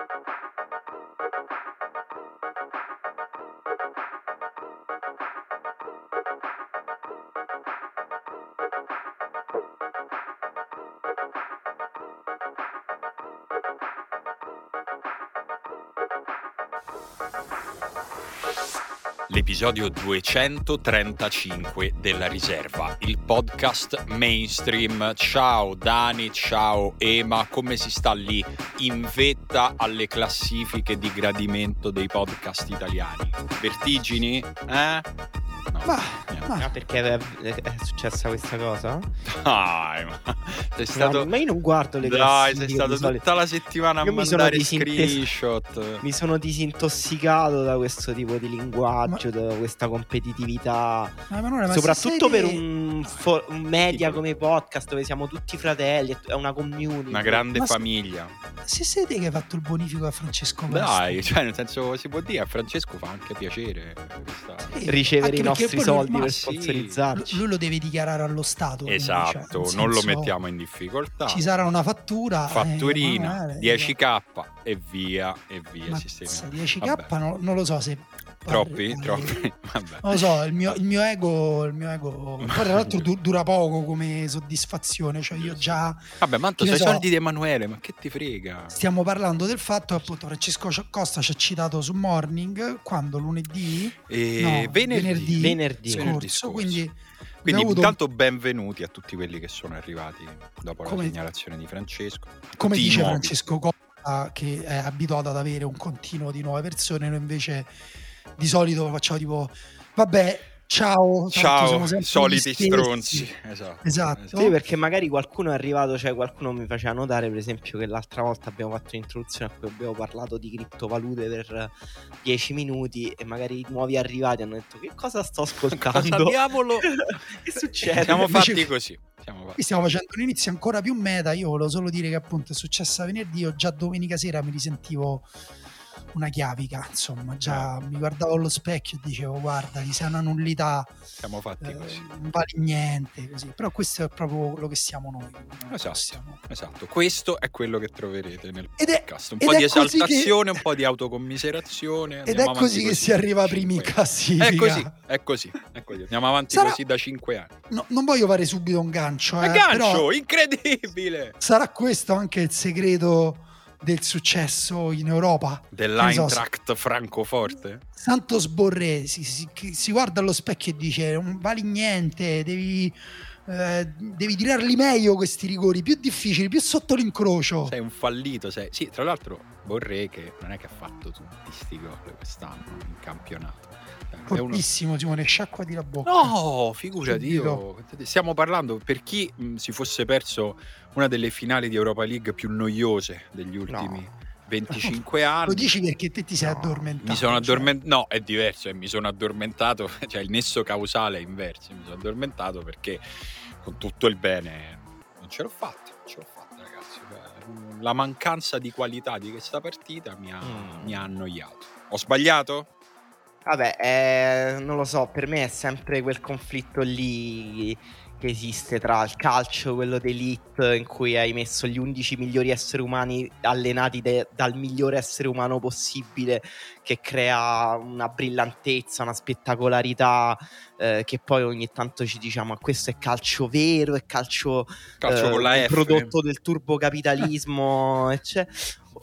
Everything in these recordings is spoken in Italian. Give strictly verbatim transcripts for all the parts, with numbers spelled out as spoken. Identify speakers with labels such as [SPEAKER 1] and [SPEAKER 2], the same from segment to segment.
[SPEAKER 1] L'episodio duecentotrentacinque della Riserva, il podcast mainstream. Ciao Dani, ciao Ema, come si sta lì in vetta alle classifiche di gradimento dei podcast italiani? Vertigini? Eh? No,
[SPEAKER 2] ma, ma.
[SPEAKER 3] Ah, perché è, è successa questa cosa?
[SPEAKER 1] Dai, ma sei stato...
[SPEAKER 3] No, ma io non guardo le
[SPEAKER 1] Dai, sei
[SPEAKER 3] classifiche
[SPEAKER 1] stato tutta la settimana a
[SPEAKER 3] io
[SPEAKER 1] mandare
[SPEAKER 3] mi sono disinte...
[SPEAKER 1] screenshot.
[SPEAKER 3] Mi sono disintossicato da questo tipo di linguaggio, ma... da questa competitività. Ma Manuela, ma soprattutto per un, fo- un media tipo... come podcast, dove siamo tutti fratelli, è una community.
[SPEAKER 1] Una grande
[SPEAKER 2] ma
[SPEAKER 1] famiglia.
[SPEAKER 2] Se siete che hai fatto il bonifico a Francesco Costa.
[SPEAKER 1] Dai, cioè nel senso, si può dire, a Francesco fa anche piacere questa...
[SPEAKER 2] sì,
[SPEAKER 3] ricevere i nostri soldi
[SPEAKER 2] lui,
[SPEAKER 3] per
[SPEAKER 2] sì,
[SPEAKER 3] sponsorizzarci.
[SPEAKER 2] Lui lo deve dichiarare allo Stato.
[SPEAKER 1] Esatto,
[SPEAKER 2] quindi, cioè,
[SPEAKER 1] non
[SPEAKER 2] senso,
[SPEAKER 1] lo mettiamo in difficoltà.
[SPEAKER 2] Ci sarà una fattura.
[SPEAKER 1] Fatturina,
[SPEAKER 2] eh,
[SPEAKER 1] dieci k e via, e via.
[SPEAKER 2] Mazza, dieci k no, non lo so se...
[SPEAKER 1] Troppi?
[SPEAKER 2] Parli,
[SPEAKER 1] troppi? Vabbè.
[SPEAKER 2] Non lo so, il mio, il mio ego, il mio ego poi tra l'altro du- dura poco come soddisfazione, cioè io già...
[SPEAKER 1] Vabbè, manto sei
[SPEAKER 2] so,
[SPEAKER 1] soldi di Emanuele, ma che ti frega?
[SPEAKER 2] Stiamo parlando del fatto che appunto Francesco Costa ci ha citato su Morning, quando lunedì?
[SPEAKER 1] E
[SPEAKER 2] no,
[SPEAKER 1] venerdì,
[SPEAKER 2] venerdì,
[SPEAKER 3] venerdì
[SPEAKER 2] scorso,
[SPEAKER 1] venerdì scorso.
[SPEAKER 2] quindi...
[SPEAKER 1] Quindi
[SPEAKER 2] avuto...
[SPEAKER 1] intanto benvenuti a tutti quelli che sono arrivati dopo
[SPEAKER 2] come,
[SPEAKER 1] la segnalazione di Francesco.
[SPEAKER 2] Come
[SPEAKER 1] tutti
[SPEAKER 2] dice
[SPEAKER 1] nuovi.
[SPEAKER 2] Francesco Costa, che è abituato ad avere un continuo di nuove persone, noi invece di solito facciamo tipo vabbè, ciao,
[SPEAKER 1] ciao, soliti stronzi. Esatto,
[SPEAKER 2] esatto.
[SPEAKER 1] esatto.
[SPEAKER 3] Sì, perché magari qualcuno è arrivato, cioè qualcuno mi faceva notare per esempio che l'altra volta abbiamo fatto un'introduzione a cui abbiamo parlato di criptovalute per dieci minuti e magari i nuovi arrivati hanno detto che cosa sto ascoltando?
[SPEAKER 1] Cosa diavolo?
[SPEAKER 3] Che succede?
[SPEAKER 1] Siamo fatti
[SPEAKER 2] Invece,
[SPEAKER 1] così. Siamo fatti.
[SPEAKER 2] Qui stiamo facendo un inizio ancora più meta. Io volevo solo dire che appunto è successa venerdì, io già domenica sera mi risentivo una chiavica, insomma, già eh. mi guardavo allo specchio e dicevo guarda, ti sei una nullità,
[SPEAKER 1] siamo fatti eh, così,
[SPEAKER 2] non vale niente così. Però questo è proprio quello che siamo noi.
[SPEAKER 1] Esatto,
[SPEAKER 2] siamo...
[SPEAKER 1] esatto, questo è quello che troverete nel
[SPEAKER 2] ed è,
[SPEAKER 1] podcast, un po' di esaltazione,
[SPEAKER 2] che...
[SPEAKER 1] un po' di autocommiserazione
[SPEAKER 2] ed è così che si arriva primi in classifica.
[SPEAKER 1] È così, è così, è così. Andiamo avanti sarà... così da cinque anni.
[SPEAKER 2] No, non voglio fare subito un gancio, eh,
[SPEAKER 1] gancio,
[SPEAKER 2] però
[SPEAKER 1] incredibile.
[SPEAKER 2] Sarà questo anche il segreto del successo in Europa
[SPEAKER 1] dell'Eintracht so, Francoforte.
[SPEAKER 2] Santos Borré si, si, si guarda allo specchio e dice non vali niente, devi eh, devi tirarli meglio questi rigori, più difficili, più sotto l'incrocio.
[SPEAKER 1] Sei un fallito, sei. Sì, tra l'altro Borré che non è che ha fatto tutti sti gol quest'anno in campionato.
[SPEAKER 2] Fortissimo, uno... Simone, sciacquati la bocca.
[SPEAKER 1] No, figurati, io. Stiamo parlando, per chi mh, si fosse perso una delle finali di Europa League più noiose degli ultimi no. venticinque anni.
[SPEAKER 2] Lo dici perché te ti sei
[SPEAKER 1] no,
[SPEAKER 2] addormentato.
[SPEAKER 1] Mi sono addormentato,
[SPEAKER 2] cioè...
[SPEAKER 1] no, è diverso, eh, mi sono addormentato, cioè il nesso causale è inverso, mi sono addormentato perché con tutto il bene non ce l'ho fatta, non ce l'ho fatta ragazzi. La mancanza di qualità di questa partita mi ha, mm. mi ha annoiato. Ho sbagliato?
[SPEAKER 3] Vabbè, eh, non lo so, per me è sempre quel conflitto lì che esiste tra il calcio, quello d'elite, in cui hai messo gli undici migliori esseri umani allenati de- dal migliore essere umano possibile, che crea una brillantezza, una spettacolarità, eh, che poi ogni tanto ci diciamo, ma questo è calcio vero, è calcio,
[SPEAKER 1] calcio
[SPEAKER 3] eh,
[SPEAKER 1] con la F.
[SPEAKER 3] prodotto del turbocapitalismo, eccetera.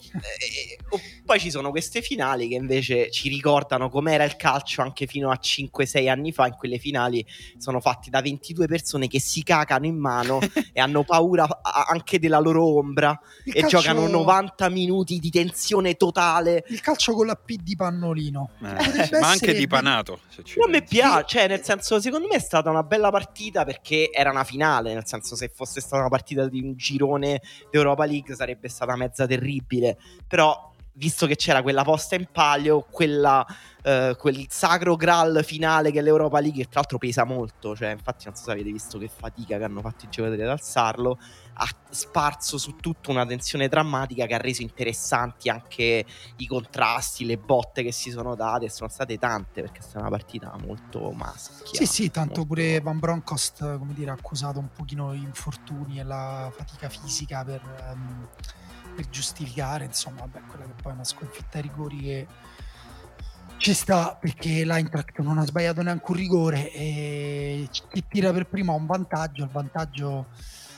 [SPEAKER 3] E, e, poi ci sono queste finali che invece ci ricordano com'era il calcio anche fino a cinque sei anni fa. In quelle finali sono fatti da ventidue persone che si cacano in mano e hanno paura anche della loro ombra il e calcio... giocano novanta minuti di tensione totale.
[SPEAKER 2] Il calcio con la P di Pannolino,
[SPEAKER 1] eh, ma anche di Panato,
[SPEAKER 3] se ci non mi piace, cioè nel senso, secondo me è stata una bella partita perché era una finale, nel senso, se fosse stata una partita di un girone d'Europa League sarebbe stata mezza terribile. Però visto che c'era quella posta in palio, quella, eh, quel sacro graal finale che è l'Europa League, che tra l'altro pesa molto, cioè infatti non so se avete visto che fatica che hanno fatto i giocatori ad alzarlo, ha sparso su tutto una tensione drammatica che ha reso interessanti anche i contrasti, le botte che si sono date, sono state tante perché è stata una partita molto maschia.
[SPEAKER 2] Sì sì, tanto
[SPEAKER 3] molto...
[SPEAKER 2] pure Van Bronckhorst, come dire, ha accusato un pochino gli infortuni e la fatica fisica per... Um... per giustificare, insomma, vabbè, quella che poi è una sconfitta ai rigori che ci sta, perché l'Eintracht non ha sbagliato neanche un rigore e chi tira per primo ha un vantaggio. Il vantaggio,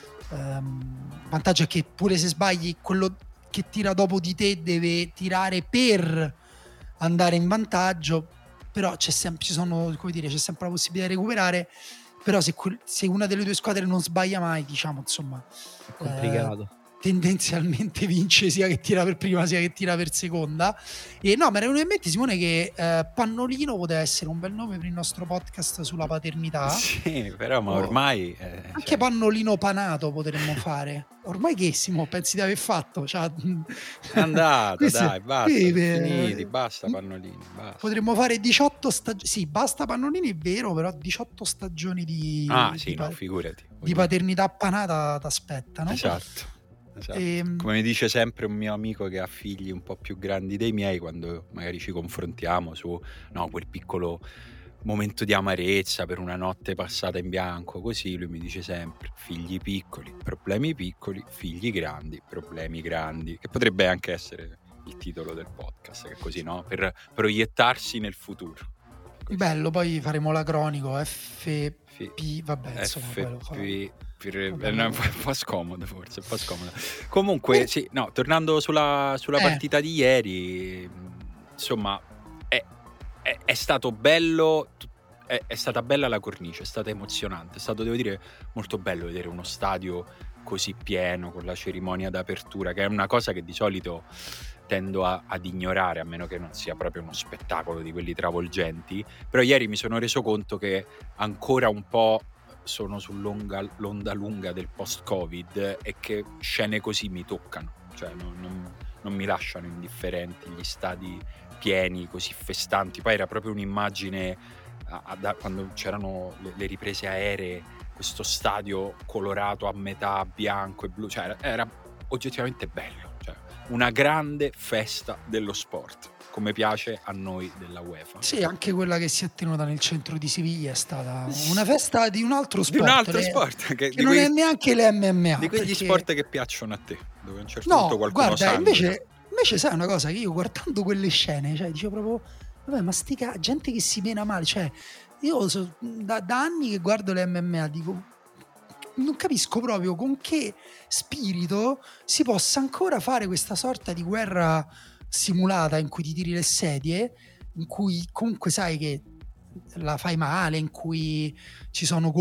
[SPEAKER 2] ehm, il vantaggio è che pure se sbagli, quello che tira dopo di te deve tirare per andare in vantaggio, però c'è sempre, ci sono, come dire, c'è sempre la possibilità di recuperare. Però se, quel, se una delle due squadre non sbaglia mai, diciamo, insomma,
[SPEAKER 3] è complicato.
[SPEAKER 2] Eh, tendenzialmente vince sia che tira per prima sia che tira per seconda. E no, mi era venuto in mente, Simone, che eh, Pannolino poteva essere un bel nome per il nostro podcast sulla paternità.
[SPEAKER 1] Sì, però ma ormai
[SPEAKER 2] eh, anche cioè... Pannolino panato potremmo fare. Ormai che Simo, pensi di aver fatto? Cioè,
[SPEAKER 1] è andato, questo... dai, basta, sì, finiti,
[SPEAKER 2] eh...
[SPEAKER 1] basta Pannolini, basta.
[SPEAKER 2] Potremmo fare diciotto stagioni. Sì, basta Pannolini, è vero, però diciotto stagioni di
[SPEAKER 1] Ah, sì,
[SPEAKER 2] di,
[SPEAKER 1] no, figurati.
[SPEAKER 2] Di paternità panata t'aspettano.
[SPEAKER 1] Esatto. Esatto.
[SPEAKER 2] E...
[SPEAKER 1] come mi dice sempre un mio amico che ha figli un po' più grandi dei miei, quando magari ci confrontiamo su no, quel piccolo momento di amarezza per una notte passata in bianco, così lui mi dice sempre: figli piccoli, problemi piccoli, figli grandi, problemi grandi, che potrebbe anche essere il titolo del podcast, che così, no? Per proiettarsi nel futuro. Così.
[SPEAKER 2] Bello, poi faremo l'acronico F P, vabbè, insomma,
[SPEAKER 1] F P,
[SPEAKER 2] poi lo farò.
[SPEAKER 1] Per, vabbè, no, è un po' scomodo forse, un po' scomodo. Comunque, eh. sì, no, tornando sulla, sulla eh. partita di ieri, insomma, è, è, è stato bello, è, è stata bella la cornice, è stata emozionante, è stato, devo dire, molto bello vedere uno stadio così pieno, con la cerimonia d'apertura, che è una cosa che di solito tendo a, ad ignorare, a meno che non sia proprio uno spettacolo di quelli travolgenti. Però ieri mi sono reso conto che ancora un po' sono sull'onda lunga del post-Covid e che scene così mi toccano, cioè non, non, non mi lasciano indifferenti gli stadi pieni, così festanti. Poi era proprio un'immagine a, a, quando c'erano le, le riprese aeree, questo stadio colorato a metà bianco e blu, cioè era, era oggettivamente bello, cioè una grande festa dello sport, come piace a noi della UEFA.
[SPEAKER 2] Sì, anche quella che si è tenuta nel centro di Siviglia è stata una festa di un altro sport.
[SPEAKER 1] Di un altro
[SPEAKER 2] le,
[SPEAKER 1] sport che,
[SPEAKER 2] che non quegli, è neanche l'M M A.
[SPEAKER 1] Di quegli
[SPEAKER 2] perché...
[SPEAKER 1] sport che piacciono a te, dove a un certo
[SPEAKER 2] no,
[SPEAKER 1] punto qualcuno
[SPEAKER 2] guarda,
[SPEAKER 1] sangue.
[SPEAKER 2] invece, invece sai una cosa, che io guardando quelle scene, cioè dicevo proprio, vabbè, ma sti ca- gente che si mena male, cioè io so, da, da anni che guardo l'M M A, dico, non capisco proprio con che spirito si possa ancora fare questa sorta di guerra simulata in cui ti tiri le sedie, in cui comunque sai che la fai male, in cui ci sono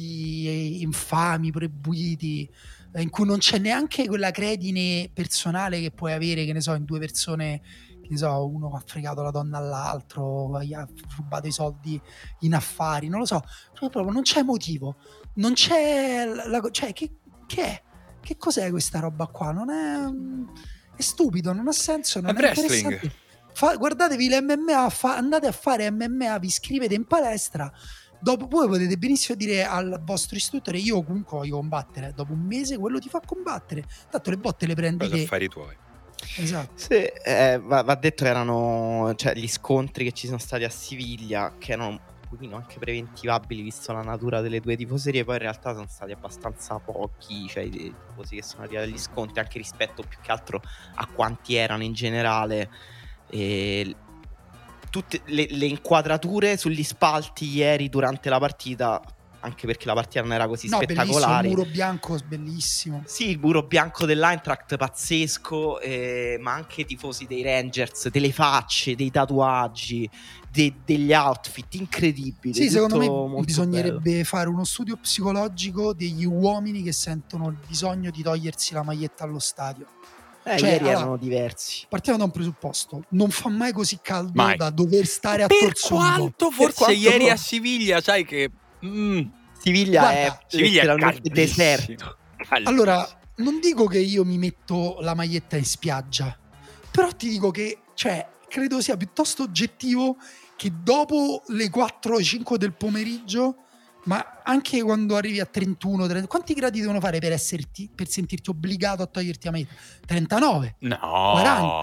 [SPEAKER 2] colpi infami, proibiti, in cui non c'è neanche quella credine personale che puoi avere, che ne so, in due persone, che ne so, uno ha fregato la donna all'altro, gli ha rubato i soldi in affari, non lo so, proprio non c'è motivo, non c'è la, cioè che, che è? Che cos'è questa roba qua? Non è, è stupido, non ha senso, non è, è interessante. Fa, guardatevi l'M M A, fa, andate a fare M M A, vi iscrivete in palestra, dopo voi potete benissimo dire al vostro istruttore: io comunque voglio combattere, dopo un mese quello ti fa combattere, tanto le botte le prendi te.
[SPEAKER 1] Affari tuoi.
[SPEAKER 2] Esatto.
[SPEAKER 3] Sì, eh, va, va detto che erano, cioè, gli scontri che ci sono stati a Siviglia, che erano un pochino anche preventivabili visto la natura delle due tifoserie, poi in realtà sono stati abbastanza pochi, cioè i tifosi che sono arrivati agli scontri, anche rispetto più che altro a quanti erano in generale. E tutte le, le inquadrature sugli spalti ieri durante la partita, anche perché la partita non era così
[SPEAKER 2] no,
[SPEAKER 3] spettacolare.
[SPEAKER 2] Il muro bianco bellissimo.
[SPEAKER 3] Sì, il muro bianco dell'Eintracht pazzesco, eh, ma anche i tifosi dei Rangers, delle facce, dei tatuaggi, de, degli outfit incredibili.
[SPEAKER 2] Sì, secondo me bisognerebbe bello. fare uno studio psicologico degli uomini che sentono il bisogno di togliersi la maglietta allo stadio.
[SPEAKER 3] Eh,
[SPEAKER 2] cioè,
[SPEAKER 3] ieri
[SPEAKER 2] allora,
[SPEAKER 3] erano diversi.
[SPEAKER 2] Partiamo da un presupposto: non fa mai così caldo
[SPEAKER 1] mai.
[SPEAKER 2] da dover stare a
[SPEAKER 1] per
[SPEAKER 2] Torsongo.
[SPEAKER 1] Quanto forse per quanto ieri a Siviglia, sai che mm,
[SPEAKER 3] Siviglia
[SPEAKER 2] guarda,
[SPEAKER 3] è
[SPEAKER 1] Siviglia
[SPEAKER 3] letteralmente
[SPEAKER 1] è
[SPEAKER 3] deserto.
[SPEAKER 1] Caldissimo.
[SPEAKER 2] Allora, non dico che io mi metto la maglietta in spiaggia, però ti dico che, cioè, credo sia piuttosto oggettivo che dopo le quattro o cinque del pomeriggio, ma anche quando arrivi a trentuno, trenta, quanti gradi devono fare per, esserti, per sentirti obbligato a toglierti la maglietta? trentanove?
[SPEAKER 1] No,
[SPEAKER 2] quaranta?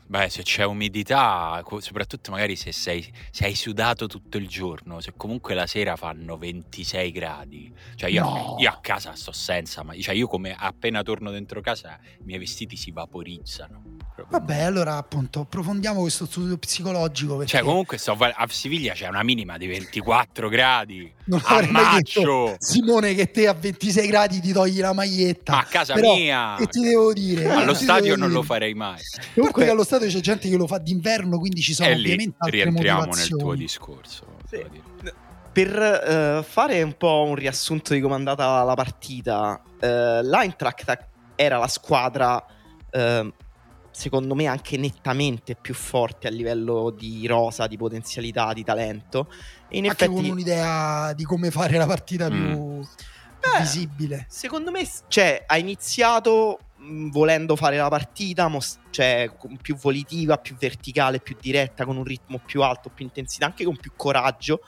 [SPEAKER 1] Beh, se c'è umidità, co- soprattutto magari se sei se hai sudato tutto il giorno, se comunque la sera fanno ventisei gradi, cioè io,
[SPEAKER 2] No.
[SPEAKER 1] io a casa sto senza, ma cioè io come appena torno dentro casa i miei vestiti si vaporizzano. Proprio.
[SPEAKER 2] Vabbè, allora appunto approfondiamo questo studio psicologico, perché
[SPEAKER 1] Cioè comunque sto, va- a Siviglia c'è una minima di ventiquattro gradi,
[SPEAKER 2] non avrei mai detto,
[SPEAKER 1] ammaccio,
[SPEAKER 2] Simone, che te a ventisei gradi ti togli la maglietta.
[SPEAKER 1] ma a casa
[SPEAKER 2] Però,
[SPEAKER 1] mia,
[SPEAKER 2] che ti devo dire? Che
[SPEAKER 1] allo
[SPEAKER 2] ti
[SPEAKER 1] stadio
[SPEAKER 2] devo
[SPEAKER 1] non
[SPEAKER 2] dire?
[SPEAKER 1] lo farei mai.
[SPEAKER 2] Comunque che allo stadio c'è gente che lo fa d'inverno, quindi ci sono
[SPEAKER 1] E lì
[SPEAKER 2] ovviamente altre
[SPEAKER 1] rientriamo nel
[SPEAKER 2] motivazioni.
[SPEAKER 1] tuo discorso.
[SPEAKER 3] Sì.
[SPEAKER 1] devo dire.
[SPEAKER 3] Per eh, fare un po' un riassunto di come è andata la partita, eh, l'Eintracht era la squadra, eh, secondo me, anche nettamente più forte a livello di rosa, di potenzialità, di talento. E in
[SPEAKER 2] Anche
[SPEAKER 3] effetti,
[SPEAKER 2] con un'idea di come fare la partita
[SPEAKER 1] Mm.
[SPEAKER 2] più, più
[SPEAKER 3] Beh,
[SPEAKER 2] visibile.
[SPEAKER 3] secondo me, cioè, ha iniziato mh, volendo fare la partita, mos- cioè, con- più volitiva, più verticale, più diretta, con un ritmo più alto, più intensità, anche con più coraggio.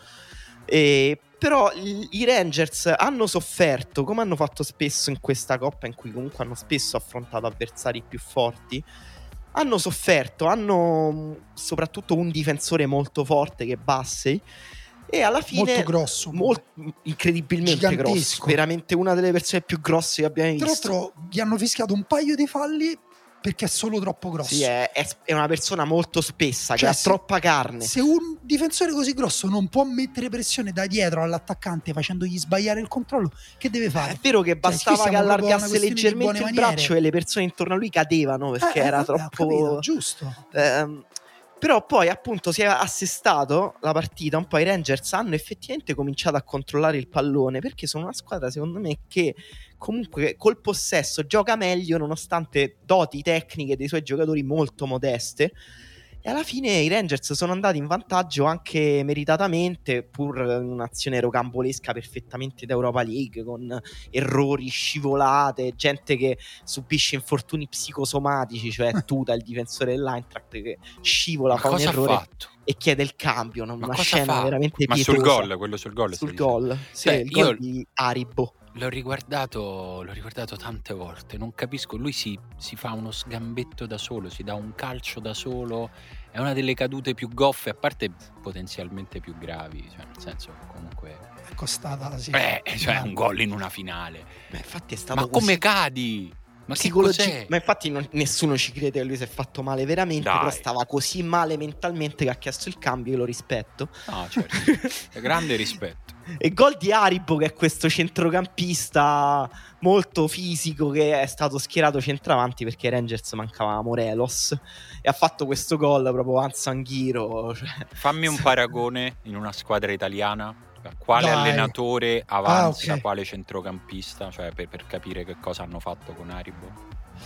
[SPEAKER 3] E, però i, i Rangers hanno sofferto, come hanno fatto spesso in questa coppa, in cui comunque hanno spesso affrontato avversari più forti. Hanno sofferto, hanno mh, soprattutto un difensore molto forte che è Bassey. E alla fine
[SPEAKER 2] Molto grosso.
[SPEAKER 3] Mol- incredibilmente
[SPEAKER 2] Gigantesco.
[SPEAKER 3] grosso, veramente una delle persone più grosse che abbiamo
[SPEAKER 2] Tra
[SPEAKER 3] visto.
[SPEAKER 2] l'altro gli hanno fischiato un paio di falli perché è solo troppo grosso.
[SPEAKER 3] Sì, è, è- è una persona molto spessa,
[SPEAKER 2] Cioè,
[SPEAKER 3] che ha
[SPEAKER 2] se-
[SPEAKER 3] troppa carne.
[SPEAKER 2] Se un difensore così grosso non può mettere pressione da dietro all'attaccante facendogli sbagliare il controllo, che deve fare?
[SPEAKER 3] È vero che
[SPEAKER 2] Cioè,
[SPEAKER 3] bastava
[SPEAKER 2] qui
[SPEAKER 3] che
[SPEAKER 2] siamo proprio a una
[SPEAKER 3] allargasse
[SPEAKER 2] questione di
[SPEAKER 3] leggermente
[SPEAKER 2] buone
[SPEAKER 3] il
[SPEAKER 2] maniere.
[SPEAKER 3] braccio e le persone intorno a lui cadevano perché
[SPEAKER 2] Eh, eh,
[SPEAKER 3] era
[SPEAKER 2] vabbè, ho
[SPEAKER 3] troppo.
[SPEAKER 2] capito, giusto.
[SPEAKER 3] Ehm, però poi appunto si è assestato la partita, un po' i Rangers hanno effettivamente cominciato a controllare il pallone, perché sono una squadra secondo me che comunque col possesso gioca meglio nonostante doti tecniche dei suoi giocatori molto modeste. E alla fine i Rangers sono andati in vantaggio anche meritatamente, pur in un'azione rocambolesca perfettamente da Europa League, con errori, scivolate, gente che subisce infortuni psicosomatici, cioè Tuta, il difensore dell'Eintracht, che scivola,
[SPEAKER 1] Ma
[SPEAKER 3] fa un
[SPEAKER 1] cosa ha
[SPEAKER 3] errore
[SPEAKER 1] fatto?
[SPEAKER 3] e chiede il cambio. no?
[SPEAKER 1] Ma
[SPEAKER 3] Una
[SPEAKER 1] cosa
[SPEAKER 3] scena
[SPEAKER 1] fa?
[SPEAKER 3] veramente
[SPEAKER 1] Ma
[SPEAKER 3] pietosa.
[SPEAKER 1] sul gol, quello sul gol
[SPEAKER 3] Sul
[SPEAKER 1] stai dicendo?
[SPEAKER 3] gol, sì,
[SPEAKER 1] Beh,
[SPEAKER 3] il gol
[SPEAKER 1] io-
[SPEAKER 3] di Aribo.
[SPEAKER 1] L'ho riguardato, l'ho riguardato tante volte, non capisco, lui si, si fa uno sgambetto da solo, si dà un calcio da solo, è una delle cadute più goffe, a parte potenzialmente più gravi, cioè nel senso comunque...
[SPEAKER 2] È costata, sì.
[SPEAKER 1] Beh, cioè un gol in una finale.
[SPEAKER 3] Beh, infatti è stato
[SPEAKER 1] Ma
[SPEAKER 3] così
[SPEAKER 1] come cadi? Ma che
[SPEAKER 3] psicologi-
[SPEAKER 1] cos'è?
[SPEAKER 3] ma infatti non- nessuno ci crede che lui si è fatto male veramente.
[SPEAKER 1] Dai.
[SPEAKER 3] Però stava così male mentalmente che ha chiesto il cambio. Io lo rispetto.
[SPEAKER 1] No, certo, grande rispetto.
[SPEAKER 3] E gol di Aribo, che è questo centrocampista molto fisico che è stato schierato centravanti perché ai Rangers mancava Morelos, e ha fatto questo gol proprio Ansanghiro, cioè.
[SPEAKER 1] Fammi un paragone in una squadra italiana. Quale
[SPEAKER 2] Dai.
[SPEAKER 1] allenatore avanza
[SPEAKER 2] Ah, ok.
[SPEAKER 1] quale centrocampista? Cioè per, per capire che cosa hanno fatto con Aribo.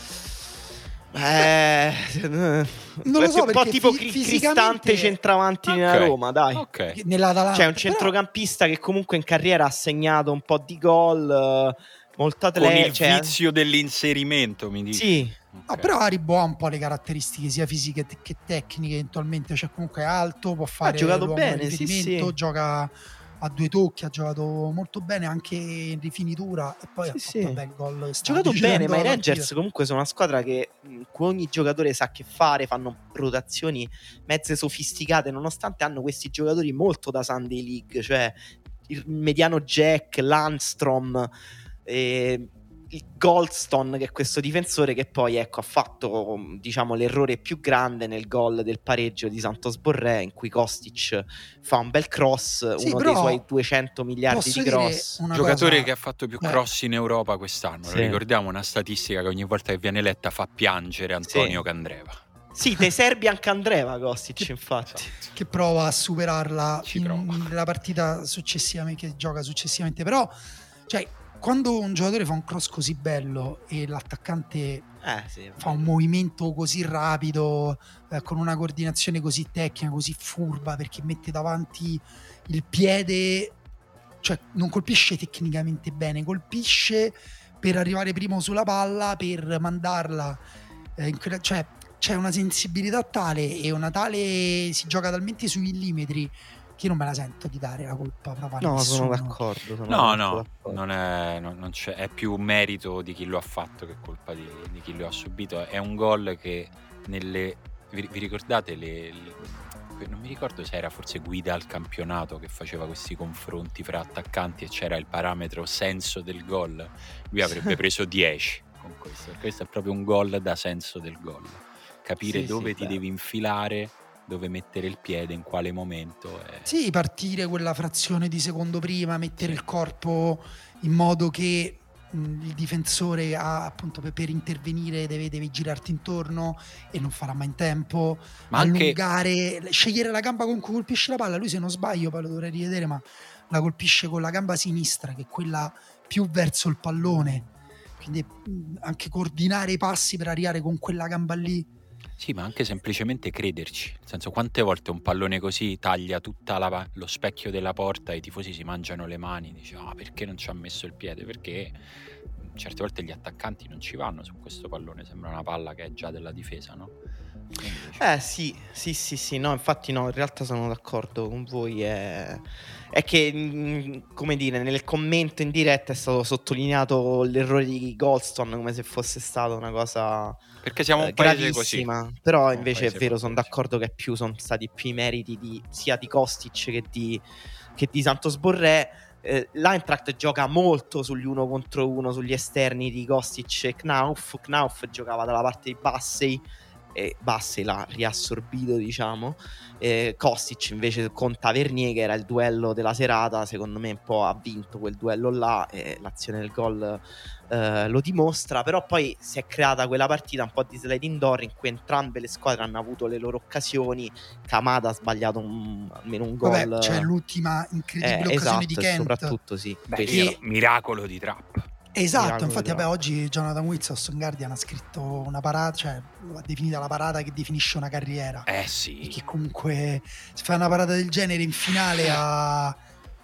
[SPEAKER 3] Eh,
[SPEAKER 2] Non lo so,
[SPEAKER 3] un po'
[SPEAKER 2] perché
[SPEAKER 3] tipo
[SPEAKER 2] fi-
[SPEAKER 3] Cri-
[SPEAKER 2] fisicamente-
[SPEAKER 3] Cristante centravanti
[SPEAKER 1] Ok.
[SPEAKER 3] nella Roma, dai.
[SPEAKER 1] Ok.
[SPEAKER 2] Nell'Atalanta.
[SPEAKER 3] C'è un
[SPEAKER 2] Però-
[SPEAKER 3] centrocampista che comunque in carriera ha segnato un po' di gol, eh, molto
[SPEAKER 1] Con
[SPEAKER 3] atleta.
[SPEAKER 1] il
[SPEAKER 3] Cioè,
[SPEAKER 1] vizio dell'inserimento, mi dici?
[SPEAKER 3] sì,
[SPEAKER 1] Ok.
[SPEAKER 2] No, però Aribo ha un po' le caratteristiche sia fisiche te- che tecniche eventualmente, cioè comunque è alto, può fare
[SPEAKER 3] giocato
[SPEAKER 2] l'uomo
[SPEAKER 3] bene,
[SPEAKER 2] di
[SPEAKER 3] sì,
[SPEAKER 2] riferimento,
[SPEAKER 3] sì.
[SPEAKER 2] gioca a due tocchi, ha giocato molto bene anche in rifinitura e poi
[SPEAKER 3] Sì,
[SPEAKER 2] ha
[SPEAKER 3] sì.
[SPEAKER 2] fatto bel gol.
[SPEAKER 3] Ha
[SPEAKER 2] stava
[SPEAKER 3] giocato
[SPEAKER 2] decidendo
[SPEAKER 3] bene, ma i
[SPEAKER 2] la
[SPEAKER 3] Rangers
[SPEAKER 2] partita.
[SPEAKER 3] comunque sono una squadra che mh, con ogni giocatore sa che fare, fanno rotazioni mezze sofisticate, nonostante hanno questi giocatori molto da Sunday League, cioè il mediano Jack, Landstrom, eh, il Goldstone, che è questo difensore che poi ecco ha fatto diciamo l'errore più grande nel gol del pareggio di Santos Borré, in cui Kostic fa un bel cross,
[SPEAKER 2] Sì,
[SPEAKER 3] uno
[SPEAKER 2] però
[SPEAKER 3] dei suoi duecento miliardi
[SPEAKER 2] Posso
[SPEAKER 3] di
[SPEAKER 2] dire
[SPEAKER 3] cross.
[SPEAKER 2] una
[SPEAKER 1] Giocatore
[SPEAKER 2] cosa?
[SPEAKER 1] che ha fatto più
[SPEAKER 2] Eh.
[SPEAKER 1] cross in Europa quest'anno.
[SPEAKER 3] Sì.
[SPEAKER 1] Lo ricordiamo, una statistica che ogni volta che viene letta fa piangere Antonio
[SPEAKER 3] Sì.
[SPEAKER 1] Candreva.
[SPEAKER 3] Sì, De Serbi anche Andreva Kostic, infatti.
[SPEAKER 2] Che prova a superarla
[SPEAKER 1] Ci
[SPEAKER 2] in-
[SPEAKER 1] prova.
[SPEAKER 2] nella partita successivamente, che gioca successivamente. Però, cioè, quando un giocatore fa un cross così bello e l'attaccante
[SPEAKER 3] Eh, sì,
[SPEAKER 2] fa un movimento così rapido, eh, con una coordinazione così tecnica, così furba, perché mette davanti il piede, cioè non colpisce tecnicamente bene, colpisce per arrivare primo sulla palla, per mandarla, eh, in quella- cioè c'è una sensibilità tale e una tale, si gioca talmente sui millimetri che io non me la sento di dare la colpa proprio a
[SPEAKER 3] No, sono
[SPEAKER 2] nessuno.
[SPEAKER 3] d'accordo. sono
[SPEAKER 1] No,
[SPEAKER 3] molto
[SPEAKER 1] no,
[SPEAKER 3] d'accordo.
[SPEAKER 1] non è, non, non c'è, è più merito di chi lo ha fatto che colpa di, di chi lo ha subito. È un gol che nelle vi, vi ricordate le, le, non mi ricordo se era forse Guida al campionato che faceva questi confronti fra attaccanti e c'era il parametro senso del gol, lui avrebbe preso dieci con questo, perché questo è proprio un gol da senso del gol, capire
[SPEAKER 3] Sì,
[SPEAKER 1] dove
[SPEAKER 3] sì,
[SPEAKER 1] ti
[SPEAKER 3] beh.
[SPEAKER 1] devi infilare, dove mettere il piede, in quale momento. È...
[SPEAKER 2] Sì, partire quella frazione di secondo prima, mettere il corpo in modo che mh, il difensore ha, appunto per, per intervenire deve, deve girarti intorno e non farà mai in tempo,
[SPEAKER 1] Ma anche
[SPEAKER 2] allungare, scegliere la gamba con cui colpisce la palla. Lui, se non sbaglio, poi lo dovrei rivedere, ma la colpisce con la gamba sinistra, che è quella più verso il pallone, quindi mh, anche coordinare i passi per arrivare con quella gamba lì.
[SPEAKER 1] sì, ma anche semplicemente crederci, nel senso, quante volte un pallone così taglia tutta la, lo specchio della porta e i tifosi si mangiano le mani, dice ah, perché non ci ha messo il piede? Perché certe volte gli attaccanti non ci vanno su questo pallone, sembra una palla che è già della difesa, no? Invece...
[SPEAKER 3] Eh sì, sì, sì, sì, no, infatti no, in realtà sono d'accordo con voi, è, è che, mh, come dire, nel commento in diretta è stato sottolineato l'errore di Goldstone come se fosse stata una cosa
[SPEAKER 1] perché siamo un
[SPEAKER 3] eh,
[SPEAKER 1] paese
[SPEAKER 3] gravissima,
[SPEAKER 1] così.
[SPEAKER 3] però
[SPEAKER 1] Siamo un
[SPEAKER 3] invece è
[SPEAKER 1] paese
[SPEAKER 3] vero, sono
[SPEAKER 1] così.
[SPEAKER 3] d'accordo che più sono stati più i meriti di, sia di Kostic che di, che di Santos Borré. Eh, L'Eintracht gioca molto sugli uno contro uno, sugli esterni di Kostic e Knauf. Knauf giocava dalla parte di Bassey e Bassey l'ha riassorbito, diciamo. eh, Kostic invece con Tavernier, che era il duello della serata, secondo me un po' ha vinto quel duello là e l'azione del gol eh, lo dimostra. Però poi si è creata quella partita un po' di sliding door in cui entrambe le squadre hanno avuto le loro occasioni. Kamada ha sbagliato un, almeno un gol.
[SPEAKER 2] Vabbè, c'è l'ultima incredibile
[SPEAKER 3] eh,
[SPEAKER 2] occasione
[SPEAKER 3] esatto,
[SPEAKER 2] di
[SPEAKER 3] e
[SPEAKER 2] Kent.
[SPEAKER 3] soprattutto sì,
[SPEAKER 1] Beh,
[SPEAKER 3] questo.
[SPEAKER 1] che miracolo di Trapp.
[SPEAKER 2] Esatto,
[SPEAKER 3] Miracolo
[SPEAKER 2] infatti
[SPEAKER 3] di
[SPEAKER 2] vabbè,
[SPEAKER 3] Trapp.
[SPEAKER 2] oggi Jonathan Wilson in Guardian ha scritto una parata, cioè l'ha definita la parata che definisce una carriera.
[SPEAKER 1] Eh sì.
[SPEAKER 2] Perché comunque se fai una parata del genere in finale a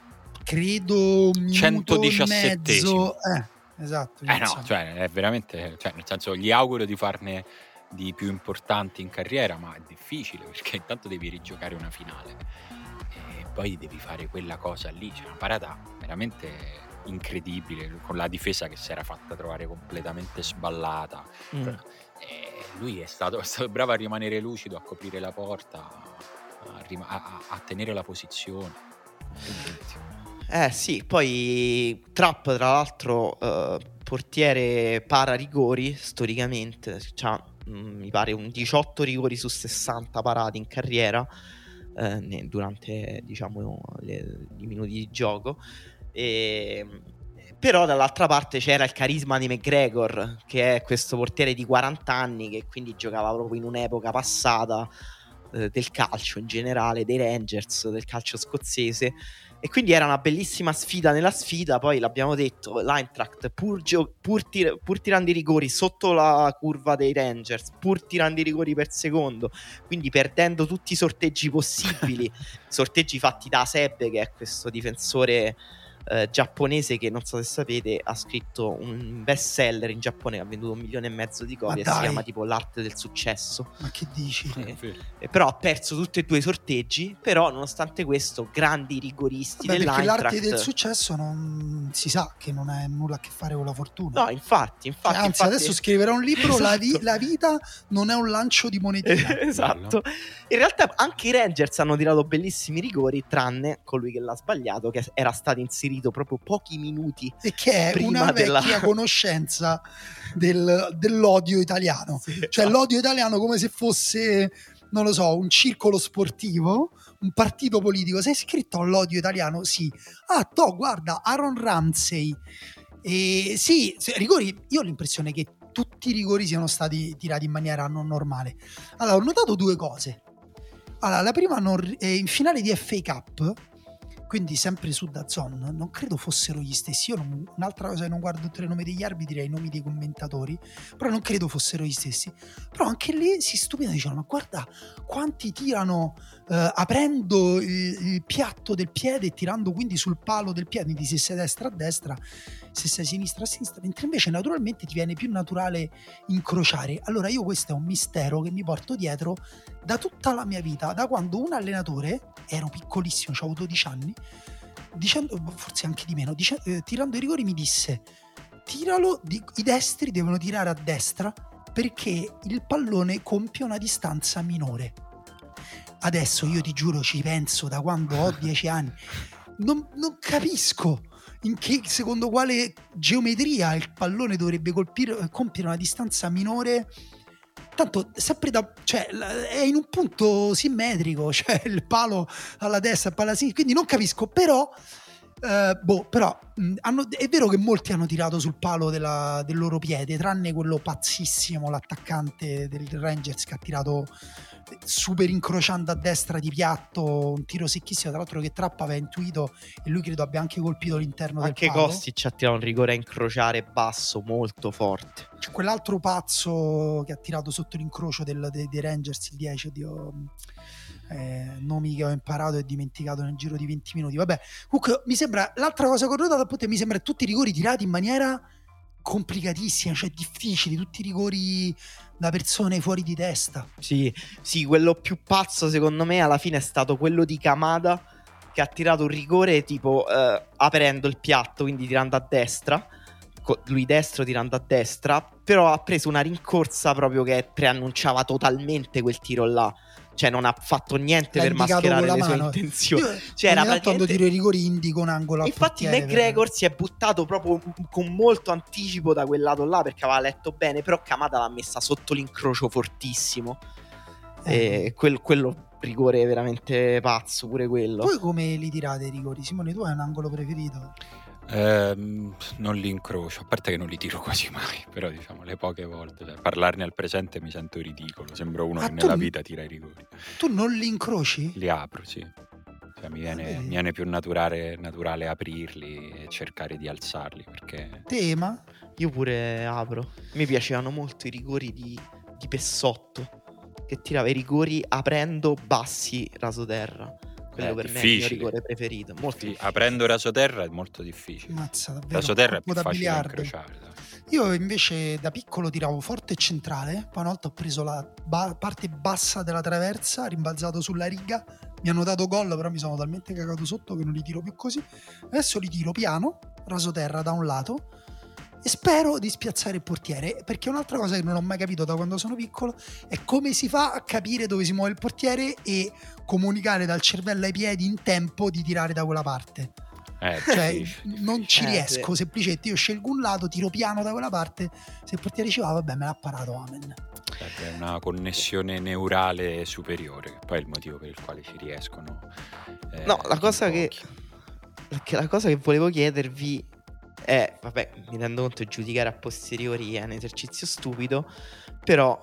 [SPEAKER 2] credo un minuto e mezzo, eh, esatto.
[SPEAKER 1] Eh no,
[SPEAKER 2] insomma.
[SPEAKER 1] cioè è veramente, cioè nel senso, gli auguro di farne di più importanti in carriera, ma è difficile perché intanto devi rigiocare una finale e poi devi fare quella cosa lì, cioè una parata veramente incredibile con la difesa che si era fatta trovare completamente sballata.
[SPEAKER 3] Mm.
[SPEAKER 1] E lui è stato, è stato bravo a rimanere lucido, a coprire la porta, a, rim- a, a tenere la posizione.
[SPEAKER 3] Eh sì, poi Trapp tra l'altro eh, portiere para rigori storicamente, c'ha mh, mi pare un diciotto rigori su sessanta parati in carriera eh, ne- durante diciamo le, i minuti di gioco. E, però dall'altra parte c'era il carisma di McGregor, che è questo portiere di quaranta anni che quindi giocava proprio in un'epoca passata eh, del calcio in generale, dei Rangers, del calcio scozzese. E quindi era una bellissima sfida nella sfida. Poi l'abbiamo detto, l'Eintracht pur, gio- pur, tir- pur tirando i rigori sotto la curva dei Rangers, pur tirando i rigori per secondo, quindi perdendo tutti i sorteggi possibili, sorteggi fatti da Sebe, che è questo difensore eh, giapponese che, non so se sapete, ha scritto un best seller in Giappone che ha venduto un milione e mezzo di copie e si
[SPEAKER 2] dai.
[SPEAKER 3] chiama tipo L'arte del successo.
[SPEAKER 2] Ma che dici?
[SPEAKER 3] Eh, eh, però ha perso tutti e due i sorteggi. Però nonostante questo, grandi rigoristi
[SPEAKER 2] Vabbè, perché
[SPEAKER 3] dell'Eintracht.
[SPEAKER 2] l'arte del successo non si sa che non ha nulla a che fare con la fortuna.
[SPEAKER 3] No, infatti, infatti,
[SPEAKER 2] Cioè, anzi,
[SPEAKER 3] infatti...
[SPEAKER 2] adesso scriverò un libro,
[SPEAKER 3] Esatto.
[SPEAKER 2] la, vi- la vita non è un lancio di monetina.
[SPEAKER 3] Esatto. In realtà anche i Rangers hanno tirato bellissimi rigori, tranne colui che l'ha sbagliato, che era stato inserito proprio pochi minuti
[SPEAKER 2] E che è
[SPEAKER 3] prima
[SPEAKER 2] una vecchia
[SPEAKER 3] della...
[SPEAKER 2] conoscenza del- dell'odio italiano.
[SPEAKER 3] Sì,
[SPEAKER 2] Cioè
[SPEAKER 3] esatto.
[SPEAKER 2] l'odio italiano come se fosse, non lo so, un circolo sportivo, un partito politico. Sei iscritto all'odio italiano? Sì. Ah, to, guarda, Aaron Ramsey. E sì, se- rigori, io ho l'impressione che tutti i rigori siano stati tirati in maniera non normale. Allora, ho notato due cose. Allora, la prima non- eh, in finale di F A Cup, quindi sempre su DAZN, non credo fossero gli stessi. Io non, un'altra cosa che non guardo tutti i nomi degli arbitri è i nomi dei commentatori, però non credo fossero gli stessi. Però anche lì si stupidano, dicono ma guarda quanti tirano eh, aprendo il, il piatto del piede e tirando quindi sul palo del piede, quindi se sei destra a destra, se sei sinistra a sinistra, mentre invece naturalmente ti viene più naturale incrociare. Allora io questo è un mistero che mi porto dietro da tutta la mia vita, da quando un allenatore, ero piccolissimo, avevo dodici anni, dicendo, forse anche di meno, dice, eh, tirando i rigori mi disse tiralo, di, i destri devono tirare a destra perché il pallone compie una distanza minore. Adesso io ti giuro ci penso da quando ho dieci anni, non, non capisco in che, secondo quale geometria il pallone dovrebbe colpire, compiere una distanza minore. Tanto sempre da, cioè, è in un punto simmetrico, cioè il palo alla destra, il palo alla sinistra, quindi non capisco, però eh, boh, però mh, hanno, è vero che molti hanno tirato sul palo della, del loro piede, tranne quello pazzissimo, l'attaccante del Rangers che ha tirato super incrociando a destra di piatto un tiro secchissimo, tra l'altro che Trapp aveva intuito e lui credo abbia anche colpito l'interno
[SPEAKER 3] anche
[SPEAKER 2] del palo.
[SPEAKER 3] Kostic ha tirato un rigore a incrociare basso molto forte.
[SPEAKER 2] C'è quell'altro pazzo che ha tirato sotto l'incrocio del, dei, dei Rangers il dieci, oddio, eh, nomi che ho imparato e dimenticato nel giro di venti minuti. Vabbè, comunque mi sembra, l'altra cosa che ho notato appunto, mi sembra tutti i rigori tirati in maniera complicatissima, cioè difficili, tutti i rigori da persone fuori di testa.
[SPEAKER 3] Sì, sì, quello più pazzo secondo me alla fine è stato quello di Kamada, che ha tirato un rigore tipo eh, aprendo il piatto, quindi tirando a destra, lui destro tirando a destra, però ha preso una rincorsa proprio che preannunciava totalmente quel tiro là. Cioè non ha fatto niente
[SPEAKER 2] L'ha
[SPEAKER 3] per mascherare le sue intenzioni.
[SPEAKER 2] Io,
[SPEAKER 3] cioè era
[SPEAKER 2] praticamente... quando tiro i rigori indico un angolo.
[SPEAKER 3] Infatti McGregor per... si è buttato proprio con molto anticipo da quel lato là, perché aveva letto bene, però Kamada l'ha messa sotto l'incrocio fortissimo. Eh. E quel, quello rigore veramente pazzo pure quello.
[SPEAKER 2] Voi come li tirate i rigori? Simone, tu hai un angolo preferito?
[SPEAKER 1] Eh, non li incrocio, a parte che non li tiro quasi mai, però diciamo le poche volte, cioè, parlarne al presente mi sento ridicolo, sembro uno ah, che nella vita tira i rigori.
[SPEAKER 2] Tu non li incroci?
[SPEAKER 1] Li apro, sì, cioè, mi, viene, mi viene più naturale, naturale aprirli e cercare di alzarli, perché...
[SPEAKER 2] Tema?
[SPEAKER 3] Io pure apro, mi piacevano molto i rigori di, di Pessotto, che tirava i rigori aprendo bassi rasoterra. Quello eh, per difficile. Me è il mio rigore preferito. Molto
[SPEAKER 1] sì, aprendo rasoterra è molto difficile.
[SPEAKER 2] Mazza, davvero.
[SPEAKER 1] Rasoterra è più facile da incrociare. Dai.
[SPEAKER 2] Io invece da piccolo tiravo forte e centrale. Poi una volta ho preso la ba- parte bassa della traversa, rimbalzato sulla riga. Mi hanno dato gol, però mi sono talmente cagato sotto che non li tiro più così. Adesso li tiro piano, rasoterra da un lato. E spero di spiazzare il portiere, perché un'altra cosa che non ho mai capito da quando sono piccolo è come si fa a capire dove si muove il portiere e comunicare dal cervello ai piedi in tempo di tirare da quella parte.
[SPEAKER 1] Eh,
[SPEAKER 2] cioè non ci
[SPEAKER 3] eh,
[SPEAKER 2] riesco,
[SPEAKER 3] sì.
[SPEAKER 2] semplicemente io scelgo un lato, tiro piano da quella parte, se il portiere ci va vabbè me l'ha parato, amen.
[SPEAKER 1] È una connessione neurale superiore, poi è il motivo per il quale ci riescono. Eh,
[SPEAKER 3] no, la cosa che, che la cosa che volevo chiedervi è, vabbè, mi rendo conto che giudicare a posteriori è un esercizio stupido, però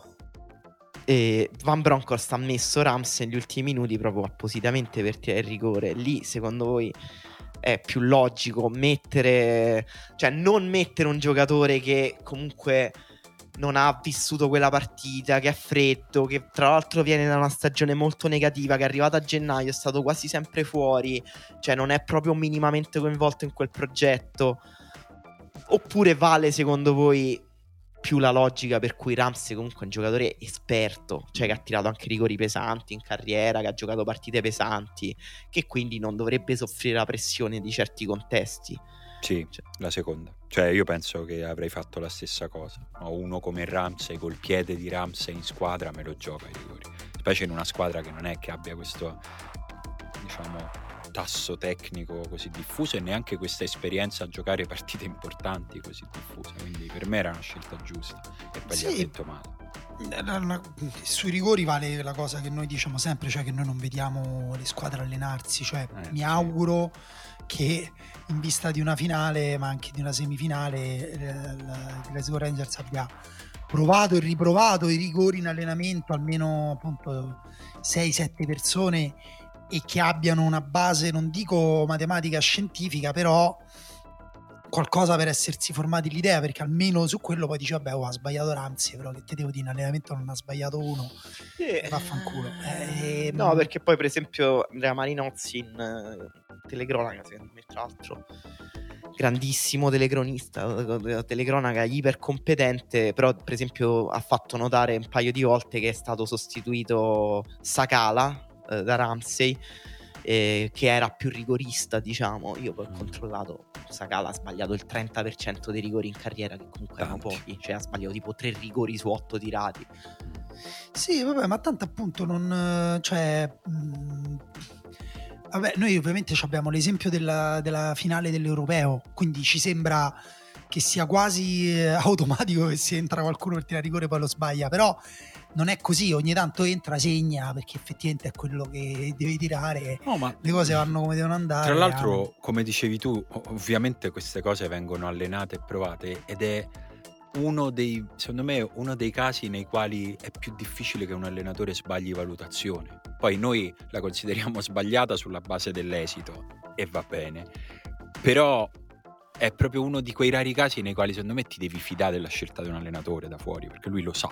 [SPEAKER 3] eh, Van Bronckhorst ha messo Ramsey negli ultimi minuti proprio appositamente per tirare il rigore. Lì secondo voi è più logico mettere, cioè non mettere un giocatore che comunque non ha vissuto quella partita, che è freddo, che tra l'altro viene da una stagione molto negativa, che è arrivata a gennaio, è stato quasi sempre fuori, cioè non è proprio minimamente coinvolto in quel progetto? Oppure vale secondo voi più la logica per cui Ramsey comunque è un giocatore esperto, cioè che ha tirato anche rigori pesanti in carriera, che ha giocato partite pesanti, che quindi non dovrebbe soffrire la pressione di certi contesti?
[SPEAKER 1] Sì, cioè. La seconda. Cioè io penso che avrei fatto la stessa cosa. No, uno come Ramsey, col piede di Ramsey in squadra, me lo gioca i rigori, specie in una squadra che non è che abbia questo, diciamo, tasso tecnico così diffuso e neanche questa esperienza a giocare partite importanti così diffuse, quindi per me era una scelta giusta e poi sì, gli ha detto male.
[SPEAKER 2] Sui rigori vale la cosa che noi diciamo sempre, cioè che noi non vediamo le squadre allenarsi, cioè eh, mi sì. auguro che in vista di una finale ma anche di una semifinale il Glasgow Rangers abbia provato e riprovato i rigori in allenamento almeno appunto sei sette persone e che abbiano una base, non dico matematica scientifica, però qualcosa per essersi formati l'idea, perché almeno su quello poi dici vabbè, oh, ha sbagliato Ramsey, però che te devo dire, in allenamento non ha sbagliato uno,
[SPEAKER 3] sì.
[SPEAKER 2] vaffanculo. Eh,
[SPEAKER 3] no, perché poi per esempio Andrea Marinozzi in uh, telecronaca, secondo me tra l'altro grandissimo telecronista, telecronaca ipercompetente, però per esempio ha fatto notare un paio di volte che è stato sostituito Sakala da Ramsey eh, che era più rigorista, diciamo. Io poi ho
[SPEAKER 1] Mm.
[SPEAKER 3] controllato, Sakala ha sbagliato il trenta per cento dei rigori in carriera, che comunque erano
[SPEAKER 1] Tanti.
[SPEAKER 3] pochi, cioè ha sbagliato tipo tre rigori su otto tirati.
[SPEAKER 2] Sì, vabbè, ma tanto appunto non... cioè... mh, vabbè, noi ovviamente ci abbiamo l'esempio della, della finale dell'Europeo, quindi ci sembra che sia quasi eh, automatico che se entra qualcuno per tirare rigore poi lo sbaglia, però non è così, ogni tanto entra, segna, perché effettivamente è quello che devi tirare,
[SPEAKER 1] No, ma
[SPEAKER 2] le cose vanno come devono andare.
[SPEAKER 1] tra l'altro, come dicevi tu, ov- ovviamente queste cose vengono allenate e provate ed è uno dei, secondo me, uno dei casi nei quali è più difficile che un allenatore sbagli valutazione. Poi noi la consideriamo sbagliata sulla base dell'esito e va bene, però è proprio uno di quei rari casi nei quali secondo me ti devi fidare della scelta di un allenatore da fuori, perché lui lo sa,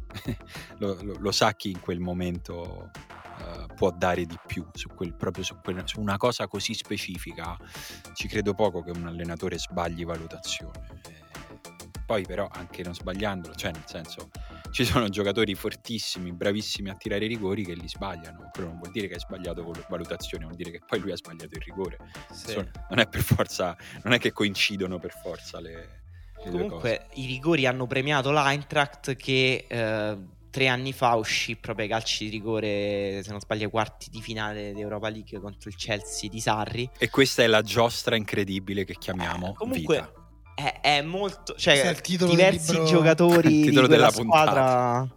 [SPEAKER 1] lo, lo- lo sa chi in quel momento eh, può dare di più su quel, proprio su, quel- su una cosa così specifica. Ci credo poco che un allenatore sbagli valutazione. Eh, Poi però anche non sbagliandolo, cioè nel senso ci sono giocatori fortissimi, bravissimi a tirare i rigori che li sbagliano, però non vuol dire che hai sbagliato con la valutazione, vuol dire che poi lui ha sbagliato il rigore. Sono- non è per forza, non è che coincidono per forza le, le due cose.
[SPEAKER 3] Comunque i rigori hanno premiato l'Eintracht che eh, tre anni fa uscì proprio ai calci di rigore, se non sbaglio, ai quarti di finale di Europa League contro il Chelsea di Sarri.
[SPEAKER 1] E questa è la giostra incredibile che chiamiamo
[SPEAKER 3] Eh, comunque
[SPEAKER 1] vita.
[SPEAKER 3] è, è molto,
[SPEAKER 2] Questo è
[SPEAKER 3] cioè
[SPEAKER 2] il titolo del
[SPEAKER 3] diversi
[SPEAKER 2] libro-
[SPEAKER 3] giocatori
[SPEAKER 1] il
[SPEAKER 3] di
[SPEAKER 1] titolo
[SPEAKER 3] quella
[SPEAKER 1] della puntata.
[SPEAKER 3] squadra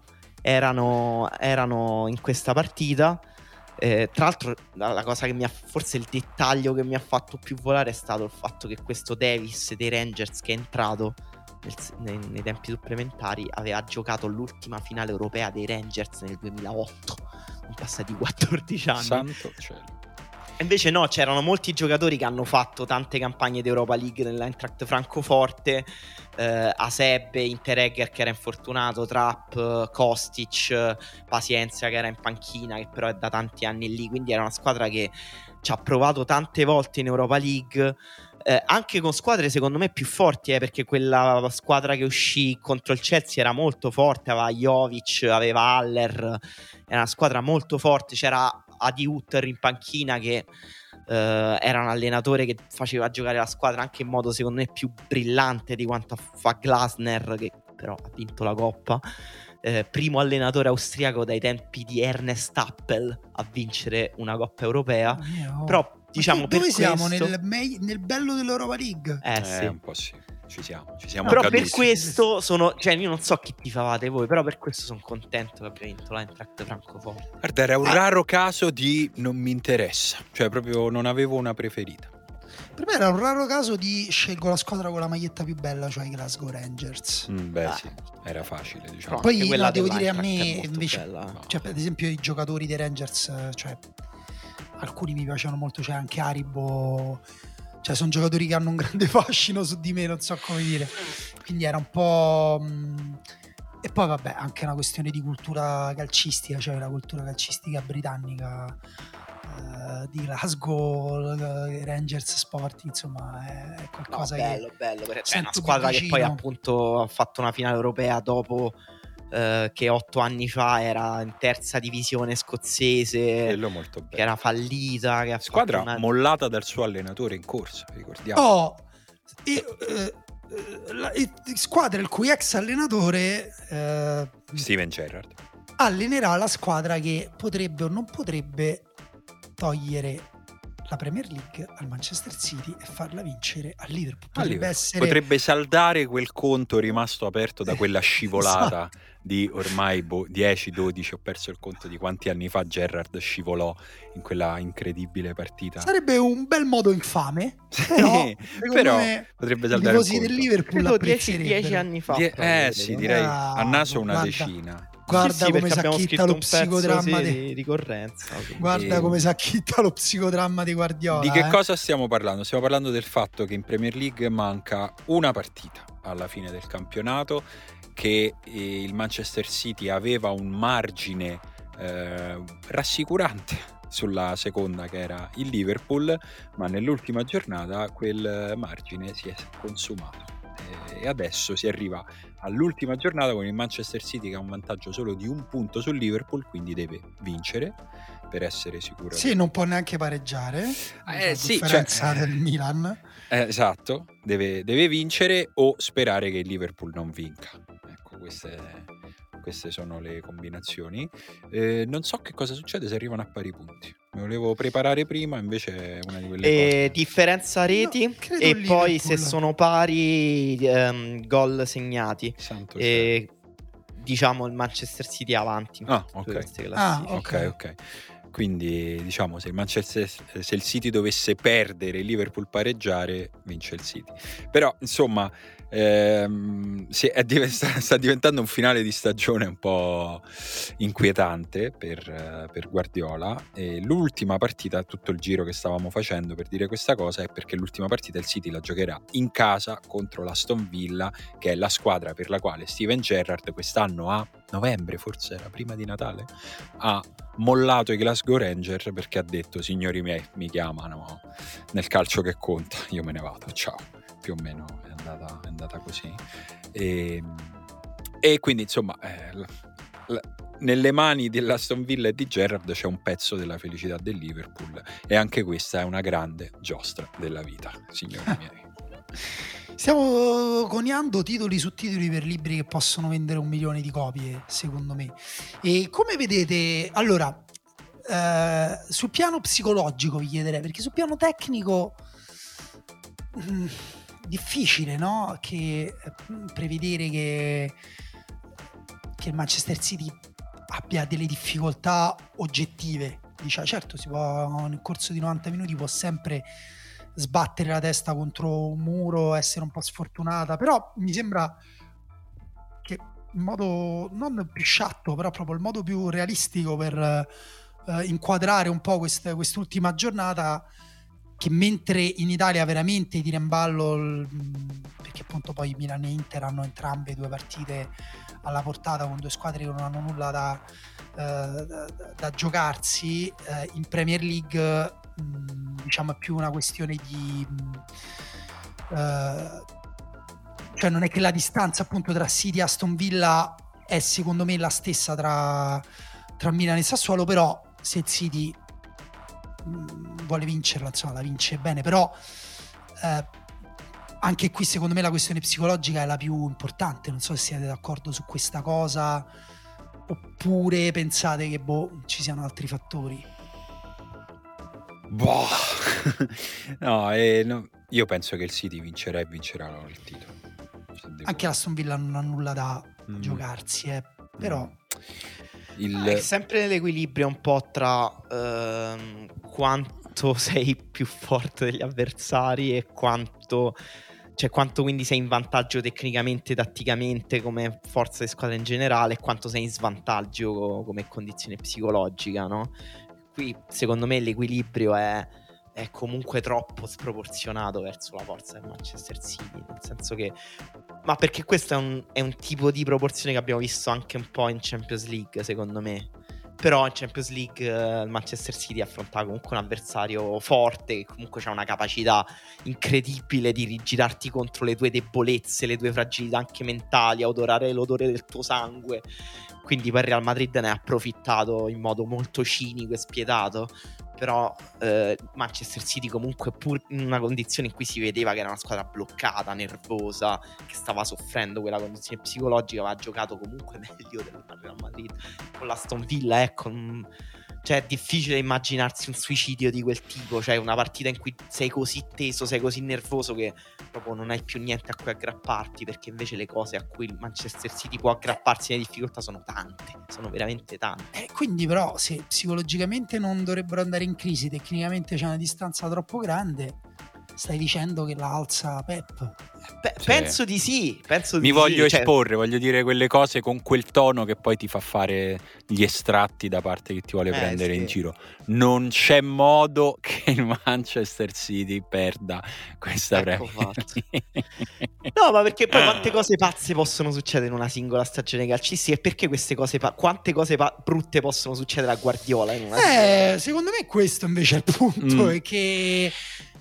[SPEAKER 3] erano, erano in questa partita. Eh, tra l'altro la, la cosa che mi ha, forse il dettaglio che mi ha fatto più volare è stato il fatto che questo Davis dei Rangers, che è entrato nel- nei, nei tempi supplementari, aveva giocato l'ultima finale europea dei Rangers nel duemilaotto, sono passati quattordici anni.
[SPEAKER 1] Santo cielo.
[SPEAKER 3] E invece no, c'erano molti giocatori che hanno fatto tante campagne di Europa League nell'Eintracht Francoforte, eh, Asebe, Interegger che era infortunato, Trapp, Kostic, eh, Pazienza che era in panchina, che però è da tanti anni lì, quindi era una squadra che ci ha provato tante volte in Europa League, eh, anche con squadre secondo me più forti, eh, perché quella squadra che uscì contro il Chelsea era molto forte, aveva Jovic, aveva Haller, era una squadra molto forte, c'era Adi Hutter in panchina che eh, era un allenatore che faceva giocare la squadra anche in modo secondo me più brillante di quanto fa Glasner, che però ha vinto la Coppa, eh, primo allenatore austriaco dai tempi di Ernest Appel a vincere una Coppa Europea.
[SPEAKER 2] Mamma mia, oh.
[SPEAKER 3] Però diciamo
[SPEAKER 2] Ma che-
[SPEAKER 3] per
[SPEAKER 2] dove siamo?
[SPEAKER 3] questo
[SPEAKER 2] Nel, mei- nel bello dell'Europa League?
[SPEAKER 3] eh,
[SPEAKER 1] Eh,
[SPEAKER 3] sì.
[SPEAKER 1] un po' sì, ci siamo, ci siamo
[SPEAKER 3] Però per
[SPEAKER 1] caduti.
[SPEAKER 3] questo sono, cioè io non so chi tifavate voi, però per questo sono contento che abbia vinto l'Eintracht Francoforte.
[SPEAKER 1] Guarda, era un
[SPEAKER 2] Ah.
[SPEAKER 1] raro caso di non mi interessa, cioè proprio non avevo una preferita.
[SPEAKER 2] Per me era un raro caso di scelgo la squadra con la maglietta più bella, cioè i Glasgow Rangers.
[SPEAKER 1] Mm, beh
[SPEAKER 3] Ah.
[SPEAKER 1] sì, era facile, diciamo.
[SPEAKER 3] Però
[SPEAKER 2] Poi,
[SPEAKER 3] anche quella
[SPEAKER 2] no, devo dire, a
[SPEAKER 3] dell'Eintracht
[SPEAKER 2] me
[SPEAKER 3] è molto
[SPEAKER 2] invece-
[SPEAKER 3] bella.
[SPEAKER 1] No.
[SPEAKER 2] Cioè, ad esempio, i giocatori dei Rangers, eh, cioè, alcuni mi piacciono molto, c'è anche Aribo, cioè, sono giocatori che hanno un grande fascino su di me, non so come dire. Quindi era un po'. mh, E poi, vabbè, anche una questione di cultura calcistica, cioè la cultura calcistica britannica eh, di Glasgow, eh, i Rangers Sport, insomma, è è
[SPEAKER 3] No,
[SPEAKER 2] qualcosa che.
[SPEAKER 3] bello, bello. per- Cioè,
[SPEAKER 2] sento
[SPEAKER 3] una
[SPEAKER 2] più
[SPEAKER 3] squadra che
[SPEAKER 2] vicino.
[SPEAKER 3] poi appunto ha fatto una finale europea dopo eh, che otto anni fa era in terza divisione scozzese,
[SPEAKER 1] Quello molto bello.
[SPEAKER 3] che era fallita, che ha
[SPEAKER 1] Squadra
[SPEAKER 3] fatto una...
[SPEAKER 1] mollata dal suo allenatore in corsa, ricordiamo.
[SPEAKER 2] Oh, e, eh, eh, la- e- squadra il cui ex allenatore eh,
[SPEAKER 1] Steven Gerrard.
[SPEAKER 2] allenerà la squadra che potrebbe o non potrebbe togliere la Premier League al Manchester City e farla vincere al Liverpool.
[SPEAKER 1] Ah,
[SPEAKER 2] Potrebbe
[SPEAKER 1] Liverpool.
[SPEAKER 2] essere
[SPEAKER 1] Potrebbe saldare quel conto rimasto aperto da quella scivolata
[SPEAKER 2] Esatto.
[SPEAKER 1] di ormai boh, dieci dodici, ho perso il conto di quanti anni fa Gerrard scivolò in quella incredibile partita.
[SPEAKER 2] sarebbe un bel modo infame, però,
[SPEAKER 1] Sì,
[SPEAKER 2] secondo
[SPEAKER 1] però
[SPEAKER 2] me
[SPEAKER 1] potrebbe
[SPEAKER 2] i
[SPEAKER 1] saldare il
[SPEAKER 2] tifosi del
[SPEAKER 1] conto.
[SPEAKER 2] Liverpool
[SPEAKER 3] Credo dieci,
[SPEAKER 2] apprezzerebbero.
[SPEAKER 3] dieci anni fa.
[SPEAKER 1] Die-
[SPEAKER 3] proprio,
[SPEAKER 1] eh sì,
[SPEAKER 3] credo.
[SPEAKER 1] direi
[SPEAKER 2] Ah,
[SPEAKER 1] a naso una
[SPEAKER 2] guarda.
[SPEAKER 1] decina.
[SPEAKER 2] Guarda
[SPEAKER 3] Sì, sì,
[SPEAKER 2] come
[SPEAKER 3] perché
[SPEAKER 2] si
[SPEAKER 3] abbiamo
[SPEAKER 2] acchitta
[SPEAKER 3] scritto
[SPEAKER 2] lo
[SPEAKER 3] un pezzo,
[SPEAKER 2] psicodramma
[SPEAKER 3] sì,
[SPEAKER 2] di-
[SPEAKER 3] di ricorrenza. sì.
[SPEAKER 2] Guarda
[SPEAKER 1] E-
[SPEAKER 2] come si acchitta lo psicodramma di Guardiola.
[SPEAKER 1] Di che
[SPEAKER 2] eh.
[SPEAKER 1] cosa stiamo parlando? Stiamo parlando del fatto che in Premier League manca una partita alla fine del campionato, che eh, il Manchester City aveva un margine eh, rassicurante sulla seconda, che era il Liverpool, ma nell'ultima giornata quel margine si è consumato. e adesso si arriva all'ultima giornata con il Manchester City che ha un vantaggio solo di un punto sul Liverpool, quindi deve vincere per essere sicuro.
[SPEAKER 2] Sì, non può neanche pareggiare,
[SPEAKER 1] eh,
[SPEAKER 2] a
[SPEAKER 1] sì,
[SPEAKER 2] differenza
[SPEAKER 1] cioè,
[SPEAKER 2] del Milan.
[SPEAKER 1] Eh, esatto, deve, deve vincere o sperare che il Liverpool non vinca. Ecco, queste, queste sono le combinazioni. Eh, non so che cosa succede se arrivano a pari punti. Mi volevo preparare prima, invece è una di quelle
[SPEAKER 3] E
[SPEAKER 1] cose.
[SPEAKER 3] differenza reti
[SPEAKER 2] No, credo
[SPEAKER 3] e
[SPEAKER 2] il
[SPEAKER 3] poi
[SPEAKER 2] Liverpool.
[SPEAKER 3] se sono pari ehm, gol segnati.
[SPEAKER 1] Santo
[SPEAKER 3] E diciamo il Manchester City avanti in
[SPEAKER 1] Ah,
[SPEAKER 3] tutte
[SPEAKER 1] ok.
[SPEAKER 3] queste
[SPEAKER 2] Ah,
[SPEAKER 3] classifiche.
[SPEAKER 1] Ok, ok. Quindi diciamo se il Manchester, se il City dovesse perdere, il Liverpool pareggiare, vince il City. Però insomma ehm, si è div- sta diventando un finale di stagione un po' inquietante per, per Guardiola, e l'ultima partita, tutto il giro che stavamo facendo per dire questa cosa, è perché l'ultima partita il City la giocherà in casa contro l'Aston Villa, che è la squadra per la quale Steven Gerrard quest'anno a novembre, forse era prima di Natale, ha mollato i Glasgow Rangers perché ha detto: signori miei, mi chiamano nel calcio che conta, io me ne vado, ciao. Più o meno è andata, è andata così, e, e quindi insomma eh, la, la, nelle mani dell'Aston Villa e di Gerrard c'è un pezzo della felicità del Liverpool, e anche questa è una grande giostra della vita, signori miei.
[SPEAKER 2] Stiamo coniando titoli su titoli per libri che possono vendere un milione di copie, secondo me. E come vedete, allora, eh, sul piano psicologico vi chiederei, perché sul piano tecnico mh, difficile, no? Che mh, prevedere che, che il Manchester City abbia delle difficoltà oggettive. Dice, certo, si può, nel corso di novanta minuti può sempre sbattere la testa contro un muro, essere un po' sfortunata, però mi sembra che in modo non più sciatto, però proprio il modo più realistico per eh, inquadrare un po' quest- quest'ultima giornata, che mentre in Italia veramente tira in ballo il, perché appunto poi Milan e Inter hanno entrambe due partite alla portata con due squadre che non hanno nulla da, eh, da, da giocarsi, eh, in Premier League mh, diciamo è più una questione di mh, eh, cioè non è che la distanza appunto tra City e Aston Villa è secondo me la stessa tra, tra Milan e Sassuolo, però se il City mh, vuole vincerla, insomma la vince bene, però eh, anche qui secondo me la questione psicologica è la più importante. Non so se siete d'accordo su questa cosa oppure pensate che boh, ci siano altri fattori.
[SPEAKER 1] Boh. no, eh, no, io penso che il City vincerà e vincerà il titolo.
[SPEAKER 2] Anche l'Aston Villa non ha nulla da
[SPEAKER 1] mm.
[SPEAKER 2] giocarsi, eh. Però
[SPEAKER 1] il...
[SPEAKER 3] ah, è sempre l'equilibrio un po' tra ehm, quanto sei più forte degli avversari e quanto, cioè quanto quindi sei in vantaggio tecnicamente, tatticamente, come forza di squadra in generale, e quanto sei in svantaggio come condizione psicologica, no? Qui secondo me l'equilibrio è, è comunque troppo sproporzionato verso la forza del Manchester City, nel senso che, ma perché questo è un, è un tipo di proporzione che abbiamo visto anche un po' in Champions League, secondo me. Però in Champions League eh, il Manchester City affronta comunque un avversario forte, che comunque ha una capacità incredibile di rigirarti contro le tue debolezze, le tue fragilità anche mentali, odorare l'odore del tuo sangue. Quindi poi il Real Madrid ne ha approfittato in modo molto cinico e spietato. Però eh, Manchester City comunque, pur in una condizione in cui si vedeva che era una squadra bloccata, nervosa, che stava soffrendo quella condizione psicologica, aveva giocato comunque meglio del Real Madrid. Con l'Aston Villa, ecco, mh, cioè è difficile immaginarsi un suicidio di quel tipo, cioè una partita in cui sei così teso, sei così nervoso che proprio non hai più niente a cui aggrapparti, perché invece le cose a cui il Manchester City può aggrapparsi nelle difficoltà sono tante, sono veramente tante.
[SPEAKER 2] Eh, quindi però se psicologicamente non dovrebbero andare in crisi, tecnicamente c'è una distanza troppo grande, stai dicendo che la alza Pep?
[SPEAKER 3] Beh,
[SPEAKER 1] Sì.
[SPEAKER 3] penso di sì, penso
[SPEAKER 1] Mi
[SPEAKER 3] di
[SPEAKER 1] voglio
[SPEAKER 3] sì,
[SPEAKER 1] esporre, cioè... voglio dire quelle cose con quel tono che poi ti fa fare gli estratti da parte che ti vuole
[SPEAKER 3] eh,
[SPEAKER 1] prendere
[SPEAKER 3] sì.
[SPEAKER 1] in giro. Non c'è modo che il Manchester City perda questa
[SPEAKER 3] ecco
[SPEAKER 1] Premier
[SPEAKER 3] League. No, ma perché poi quante cose pazze possono succedere in una singola stagione calcistica, e perché queste cose pa- quante cose pa- brutte possono succedere a Guardiola in una
[SPEAKER 2] Eh, secondo me questo invece è il punto,
[SPEAKER 1] Mm.
[SPEAKER 2] è che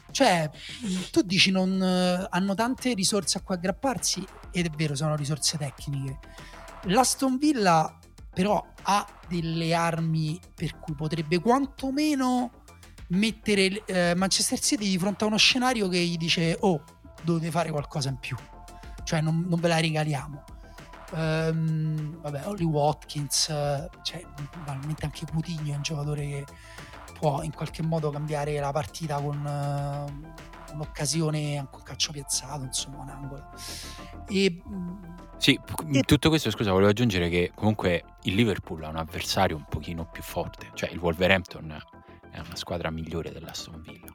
[SPEAKER 2] Cioè, tu dici non eh, hanno tante risorse a cui aggrapparsi, ed è vero, sono risorse tecniche. L'Aston Villa però ha delle armi per cui potrebbe quantomeno mettere eh, Manchester City di fronte a uno scenario che gli dice: oh, dovete fare qualcosa in più, cioè non, non ve la regaliamo. Um, vabbè, Ollie Watkins, cioè probabilmente anche Coutinho è un giocatore che può in qualche modo cambiare la partita con uh, un'occasione, anche un calcio piazzato, insomma un angolo. E
[SPEAKER 1] sì, e... tutto questo, scusa, volevo aggiungere che comunque il Liverpool ha un avversario un pochino più forte, cioè il Wolverhampton è una squadra migliore dell'Aston Villa.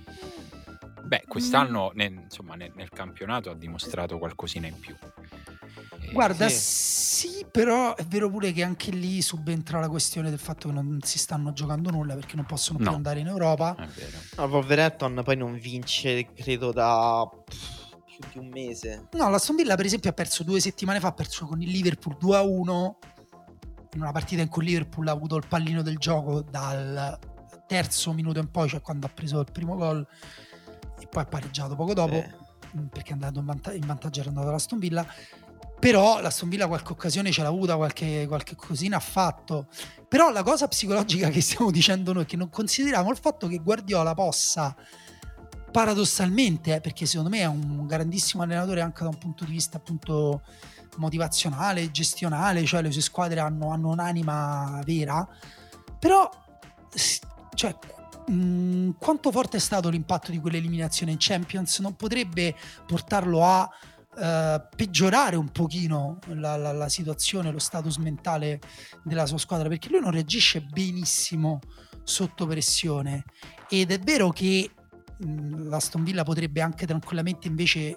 [SPEAKER 1] Beh, quest'anno nel, insomma nel, nel campionato ha dimostrato qualcosina in più. Eh,
[SPEAKER 2] Guarda,
[SPEAKER 1] sì.
[SPEAKER 2] sì, però è vero pure che anche lì subentra la questione del fatto che non si stanno giocando nulla perché non possono più
[SPEAKER 1] no.
[SPEAKER 2] andare in Europa.
[SPEAKER 1] È vero.
[SPEAKER 3] No, Wolverhampton poi non vince, credo, da più di un mese.
[SPEAKER 2] No, l'Aston Villa per esempio ha perso due settimane fa, ha perso con il Liverpool due a uno in una partita in cui il Liverpool ha avuto il pallino del gioco dal terzo minuto in poi, cioè quando ha preso il primo gol, e poi ha pareggiato poco dopo, eh. perché è andato in, vanta- in vantaggio, era andato all'Aston Villa. Però l'Aston Villa qualche occasione ce l'ha avuta, qualche, qualche cosina ha fatto. Però la cosa psicologica che stiamo dicendo noi è che non consideriamo il fatto che Guardiola possa paradossalmente, eh, perché secondo me è un grandissimo allenatore anche da un punto di vista appunto motivazionale, gestionale, cioè le sue squadre hanno, hanno un'anima vera, però cioè mh, quanto forte è stato l'impatto di quell'eliminazione in Champions non potrebbe portarlo a Uh, peggiorare un pochino la, la, la situazione, lo status mentale della sua squadra, perché lui non reagisce benissimo sotto pressione, ed è vero che mh, l'Aston Villa potrebbe anche tranquillamente invece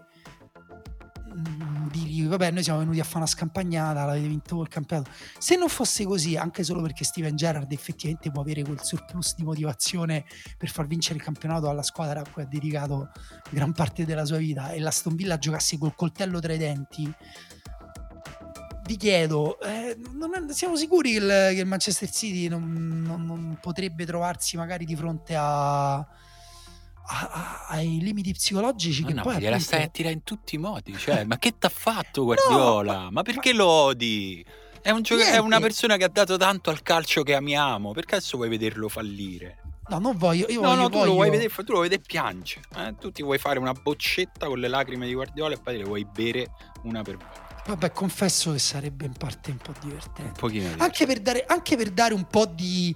[SPEAKER 2] mh, dirgli vabbè, noi siamo venuti a fare una scampagnata, l'avete vinto il campionato. Se non fosse così, anche solo perché Steven Gerrard effettivamente può avere quel surplus di motivazione per far vincere il campionato alla squadra a cui ha dedicato gran parte della sua vita, e l'Aston Villa giocasse col coltello tra i denti, vi chiedo, eh, non è, siamo sicuri che il, che il Manchester City non, non, non potrebbe trovarsi magari di fronte a A, a, ai limiti psicologici
[SPEAKER 1] ma
[SPEAKER 2] che
[SPEAKER 1] no,
[SPEAKER 2] poi
[SPEAKER 1] ma gliela
[SPEAKER 2] appunto...
[SPEAKER 1] stai a tirare in tutti i modi, cioè ma che t'ha fatto Guardiola? No, ma, ma perché ma... lo odi? È, un gioc- è una persona che ha dato tanto al calcio che amiamo, perché adesso vuoi vederlo fallire?
[SPEAKER 2] No, non voglio, io
[SPEAKER 1] no,
[SPEAKER 2] voglio,
[SPEAKER 1] no, tu
[SPEAKER 2] voglio...
[SPEAKER 1] lo vuoi vedere, tu lo vuoi vedere piangere, eh? Tu ti vuoi fare una boccetta con le lacrime di Guardiola e poi le vuoi bere una per volta.
[SPEAKER 2] Vabbè, confesso che sarebbe in parte un po' divertente,
[SPEAKER 1] un pochino
[SPEAKER 2] anche per dare, anche per dare un po' di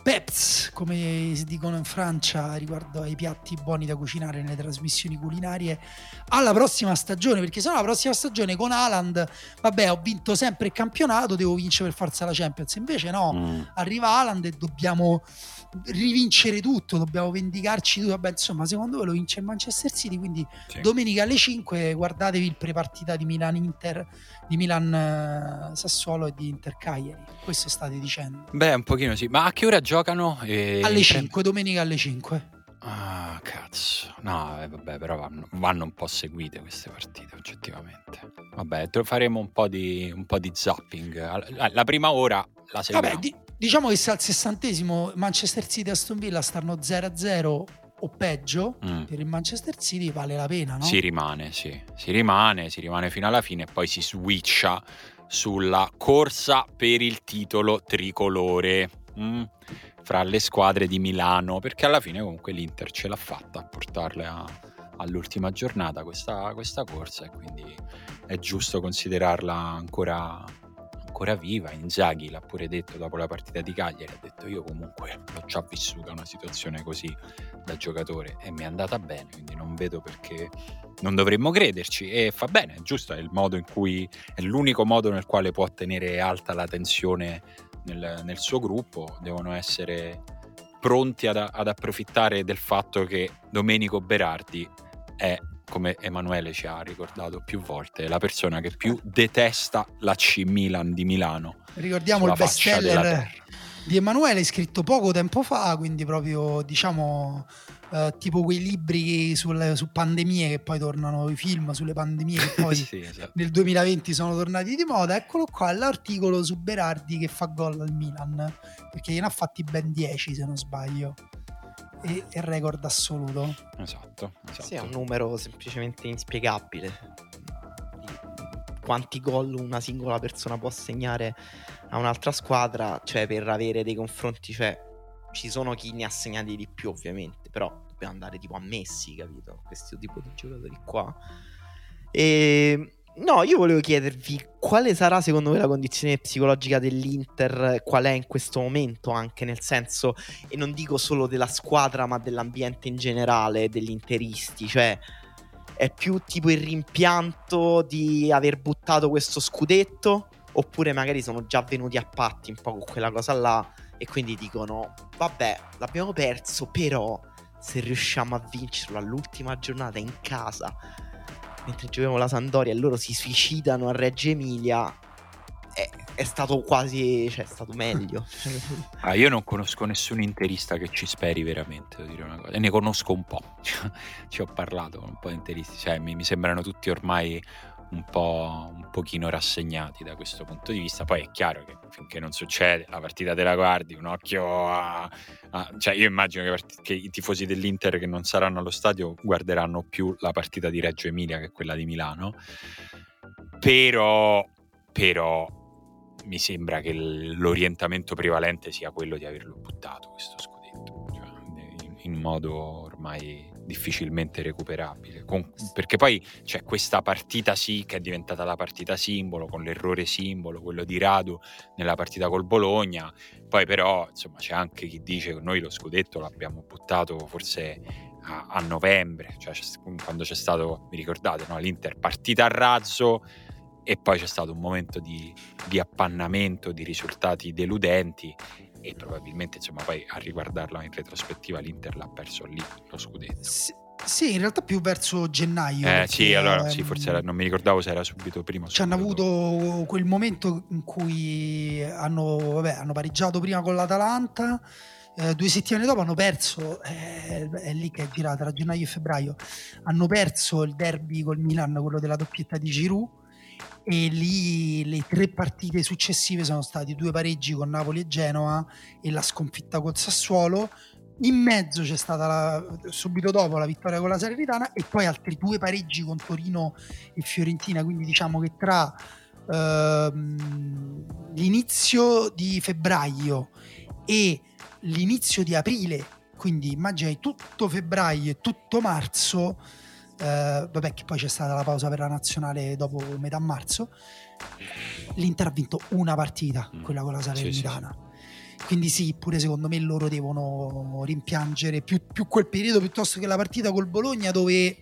[SPEAKER 2] peps, come si dicono in Francia, riguardo ai piatti buoni da cucinare nelle trasmissioni culinarie alla prossima stagione, perché sennò la prossima stagione con Haaland, vabbè, ho vinto sempre il campionato, devo vincere per forza la Champions, invece no, mm. arriva Haaland e dobbiamo rivincere tutto, dobbiamo vendicarci tutto, vabbè, insomma, secondo me lo vince il Manchester City, quindi sì. Domenica alle cinque guardatevi il prepartita di Milan-Inter, di Milan-Sassuolo e di Inter-Cagliari, questo state dicendo?
[SPEAKER 1] Beh, un pochino sì, ma a che ora giocano? E...
[SPEAKER 2] alle cinque, domenica alle cinque.
[SPEAKER 1] Ah, cazzo, no, eh, vabbè, però vanno, vanno un po' seguite queste partite, oggettivamente. Vabbè, faremo un po' di, un po' di zapping. La prima ora la seguiamo.
[SPEAKER 2] Vabbè, di, diciamo che se al sessantesimo Manchester City e Aston Villa stanno zero a zero o peggio, mm. per il Manchester City vale la pena, no?
[SPEAKER 1] Si rimane, sì, si rimane, si rimane fino alla fine e poi si switcha sulla corsa per il titolo tricolore. Mm. Fra le squadre di Milano, perché alla fine comunque l'Inter ce l'ha fatta a portarle a, all'ultima giornata questa, questa corsa, e quindi è giusto considerarla ancora, ancora viva. Inzaghi l'ha pure detto dopo la partita di Cagliari, ha detto io comunque l'ho già vissuta una situazione così da giocatore e mi è andata bene, quindi non vedo perché non dovremmo crederci, e fa bene, è giusto, è il modo in cui è l'unico modo nel quale può tenere alta la tensione Nel, nel suo gruppo. Devono essere pronti ad, ad approfittare del fatto che Domenico Berardi è, come Emanuele ci ha ricordato più volte, la persona che più detesta la C Milan di Milano.
[SPEAKER 2] Ricordiamo il bestseller di Emanuele, scritto poco tempo fa, quindi proprio diciamo Uh, tipo quei libri sul, su pandemie, che poi tornano, i film sulle pandemie che poi sì, esatto. nel duemilaventi sono tornati di moda. Eccolo qua, l'articolo su Berardi che fa gol al Milan, perché gliene ha fatti ben dieci se non sbaglio. e il record assoluto.
[SPEAKER 1] Esatto, esatto.
[SPEAKER 3] Sì, è un numero semplicemente inspiegabile. Quanti gol una singola persona può segnare a un'altra squadra, cioè per avere dei confronti, cioè ci sono chi ne ha segnati di più ovviamente, però dobbiamo andare tipo a Messi, capito? Questo tipo di giocatori qua. E no, io volevo chiedervi quale sarà secondo voi la condizione psicologica dell'Inter, qual è in questo momento, anche nel senso, e non dico solo della squadra ma dell'ambiente in generale, degli interisti, cioè è più tipo il rimpianto di aver buttato questo scudetto, oppure magari sono già venuti a patti un po' con quella cosa là e quindi dicono vabbè, l'abbiamo perso, però se riusciamo a vincerlo all'ultima giornata in casa mentre giochiamo la Sampdoria e loro si suicidano a Reggio Emilia, è, è stato quasi, cioè è stato meglio.
[SPEAKER 1] Ah, io non conosco nessun interista che ci speri veramente, devo dire una cosa, e ne conosco un po'. Ci ho parlato con un po' di interisti, cioè mi, mi sembrano tutti ormai un po' un pochino rassegnati da questo punto di vista. Poi è chiaro che finché non succede, la partita te la guardi, un occhio a, a cioè io immagino che, part- che i tifosi dell'Inter che non saranno allo stadio guarderanno più la partita di Reggio Emilia che quella di Milano, però però mi sembra che l'orientamento prevalente sia quello di averlo buttato questo scudetto, cioè, in, in modo ormai difficilmente recuperabile. Con, perché poi c'è questa partita sì che è diventata la partita simbolo, con l'errore simbolo, quello di Radu nella partita col Bologna. Poi però insomma c'è anche chi dice che noi lo scudetto l'abbiamo buttato forse a, a novembre, cioè quando c'è stato, vi ricordate, no? L'Inter partita a razzo e poi c'è stato un momento di, di appannamento, di risultati deludenti, e probabilmente insomma poi a riguardarla in retrospettiva l'Inter l'ha perso lì lo scudetto.
[SPEAKER 2] Sì, sì, in realtà più verso gennaio.
[SPEAKER 1] Eh
[SPEAKER 2] perché,
[SPEAKER 1] sì, allora sì,
[SPEAKER 2] ehm,
[SPEAKER 1] forse era, non mi ricordavo se era subito prima o
[SPEAKER 2] ci hanno
[SPEAKER 1] subito dopo.
[SPEAKER 2] avuto quel momento in cui hanno, vabbè, hanno pareggiato prima con l'Atalanta, eh, due settimane dopo hanno perso, eh, è lì che è girata, tra gennaio e febbraio, hanno perso il derby col Milan, quello della doppietta di Giroud, e lì le tre partite successive sono stati due pareggi con Napoli e Genoa e la sconfitta col Sassuolo. In mezzo c'è stata la, subito dopo la vittoria con la Salernitana e poi altri due pareggi con Torino e Fiorentina, quindi diciamo che tra ehm, l'inizio di febbraio e l'inizio di aprile, quindi immagini tutto febbraio e tutto marzo, Uh, vabbè che poi c'è stata la pausa per la nazionale dopo metà marzo, l'Inter ha vinto una partita,
[SPEAKER 1] mm.
[SPEAKER 2] quella con la Salernitana,
[SPEAKER 1] sì, sì.
[SPEAKER 2] Quindi sì, pure secondo me loro devono rimpiangere più, più quel periodo piuttosto che la partita col Bologna, dove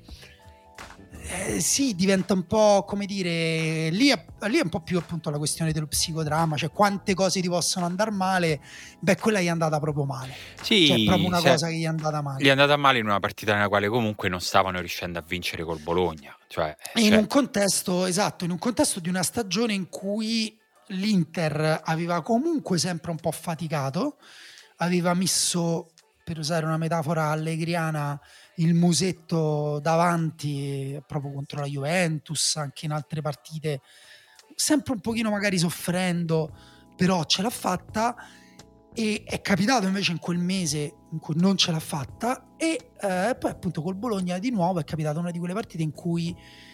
[SPEAKER 2] eh, sì, diventa un po', come dire, lì è, lì è un po' più appunto la questione dello psicodramma, cioè quante cose ti possono andare male. Beh, quella gli è andata proprio male,
[SPEAKER 1] sì,
[SPEAKER 2] cioè è proprio una
[SPEAKER 1] se,
[SPEAKER 2] cosa che gli è andata male.
[SPEAKER 1] Gli è andata male in una partita nella quale comunque non stavano riuscendo a vincere col Bologna, cioè,
[SPEAKER 2] e in
[SPEAKER 1] cioè...
[SPEAKER 2] un contesto, esatto, in un contesto di una stagione in cui l'Inter aveva comunque sempre un po' faticato, aveva messo, per usare una metafora allegriana, il musetto davanti proprio contro la Juventus, anche in altre partite, sempre un pochino magari soffrendo, però ce l'ha fatta. E è capitato invece in quel mese in cui non ce l'ha fatta, e eh, poi appunto col Bologna di nuovo è capitata una di quelle partite in cui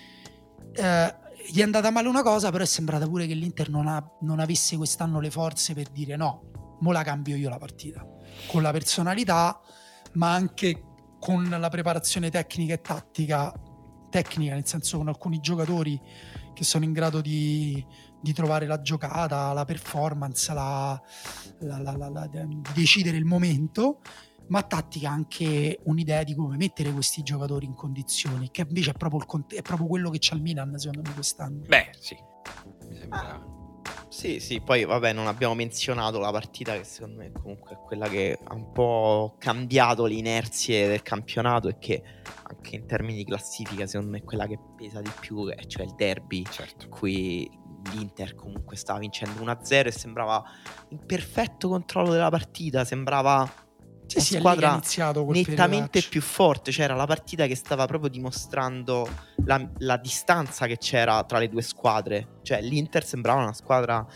[SPEAKER 2] eh, gli è andata male una cosa, però è sembrata pure che l'Inter non, ha, non avesse quest'anno le forze per dire no, mo la cambio io la partita, con la personalità ma anche con la preparazione tecnica e tattica, tecnica nel senso con alcuni giocatori che sono in grado di, di trovare la giocata, la performance, la, la, la, la, la, di decidere il momento, ma tattica anche un'idea di come mettere questi giocatori in condizioni, che invece è proprio, il, è proprio quello che c'ha il Milan secondo me quest'anno.
[SPEAKER 1] Beh sì, mi sembra...
[SPEAKER 3] Ah. Sì, sì, poi vabbè non abbiamo menzionato la partita che secondo me comunque è quella che ha un po' cambiato le inerzie del campionato e che anche in termini di classifica secondo me è quella che pesa di più, cioè il derby,
[SPEAKER 1] certo.
[SPEAKER 3] In cui l'Inter comunque stava vincendo uno a zero e sembrava in perfetto controllo della partita, sembrava
[SPEAKER 2] sì,
[SPEAKER 3] una
[SPEAKER 2] sì,
[SPEAKER 3] squadra
[SPEAKER 2] periodaccio.
[SPEAKER 3] nettamente più forte, c'era cioè la partita che stava proprio dimostrando la, la distanza che c'era tra le due squadre, cioè l'Inter sembrava una squadra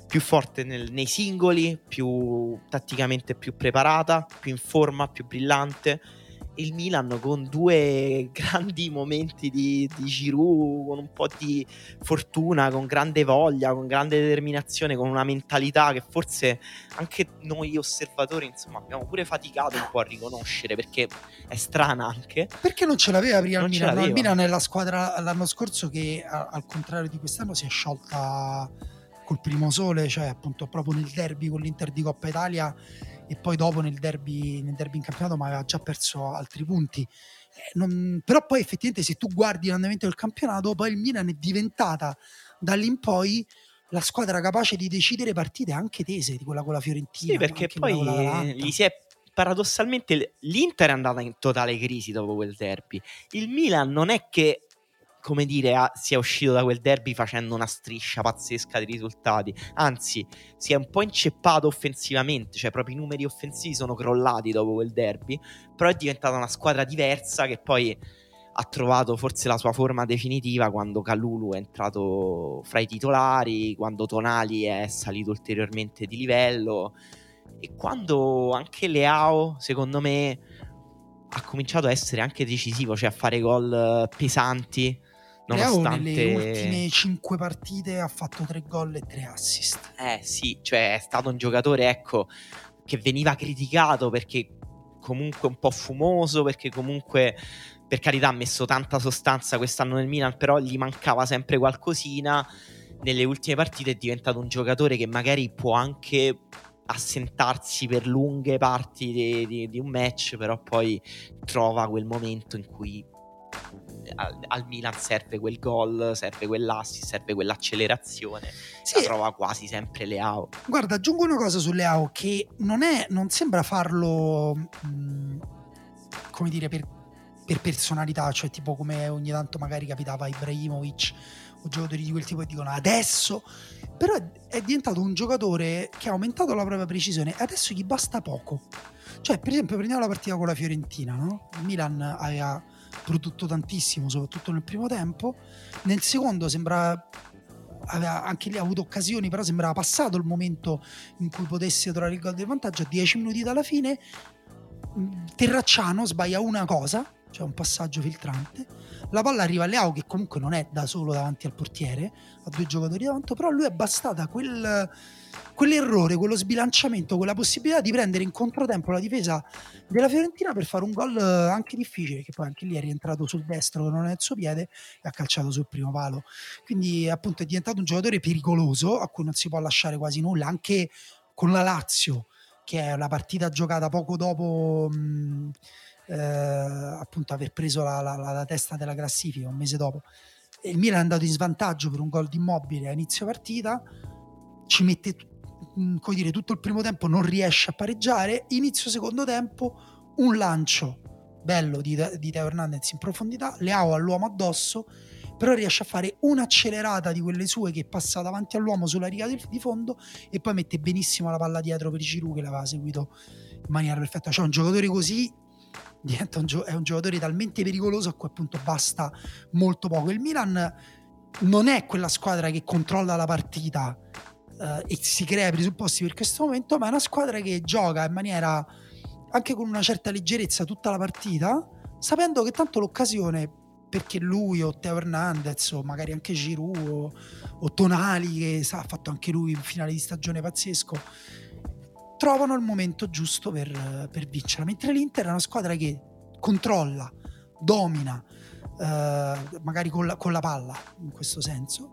[SPEAKER 3] più forte nel, nei singoli, più tatticamente più preparata, più in forma, più brillante. Il Milan con due grandi momenti di, di Giroud, con un po' di fortuna, con grande voglia, con grande determinazione, con una mentalità che forse anche noi osservatori, insomma, abbiamo pure faticato un po' a riconoscere, perché è strana anche.
[SPEAKER 2] Perché non ce l'aveva prima
[SPEAKER 3] Non
[SPEAKER 2] il
[SPEAKER 3] ce
[SPEAKER 2] Milan? No, il
[SPEAKER 3] l'aveva.
[SPEAKER 2] Milan è la squadra l'anno scorso che a- al contrario di quest'anno si è sciolta col primo sole, cioè appunto proprio nel derby con l'Inter di Coppa Italia, e poi dopo nel derby, nel derby in campionato, ma aveva già perso altri punti. Eh, non- però poi effettivamente se tu guardi l'andamento del campionato, poi il Milan è diventata da lì in poi la squadra capace di decidere partite anche tese, di quella con la Fiorentina,
[SPEAKER 3] Sì, perché
[SPEAKER 2] anche quella con
[SPEAKER 3] poi
[SPEAKER 2] l'Atalanta.
[SPEAKER 3] gli si è paradossalmente l'Inter è andata in totale crisi dopo quel derby. Il Milan non è che, come dire, ha, sia uscito da quel derby facendo una striscia pazzesca di risultati, anzi si è un po' inceppato offensivamente, cioè proprio i numeri offensivi sono crollati dopo quel derby, però è diventata una squadra diversa che poi ha trovato forse la sua forma definitiva quando Kalulu è entrato fra i titolari, quando Tonali è salito ulteriormente di livello e quando anche Leao, secondo me, ha cominciato a essere anche decisivo, cioè a fare gol pesanti.
[SPEAKER 2] Leao
[SPEAKER 3] Nonostante
[SPEAKER 2] nelle ultime cinque partite ha fatto tre gol e tre assist.
[SPEAKER 3] Eh sì, cioè è stato un giocatore, ecco, che veniva criticato perché comunque un po' fumoso, perché comunque, per carità, ha messo tanta sostanza quest'anno nel Milan, però gli mancava sempre qualcosina. Nelle ultime partite è diventato un giocatore che magari può anche assentarsi per lunghe parti di, di, di un match, però poi trova quel momento in cui al, al Milan serve quel gol, serve quell'assist, serve quell'accelerazione.
[SPEAKER 2] Sì.
[SPEAKER 3] La trova quasi sempre Leao.
[SPEAKER 2] Guarda, aggiungo una cosa su Leao che non è, non sembra farlo mh, come dire per, per personalità, cioè tipo come ogni tanto magari capitava a Ibrahimovic o giocatori di quel tipo che dicono adesso, però è, è diventato un giocatore che ha aumentato la propria precisione e adesso gli basta poco. Cioè, per esempio, prendiamo la partita con la Fiorentina, no? Il Milan aveva prodotto tantissimo, soprattutto nel primo tempo. Nel secondo sembrava, aveva anche lì avuto occasioni, però sembrava passato il momento in cui potesse trovare il gol del vantaggio. A dieci minuti dalla fine Terracciano sbaglia una cosa, cioè un passaggio filtrante, la palla arriva a Leao che comunque non è da solo davanti al portiere, ha due giocatori davanti, però a lui è bastata quel quell'errore, quello sbilanciamento, quella possibilità di prendere in controtempo la difesa della Fiorentina per fare un gol anche difficile, che poi anche lì è rientrato sul destro che non è il suo piede e ha calciato sul primo palo. Quindi appunto è diventato un giocatore pericoloso a cui non si può lasciare quasi nulla, anche con la Lazio, che è la partita giocata poco dopo mh, eh, appunto aver preso la, la, la testa della classifica un mese dopo. E il Milan è andato in svantaggio per un gol di Immobile a inizio partita, ci mette come dire, tutto il primo tempo non riesce a pareggiare, inizio secondo tempo un lancio bello di, di Teo Hernandez in profondità, Leao all'uomo addosso, però riesce a fare un'accelerata di quelle sue che passa davanti all'uomo sulla riga di, di fondo e poi mette benissimo la palla dietro per Giroud che l'aveva seguito in maniera perfetta. Cioè un giocatore così diventa un gio- è un giocatore talmente pericoloso a cui appunto basta molto poco. Il Milan non è quella squadra che controlla la partita Uh, e si crea i presupposti per questo momento, ma è una squadra che gioca in maniera anche con una certa leggerezza tutta la partita, sapendo che tanto l'occasione, perché lui o Teo Hernandez o magari anche Giroud o, o Tonali che sa, ha fatto anche lui un finale di stagione pazzesco, trovano il momento giusto per, per vincere, mentre l'Inter è una squadra che controlla, domina uh, magari con la, con la palla in questo senso,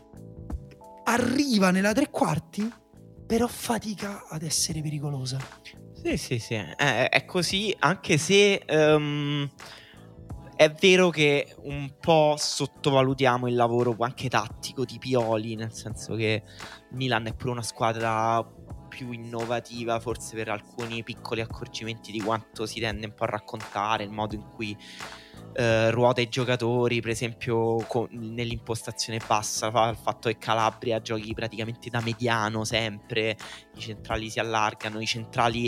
[SPEAKER 2] arriva nella tre quarti, però fatica ad essere pericolosa.
[SPEAKER 3] Sì, sì, sì, è, è così, anche se um, è vero che un po' sottovalutiamo il lavoro anche tattico di Pioli, nel senso che Milan è pure una squadra più innovativa, forse per alcuni piccoli accorgimenti di quanto si tende un po' a raccontare, il modo in cui Uh, ruota i giocatori, per esempio con, nell'impostazione bassa, fa, il fatto che Calabria giochi praticamente da mediano sempre, i centrali si allargano, i centrali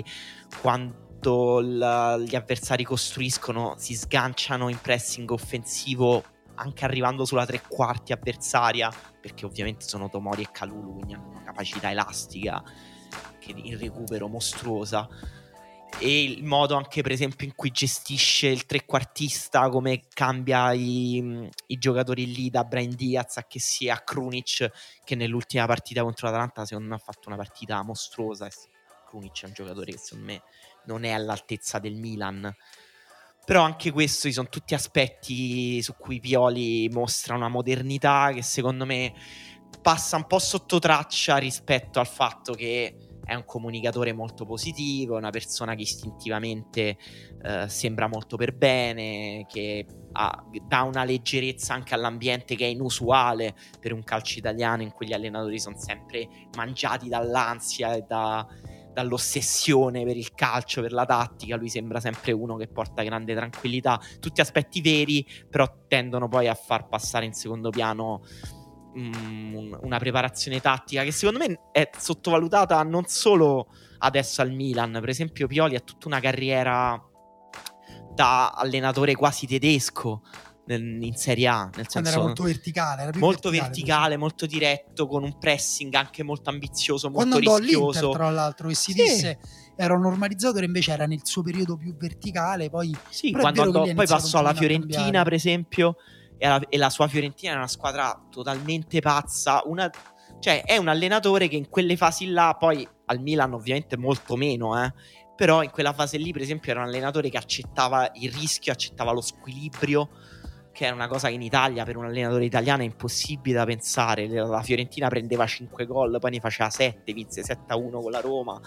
[SPEAKER 3] quando la, gli avversari costruiscono si sganciano in pressing offensivo anche arrivando sulla tre quarti avversaria, perché ovviamente sono Tomori e Kalulu, quindi hanno una capacità elastica che in recupero mostruosa, e il modo anche per esempio in cui gestisce il trequartista, come cambia i, i giocatori lì da Brahim Diaz a che sia Krunic, che nell'ultima partita contro l'Atalanta secondo me ha fatto una partita mostruosa. Krunic è un giocatore che secondo me non è all'altezza del Milan, però anche questo sono tutti aspetti su cui Pioli mostra una modernità che secondo me passa un po' sotto traccia rispetto al fatto che è un comunicatore molto positivo, una persona che istintivamente eh, sembra molto per bene, che ha, dà una leggerezza anche all'ambiente che è inusuale per un calcio italiano in cui gli allenatori sono sempre mangiati dall'ansia e da, dall'ossessione per il calcio, per la tattica. Lui sembra sempre uno che porta grande tranquillità, tutti aspetti veri, però tendono poi a far passare in secondo piano una preparazione tattica che secondo me è sottovalutata non solo adesso al Milan. Per esempio Pioli ha tutta una carriera da allenatore quasi tedesco nel, in Serie A, nel senso
[SPEAKER 2] era molto verticale, era più
[SPEAKER 3] molto
[SPEAKER 2] verticale,
[SPEAKER 3] verticale molto diretto, con un pressing anche molto ambizioso, molto
[SPEAKER 2] quando andò
[SPEAKER 3] rischioso
[SPEAKER 2] all'Inter, tra l'altro, che si
[SPEAKER 3] sì.
[SPEAKER 2] disse era un normalizzatore, invece era nel suo periodo più verticale, poi
[SPEAKER 3] sì, quando andò, poi passò alla Fiorentina per esempio, e la, e la sua Fiorentina è una squadra totalmente pazza, una, cioè è un allenatore che in quelle fasi là, poi al Milan ovviamente molto meno, eh, però in quella fase lì per esempio era un allenatore che accettava il rischio, accettava lo squilibrio, che era una cosa che in Italia per un allenatore italiano è impossibile da pensare. La Fiorentina prendeva cinque gol, poi ne faceva sette, vinse sette a uno con la Roma.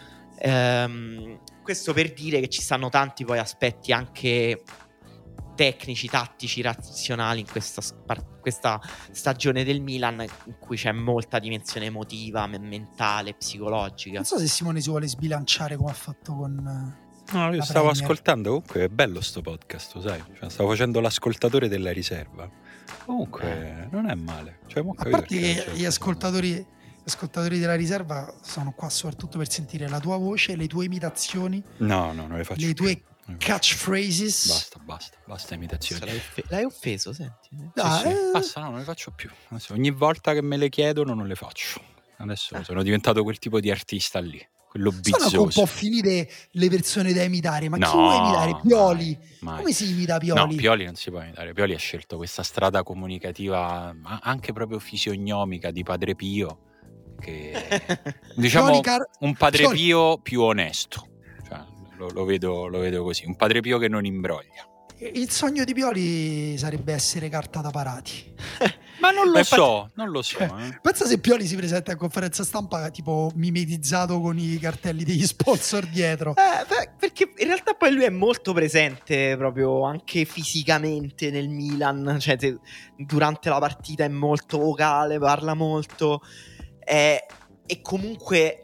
[SPEAKER 3] Ehm, questo per dire che ci stanno tanti poi aspetti anche tecnici, tattici, razionali in questa, questa stagione del Milan, in cui c'è molta dimensione emotiva, mentale, psicologica.
[SPEAKER 2] Non so se Simone si vuole sbilanciare come ha fatto con...
[SPEAKER 1] No, io stavo Premier. ascoltando, comunque è bello sto podcast, sai? Cioè, stavo facendo l'ascoltatore della riserva. Comunque eh. non è male. Cioè,
[SPEAKER 2] a parte che gli ascoltatori, gli ascoltatori della riserva sono qua soprattutto per sentire la tua voce, le tue imitazioni.
[SPEAKER 1] No, no, non le faccio
[SPEAKER 2] le
[SPEAKER 1] più.
[SPEAKER 2] tue catchphrases.
[SPEAKER 1] Basta, basta, basta imitazioni.
[SPEAKER 3] L'hai, offe- l'hai offeso, senti?
[SPEAKER 2] Ah,
[SPEAKER 1] sì, sì.
[SPEAKER 2] Eh...
[SPEAKER 1] Basta, no, non le faccio più. Adesso, ogni volta che me le chiedono non le faccio. Adesso eh. sono diventato quel tipo di artista lì, quello bizzoso.
[SPEAKER 2] Sono un po' finite le persone da imitare, ma
[SPEAKER 1] no,
[SPEAKER 2] chi vuoi imitare? Pioli?
[SPEAKER 1] Mai, mai.
[SPEAKER 2] Come si imita Pioli?
[SPEAKER 1] No, Pioli non si può imitare. Pioli ha scelto questa strada comunicativa, ma anche proprio fisiognomica di Padre Pio, che diciamo Car- un Padre Pioli. Pio più onesto. Cioè, lo, lo, vedo, lo vedo così, un Padre Pio che non imbroglia.
[SPEAKER 2] Il sogno di Pioli sarebbe essere carta da parati.
[SPEAKER 1] Ma non lo
[SPEAKER 2] Ma
[SPEAKER 1] so,
[SPEAKER 2] infatti,
[SPEAKER 1] non lo so. Eh.
[SPEAKER 2] Pensa se Pioli si presenta a conferenza stampa tipo mimetizzato con i cartelli degli sponsor dietro.
[SPEAKER 3] Eh, beh, perché in realtà poi lui è molto presente proprio anche fisicamente nel Milan, cioè te, durante la partita è molto vocale, parla molto, eh, e comunque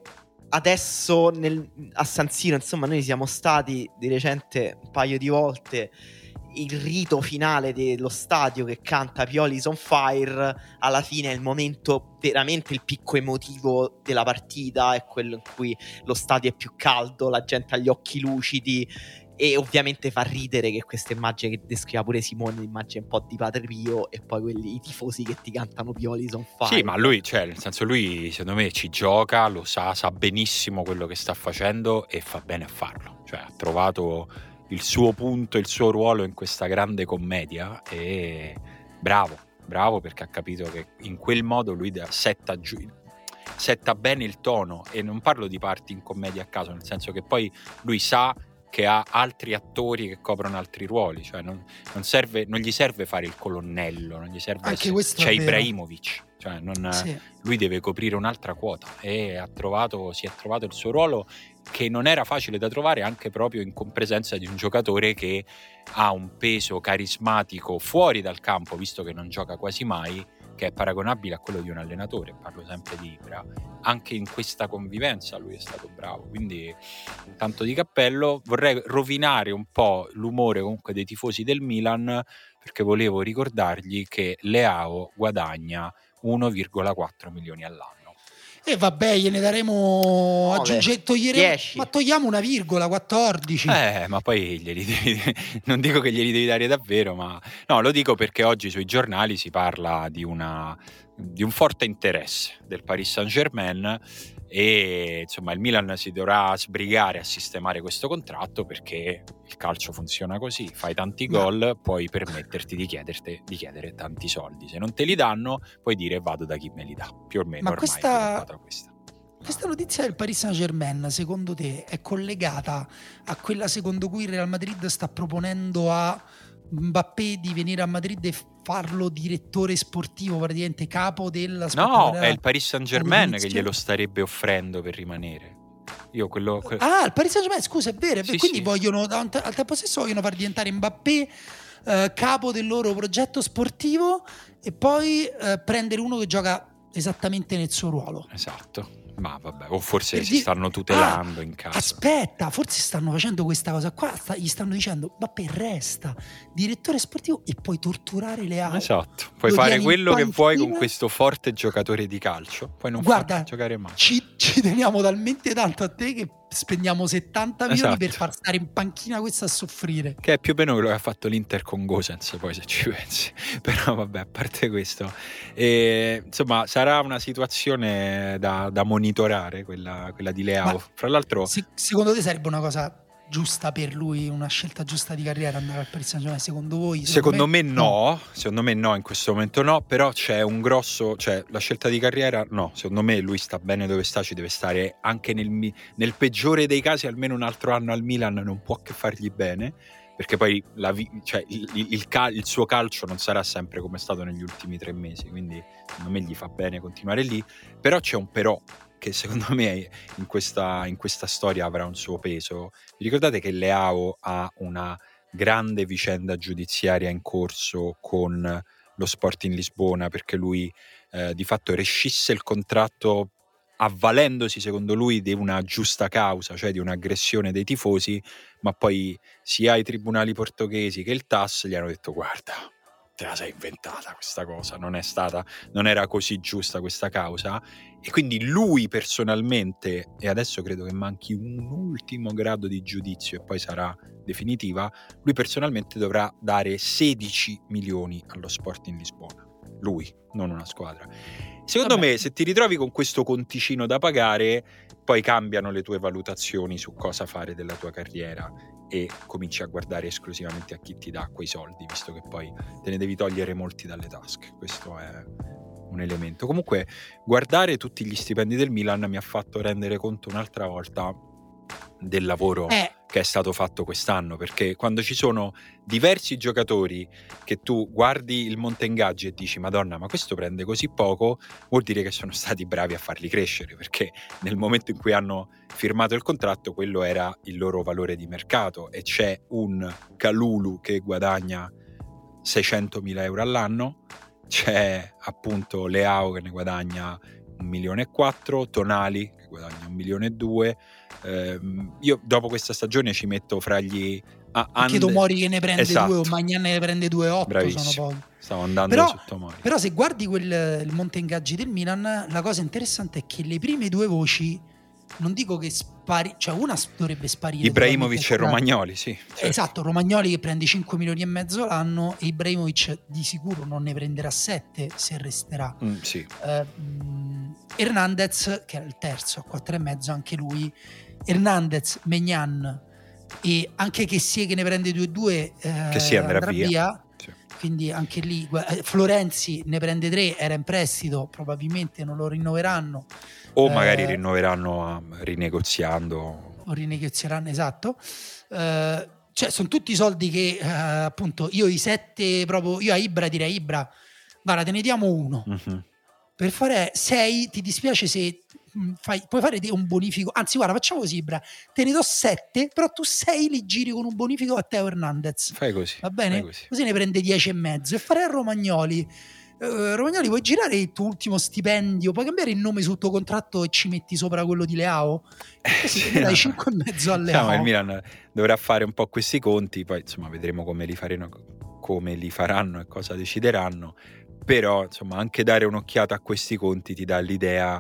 [SPEAKER 3] adesso nel, a San Siro, insomma, noi siamo stati di recente un paio di volte. Il rito finale dello stadio che canta Pioli's on fire, alla fine è il momento veramente, il picco emotivo della partita, è quello in cui lo stadio è più caldo, la gente ha gli occhi lucidi, e ovviamente fa ridere che questa immagine che descrive pure Simone, l'immagine un po' di Padre Pio, e poi quelli, i tifosi che ti cantano Pioli's on fire.
[SPEAKER 1] Sì, ma lui, cioè, nel senso, lui secondo me ci gioca, lo sa, sa benissimo quello che sta facendo e fa bene a farlo, cioè ha trovato il suo punto, il suo ruolo in questa grande commedia, e bravo, bravo, perché ha capito che in quel modo lui setta, giù, setta bene il tono, e non parlo di parti in commedia a caso, nel senso che poi lui sa che ha altri attori che coprono altri ruoli, cioè non, non, serve, non gli serve fare il colonnello, non gli serve
[SPEAKER 2] anche
[SPEAKER 1] essere, c'è Ibrahimovic, cioè non, sì. Lui deve coprire un'altra quota, e ha trovato, si è trovato il suo ruolo, che non era facile da trovare, anche proprio in presenza di un giocatore che ha un peso carismatico fuori dal campo, visto che non gioca quasi mai, che è paragonabile a quello di un allenatore. Parlo sempre di Ibra. Anche in questa convivenza lui è stato bravo, quindi tanto di cappello. Vorrei rovinare un po' l'umore comunque dei tifosi del Milan, perché volevo ricordargli che Leao guadagna uno virgola quattro milioni all'anno.
[SPEAKER 2] E vabbè, gliene daremo, aggiunge, toglieremo,
[SPEAKER 3] dieci.
[SPEAKER 2] ma togliamo una virgola, quattordici.
[SPEAKER 1] Eh, ma poi glieli devi, non dico che glieli devi dare davvero, ma no, lo dico perché oggi sui giornali si parla di una di un forte interesse del Paris Saint-Germain e insomma il Milan si dovrà sbrigare a sistemare questo contratto, perché il calcio funziona così: fai tanti gol, puoi permetterti di chiederti di chiedere tanti soldi, se non te li danno puoi dire vado da chi me li dà, più o meno.
[SPEAKER 2] Ma
[SPEAKER 1] ormai
[SPEAKER 2] questa-
[SPEAKER 1] è diventata questa.
[SPEAKER 2] Questa notizia del Paris Saint-Germain, secondo te, è collegata a quella secondo cui il Real Madrid sta proponendo a Mbappé di venire a Madrid e farlo direttore sportivo, praticamente capo della
[SPEAKER 1] No,
[SPEAKER 2] aspetta,
[SPEAKER 1] è il Paris Saint-Germain che
[SPEAKER 2] all'inizio-
[SPEAKER 1] glielo starebbe offrendo per rimanere. Io quello que-
[SPEAKER 2] Ah, il Paris Saint-Germain, scusa, è vero, è vero.
[SPEAKER 1] Sì,
[SPEAKER 2] Quindi
[SPEAKER 1] sì.
[SPEAKER 2] vogliono, da un te- al tempo stesso vogliono far diventare Mbappé eh, capo del loro progetto sportivo e poi eh, prendere uno che gioca esattamente nel suo ruolo.
[SPEAKER 1] Esatto. Ma vabbè, o forse
[SPEAKER 2] Per
[SPEAKER 1] si
[SPEAKER 2] dire-
[SPEAKER 1] stanno tutelando
[SPEAKER 2] Ah,
[SPEAKER 1] in casa.
[SPEAKER 2] Aspetta, forse stanno facendo questa cosa qua, sta- gli stanno dicendo Mbappé resta direttore sportivo e puoi torturare le auto.
[SPEAKER 1] Esatto, puoi
[SPEAKER 2] Lo
[SPEAKER 1] fare
[SPEAKER 2] tieni in
[SPEAKER 1] quello che vuoi con
[SPEAKER 2] panchina.
[SPEAKER 1] questo forte giocatore di calcio, poi non
[SPEAKER 2] Guarda,
[SPEAKER 1] farlo giocare mai.
[SPEAKER 2] Ci, ci teniamo talmente tanto a te che spendiamo settanta milioni
[SPEAKER 1] Esatto.
[SPEAKER 2] per far stare in panchina questo a soffrire.
[SPEAKER 1] Che è più o meno quello che ha fatto l'Inter con Gosens, poi se ci pensi. Però vabbè, a parte questo, e, insomma, sarà una situazione da, da monitorare, quella, quella di Leao.
[SPEAKER 2] Ma
[SPEAKER 1] Fra l'altro,
[SPEAKER 2] Se- secondo te sarebbe una cosa giusta per lui, una scelta giusta di carriera andare al Paris Saint-Germain? Secondo voi?
[SPEAKER 1] secondo me no, secondo me no, in questo momento no, però c'è un grosso, cioè la scelta di carriera no, secondo me lui sta bene dove sta, ci deve stare anche nel, mi- nel peggiore dei casi almeno un altro anno al Milan, non può che fargli bene, perché poi la vi- cioè, il, il- il cal- il suo calcio non sarà sempre come è stato negli ultimi tre mesi, quindi secondo me gli fa bene continuare lì, però c'è un però che secondo me in questa, in questa storia avrà un suo peso. Vi ricordate che Leao ha una grande vicenda giudiziaria in corso con lo Sporting Lisbona, perché lui eh, di fatto rescisse il contratto avvalendosi secondo lui di una giusta causa, cioè di un'aggressione dei tifosi, ma poi sia i tribunali portoghesi che il T A S gli hanno detto guarda, te la sei inventata questa cosa, non è stata, non era così giusta questa causa, e quindi lui personalmente, e adesso credo che manchi un ultimo grado di giudizio e poi sarà definitiva, lui personalmente dovrà dare sedici milioni allo Sporting Lisbona, lui, non una squadra. Secondo
[SPEAKER 2] Vabbè.
[SPEAKER 1] me, se ti ritrovi con questo conticino da pagare, poi cambiano le tue valutazioni su cosa fare della tua carriera e cominci a guardare esclusivamente a chi ti dà quei soldi, visto che poi te ne devi togliere molti dalle tasche. Questo è un elemento. Comunque, guardare tutti gli stipendi del Milan mi ha fatto rendere conto un'altra volta del lavoro
[SPEAKER 2] Eh,
[SPEAKER 1] che è stato fatto quest'anno, perché quando ci sono diversi giocatori che tu guardi il monte ingaggi e dici Madonna, ma questo prende così poco, vuol dire che sono stati bravi a farli crescere, perché nel momento in cui hanno firmato il contratto quello era il loro valore di mercato, e c'è un Kalulu che guadagna seicentomila euro all'anno, c'è appunto Leao che ne guadagna un milione e quattro, Tonali che guadagna un milione e due. Ehm, io dopo questa stagione ci metto fra gli ah,
[SPEAKER 2] anche
[SPEAKER 1] and-
[SPEAKER 2] Tomori che ne prende
[SPEAKER 1] Esatto.
[SPEAKER 2] due o Magnan ne prende due virgola otto, sono
[SPEAKER 1] Bravissimo.
[SPEAKER 2] pochi.
[SPEAKER 1] Stavo andando
[SPEAKER 2] Però-
[SPEAKER 1] su Tomori.
[SPEAKER 2] Però se guardi quel, il monte ingaggi del Milan, la cosa interessante è che le prime due voci, non dico che spari, cioè una s- dovrebbe sparire.
[SPEAKER 1] Ibrahimovic e
[SPEAKER 2] totalmente.
[SPEAKER 1] Romagnoli, sì. certo.
[SPEAKER 2] Esatto, Romagnoli che prende cinque milioni e mezzo l'anno e Ibrahimovic di sicuro non ne prenderà sette se resterà.
[SPEAKER 1] Mm, sì.
[SPEAKER 2] Eh, mh, Hernandez, che era il terzo a quattro e mezzo, anche lui. Hernandez, Maignan e anche Kessie che ne prende due e due, eh,
[SPEAKER 1] Kessie andrà via. Sì.
[SPEAKER 2] quindi anche lì gua- eh, Florenzi ne prende tre, era in prestito, probabilmente non lo rinnoveranno
[SPEAKER 1] O magari
[SPEAKER 2] Eh,
[SPEAKER 1] rinnoveranno ah, rinegoziando.
[SPEAKER 2] o rinegozieranno, esatto. Eh, cioè sono tutti soldi che eh, appunto io i sette proprio, io a Ibra direi Ibra guarda te ne diamo uno
[SPEAKER 1] Mhm.
[SPEAKER 2] per fare sei, ti dispiace se mh, fai, puoi fare te un bonifico, anzi guarda facciamo così Ibra, te ne do sette però tu sei li giri con un bonifico a Teo Hernandez,
[SPEAKER 1] Fai così.
[SPEAKER 2] va bene?
[SPEAKER 1] fai così.
[SPEAKER 2] Così ne prende dieci e mezzo e fare a Romagnoli. Eh, Romagnoli puoi girare il tuo ultimo stipendio, puoi cambiare il nome sul tuo contratto e ci metti sopra quello di Leao e così
[SPEAKER 1] Sì,
[SPEAKER 2] ne dai
[SPEAKER 1] no.
[SPEAKER 2] cinque e mezzo a
[SPEAKER 1] Diciamo,
[SPEAKER 2] Leao.
[SPEAKER 1] il Milan dovrà fare un po' questi conti, poi insomma vedremo come li faranno, come li faranno e cosa decideranno, però insomma anche dare un'occhiata a questi conti ti dà l'idea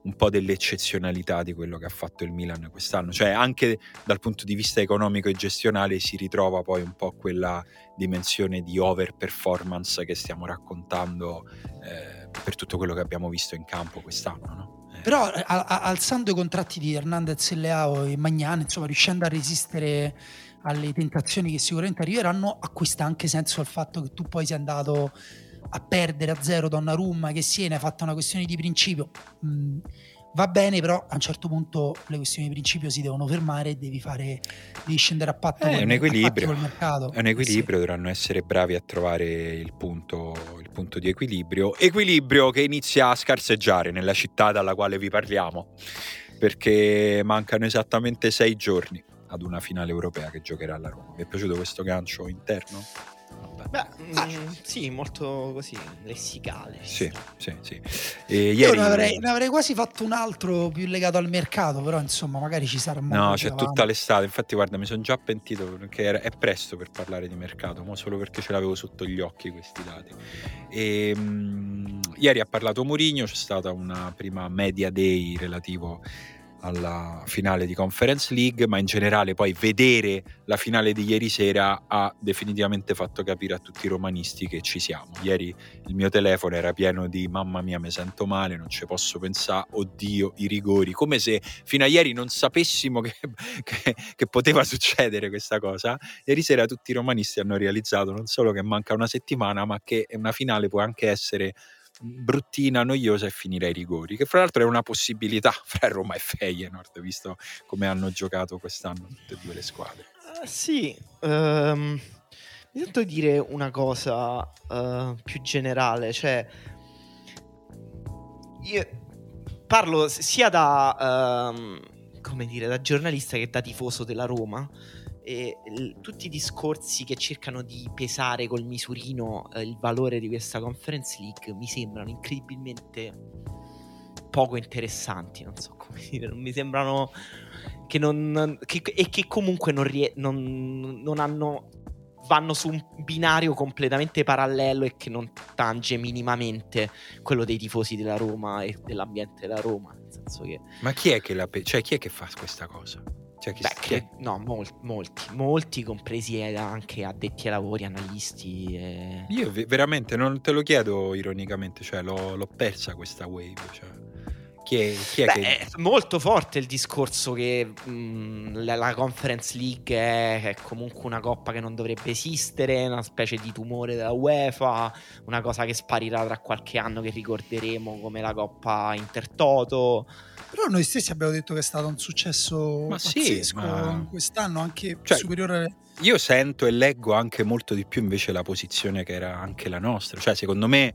[SPEAKER 1] un po' dell'eccezionalità di quello che ha fatto il Milan quest'anno, cioè anche dal punto di vista economico e gestionale si ritrova poi un po' quella dimensione di over performance che stiamo raccontando eh, per tutto quello che abbiamo visto in campo quest'anno, no? Eh.
[SPEAKER 2] Però a, a, alzando i contratti di Hernandez e Leao e Maignan, insomma riuscendo a resistere alle tentazioni che sicuramente arriveranno, acquista anche senso il fatto che tu poi sei andato a perdere a zero Donnarumma, che si è fatta una questione di principio. Mm, va bene, però a un certo punto le questioni di principio si devono fermare e devi fare devi scendere a patto
[SPEAKER 1] eh,
[SPEAKER 2] col,
[SPEAKER 1] è un equilibrio,
[SPEAKER 2] col mercato.
[SPEAKER 1] è un equilibrio, sì. Dovranno essere bravi a trovare il punto, il punto di equilibrio equilibrio che inizia a scarseggiare nella città dalla quale vi parliamo, perché mancano esattamente sei giorni ad una finale europea che giocherà alla Roma. Vi è piaciuto questo gancio interno?
[SPEAKER 3] Beh, mm, sì, molto così lessicale.
[SPEAKER 1] Sì, sì, sì. E
[SPEAKER 2] Io
[SPEAKER 1] ieri...
[SPEAKER 2] ne avrei, ne avrei quasi fatto un altro più legato al mercato, però insomma magari ci sarà modo.
[SPEAKER 1] No, c'è tutta l'estate, infatti guarda, mi sono già pentito perché era, è presto per parlare di mercato, ma solo perché ce l'avevo sotto gli occhi questi dati. E, mh, ieri ha parlato Mourinho, c'è stata una prima media day relativo alla finale di Conference League, ma in generale poi vedere la finale di ieri sera ha definitivamente fatto capire a tutti i romanisti che ci siamo. Ieri il mio telefono era pieno di mamma mia mi sento male, non ci posso pensare, oddio i rigori, come se fino a ieri non sapessimo che, che, che poteva succedere questa cosa. Ieri sera tutti i romanisti hanno realizzato non solo che manca una settimana, ma che una finale può anche essere bruttina, noiosa e finire ai rigori, che fra l'altro è una possibilità fra Roma e Feyenoord, visto come hanno giocato quest'anno tutte e due le squadre.
[SPEAKER 3] Uh, sì, um, mi sento dire una cosa uh, più generale, cioè io parlo sia da um, come dire, da giornalista che da tifoso della Roma. E l- tutti i discorsi che cercano di pesare col misurino eh, il valore di questa Conference League mi sembrano incredibilmente poco interessanti, non so come dire, non mi sembrano che non che, e che comunque non, rie- non, non hanno vanno su un binario completamente parallelo e che non tange minimamente quello dei tifosi della Roma e dell'ambiente della Roma, nel senso che
[SPEAKER 1] ma chi è che la pe- cioè chi è che fa questa cosa? Cioè, chi
[SPEAKER 3] Beh,
[SPEAKER 1] st-
[SPEAKER 3] che, no, molti, molti, molti, compresi anche addetti ai lavori, analisti. E...
[SPEAKER 1] Io veramente non te lo chiedo ironicamente, cioè l'ho, l'ho persa questa wave. Cioè, chi è, chi è
[SPEAKER 3] Beh,
[SPEAKER 1] che...
[SPEAKER 3] è molto forte il discorso che mh, la, la Conference League è, è comunque una coppa che non dovrebbe esistere, una specie di tumore della UEFA, una cosa che sparirà tra qualche anno, che ricorderemo come la Coppa Intertoto.
[SPEAKER 2] Però noi stessi abbiamo detto che è stato un successo
[SPEAKER 1] ma
[SPEAKER 2] pazzesco
[SPEAKER 1] sì, ma...
[SPEAKER 2] quest'anno, anche
[SPEAKER 1] cioè,
[SPEAKER 2] superiore.
[SPEAKER 1] Io sento e leggo anche molto di più invece la posizione che era anche la nostra. Cioè, secondo me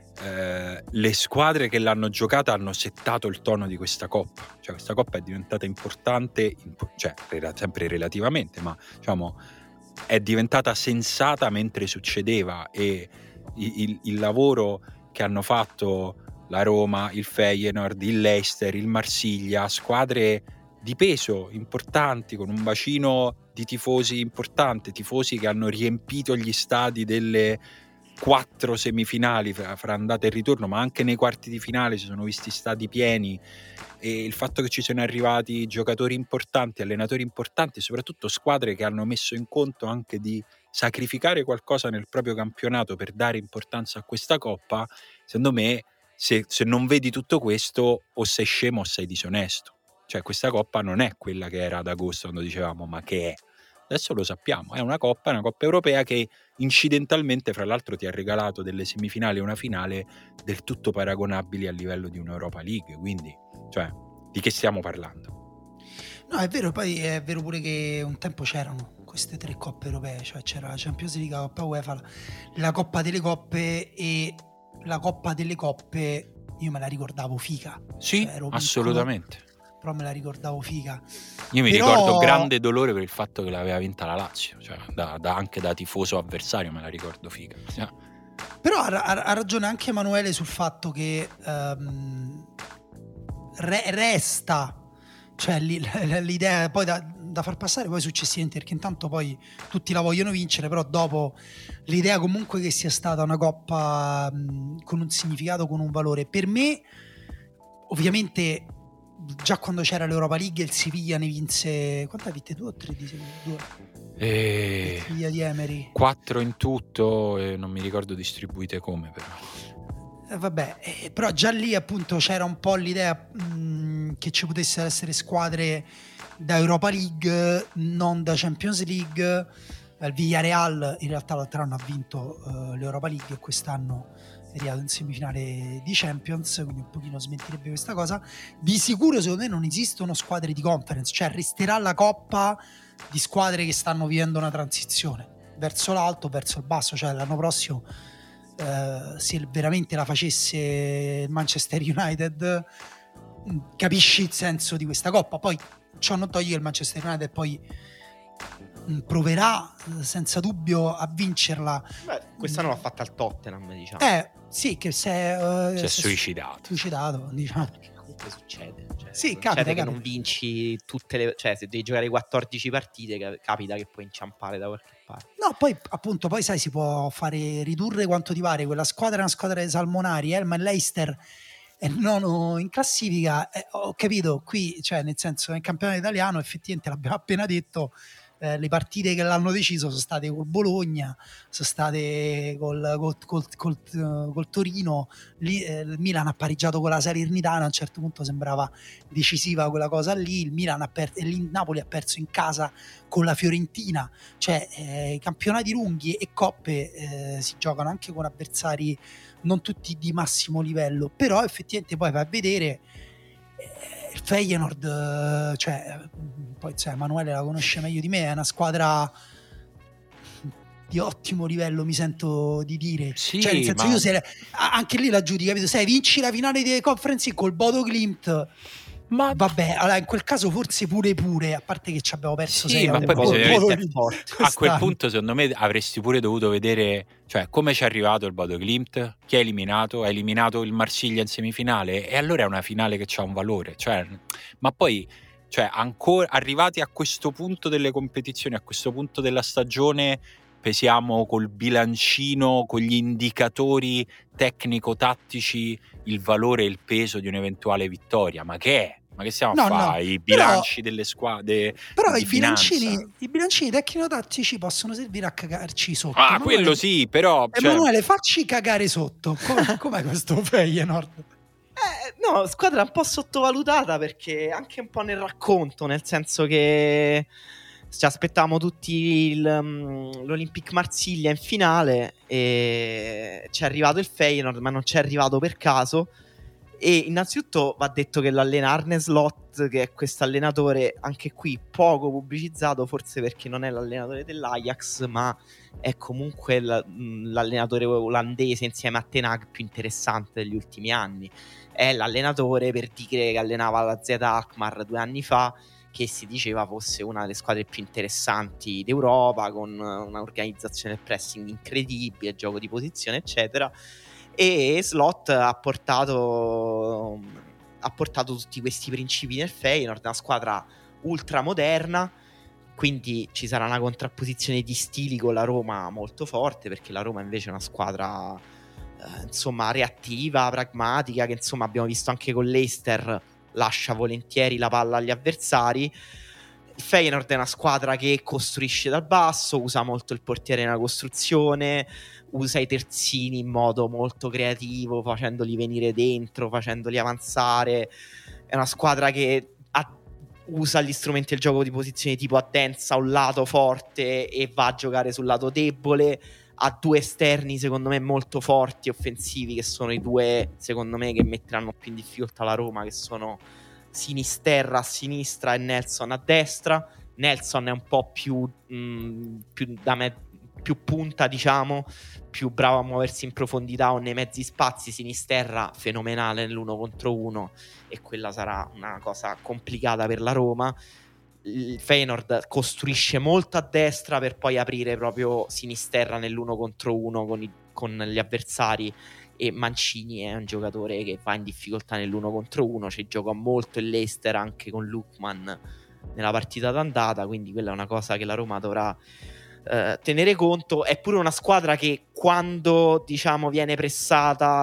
[SPEAKER 1] eh, le squadre che l'hanno giocata hanno settato il tono di questa coppa. Cioè, questa coppa è diventata importante, imp- cioè sempre relativamente, ma diciamo è diventata sensata mentre succedeva, e il, il, il lavoro che hanno fatto la Roma, il Feyenoord, il Leicester, il Marsiglia, squadre di peso importanti con un bacino di tifosi importante, tifosi che hanno riempito gli stadi delle quattro semifinali fra, fra andata e ritorno, ma anche nei quarti di finale si sono visti stadi pieni, e il fatto che ci siano arrivati giocatori importanti, allenatori importanti, soprattutto squadre che hanno messo in conto anche di sacrificare qualcosa nel proprio campionato per dare importanza a questa coppa, secondo me Se, se non vedi tutto questo o sei scemo o sei disonesto. Cioè questa coppa non è quella che era ad agosto quando dicevamo ma che è? Adesso lo sappiamo, è una coppa, è una coppa europea che incidentalmente fra l'altro ti ha regalato delle semifinali e una finale del tutto paragonabili a livello di un'Europa League, quindi cioè di che stiamo parlando?
[SPEAKER 2] No, è vero, poi è vero pure che un tempo c'erano queste tre coppe europee, cioè c'era la Champions League, la Coppa UEFA, la Coppa delle Coppe, e la Coppa delle Coppe io me la ricordavo figa.
[SPEAKER 1] Sì,
[SPEAKER 2] cioè,
[SPEAKER 1] assolutamente.
[SPEAKER 2] Piccolo, però me la ricordavo figa.
[SPEAKER 1] Io mi
[SPEAKER 2] però...
[SPEAKER 1] ricordo grande dolore per il fatto che l'aveva vinta la Lazio, cioè da, da, anche da tifoso avversario me la ricordo figa. Sì.
[SPEAKER 2] Però ha, ha ragione anche Emanuele sul fatto che um, re, resta, cioè l'idea poi da, da far passare poi successivamente, perché intanto poi tutti la vogliono vincere, però dopo l'idea comunque che sia stata una coppa mh, con un significato, con un valore. Per me ovviamente già quando c'era l'Europa League il Siviglia ne vinse, quante ha vinte, due o tre di seguito? Due.
[SPEAKER 1] E...
[SPEAKER 2] Il Siviglia di Emery,
[SPEAKER 1] quattro in tutto e non mi ricordo distribuite come, però
[SPEAKER 2] eh, vabbè, eh, però già lì appunto c'era un po' l'idea mh, che ci potessero essere squadre da Europa League, non da Champions League. Il Villarreal in realtà l'altro anno ha vinto uh, l'Europa League e quest'anno è arrivato in semifinale di Champions, quindi un pochino smentirebbe questa cosa. Di sicuro secondo me non esistono squadre di conference, cioè resterà la coppa di squadre che stanno vivendo una transizione verso l'alto, verso il basso, cioè l'anno prossimo uh, se veramente la facesse il Manchester United capisci il senso di questa coppa. Poi ciò non toglie che il Manchester United poi proverà senza dubbio a vincerla.
[SPEAKER 3] Beh, quest'anno l'ha fatta al Tottenham, diciamo.
[SPEAKER 2] Eh sì, che si è, uh,
[SPEAKER 1] si è
[SPEAKER 2] si
[SPEAKER 1] suicidato.
[SPEAKER 2] suicidato, diciamo.
[SPEAKER 3] Perché comunque succede. Cioè,
[SPEAKER 2] sì,
[SPEAKER 3] succede
[SPEAKER 2] capita,
[SPEAKER 3] che
[SPEAKER 2] capita.
[SPEAKER 3] non vinci tutte le. Cioè, se devi giocare quattordici partite, capita che puoi inciampare da qualche parte.
[SPEAKER 2] No, poi appunto, poi sai, si può fare ridurre quanto ti pare. Quella squadra è una squadra dei Salmonari, Elma e Leicester è il nono in classifica. Eh, ho capito, qui, cioè, nel senso, nel campionato italiano, effettivamente l'abbiamo appena detto. Eh, le partite che l'hanno deciso sono state col Bologna, sono state col, col, col, col, col Torino. Lì, eh, il Milan ha pareggiato con la Salernitana, a un certo punto sembrava decisiva quella cosa lì. Il Milan ha perso, il Napoli ha perso in casa con la Fiorentina. Cioè eh, i campionati lunghi e coppe eh, si giocano anche con avversari non tutti di massimo livello, però effettivamente poi vai a vedere il Feyenoord, cioè poi cioè, Emanuele la conosce meglio di me, è una squadra di ottimo livello, mi sento di dire.
[SPEAKER 1] Sì,
[SPEAKER 2] cioè nel senso
[SPEAKER 1] ma...
[SPEAKER 2] io se, anche lì la giudico, capito? Sai, vinci la finale di Conference col Bodo Glimt, ma vabbè, allora in quel caso forse pure pure, a parte che ci abbiamo perso
[SPEAKER 1] sì,
[SPEAKER 2] sei
[SPEAKER 1] ma
[SPEAKER 2] a,
[SPEAKER 1] poi
[SPEAKER 3] bisogna...
[SPEAKER 1] a quel punto secondo me avresti pure dovuto vedere, cioè come ci è arrivato il Bodo Glimt, chi ha eliminato, ha eliminato il Marsiglia in semifinale, e allora è una finale che ha un valore, cioè, ma poi cioè ancora arrivati a questo punto delle competizioni, a questo punto della stagione, pesiamo col bilancino, con gli indicatori tecnico-tattici il valore e il peso di un'eventuale vittoria. Ma che è? Ma che stiamo
[SPEAKER 2] no,
[SPEAKER 1] a fare?
[SPEAKER 2] No,
[SPEAKER 1] I bilanci
[SPEAKER 2] però,
[SPEAKER 1] delle squadre
[SPEAKER 2] però
[SPEAKER 1] di
[SPEAKER 2] i
[SPEAKER 1] finanza.
[SPEAKER 2] bilancini, i bilancini tecnico-tattici possono servire a cagarci sotto.
[SPEAKER 1] Ah,
[SPEAKER 2] Emanuele,
[SPEAKER 1] quello sì, però
[SPEAKER 2] Emanuele,
[SPEAKER 1] cioè...
[SPEAKER 2] facci cagare sotto. Com- com'è questo Feyenoord?
[SPEAKER 3] Eh, no, squadra un po' sottovalutata, perché anche un po' nel racconto, nel senso che ci aspettavamo tutti il, um, l'Olympique Marsiglia in finale e ci è arrivato il Feyenoord, ma non ci è arrivato per caso. E innanzitutto va detto che l'allena Arne Slot, che è questo allenatore anche qui poco pubblicizzato, forse perché non è l'allenatore dell'Ajax, ma è comunque l'allenatore olandese insieme a Ten Hag più interessante degli ultimi anni. È l'allenatore, per dire, che allenava la Z Alkmaar due anni fa, che si diceva fosse una delle squadre più interessanti d'Europa, con un'organizzazione del pressing incredibile, gioco di posizione eccetera. E Slot ha portato ha portato tutti questi principi nel Feyenoord, una squadra ultra moderna, quindi ci sarà una contrapposizione di stili con la Roma molto forte, perché la Roma invece è una squadra eh, insomma reattiva, pragmatica, che insomma abbiamo visto anche con l'Leicester lascia volentieri la palla agli avversari. Il Feyenoord è una squadra che costruisce dal basso, usa molto il portiere nella costruzione, usa i terzini in modo molto creativo, facendoli venire dentro, facendoli avanzare. È una squadra che ha, usa gli strumenti del gioco di posizione tipo addensa un lato forte e va a giocare sul lato debole. Ha due esterni secondo me molto forti offensivi, che sono i due secondo me che metteranno più in difficoltà la Roma, che sono Sinisterra a sinistra e Nelson a destra. Nelson è un po' più, mh, più da me più punta, diciamo, più bravo a muoversi in profondità o nei mezzi spazi. Sinisterra fenomenale nell'uno contro uno, e quella sarà una cosa complicata per la Roma. Il Feyenoord costruisce molto a destra per poi aprire proprio Sinisterra nell'uno contro uno con, i, con gli avversari, e Mancini è un giocatore che va in difficoltà nell'uno contro uno. Ci gioca molto il Leicester anche con Lookman nella partita d'andata, quindi quella è una cosa che la Roma dovrà Uh, tenere conto. È pure una squadra che quando diciamo viene pressata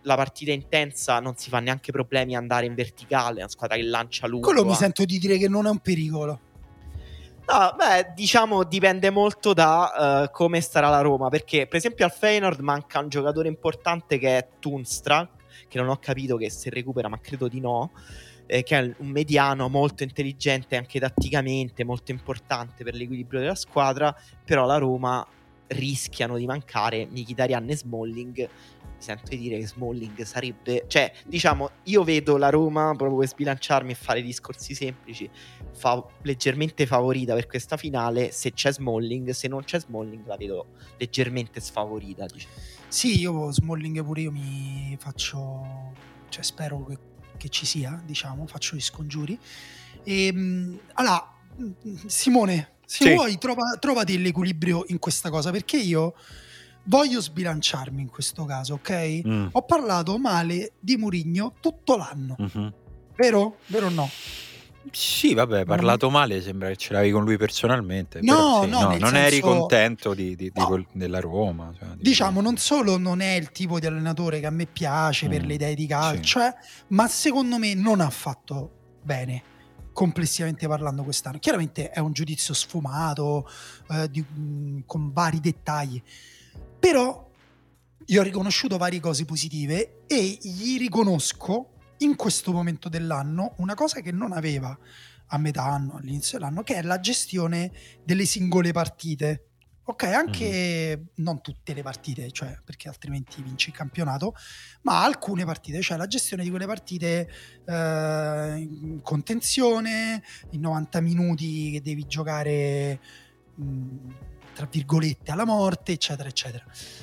[SPEAKER 3] la partita intensa non si fa neanche problemi ad andare in verticale, è una squadra che lancia lungo.
[SPEAKER 2] Quello mi
[SPEAKER 3] eh.
[SPEAKER 2] sento di dire che non è un pericolo.
[SPEAKER 3] No, beh, diciamo dipende molto da uh, come starà la Roma, perché per esempio al Feyenoord manca un giocatore importante che è Toonstra, che non ho capito che se recupera, ma credo di no, eh, che è un mediano molto intelligente anche tatticamente, molto importante per l'equilibrio della squadra, però la Roma rischiano di mancare Mkhitaryan e Smalling. Mi sento di dire che Smalling sarebbe, cioè diciamo, io vedo la Roma proprio per sbilanciarmi e fare discorsi semplici, fa- leggermente favorita per questa finale se c'è Smalling. Se non c'è Smalling la vedo leggermente sfavorita, diciamo.
[SPEAKER 2] Sì, io Smalling pure io mi faccio, cioè spero che, che ci sia, diciamo, faccio gli scongiuri. E, mh, allora, mh, Simone, se
[SPEAKER 1] Sì.
[SPEAKER 2] vuoi trova, trovati l'equilibrio in questa cosa, perché io voglio sbilanciarmi in questo caso, ok?
[SPEAKER 1] Mm.
[SPEAKER 2] Ho parlato male di Mourinho tutto l'anno,
[SPEAKER 1] Mm-hmm.
[SPEAKER 2] vero? Vero o no?
[SPEAKER 1] Sì, vabbè, parlato male, sembra che ce l'avevi con lui personalmente.
[SPEAKER 2] No,
[SPEAKER 1] però sì,
[SPEAKER 2] no,
[SPEAKER 1] no,
[SPEAKER 2] nel
[SPEAKER 1] non eri
[SPEAKER 2] senso-
[SPEAKER 1] contento di, di- di
[SPEAKER 2] No.
[SPEAKER 1] quel- della Roma. Cioè, di-
[SPEAKER 2] Diciamo, non solo non è il tipo di allenatore che a me piace per
[SPEAKER 1] Mm,
[SPEAKER 2] le idee di
[SPEAKER 1] sì.
[SPEAKER 2] calcio, eh, ma secondo me non ha fatto bene complessivamente parlando quest'anno. Chiaramente è un giudizio sfumato, eh, di- mh, con vari dettagli, però io ho riconosciuto varie cose positive e gli riconosco in questo momento dell'anno una cosa che non aveva a metà anno, all'inizio dell'anno, che è la gestione delle singole partite. Ok, anche non tutte le partite, cioè perché altrimenti vinci il campionato, ma alcune partite, cioè la gestione di quelle partite eh, in contenzione, in novanta minuti che devi giocare mh, tra virgolette alla morte, eccetera, eccetera.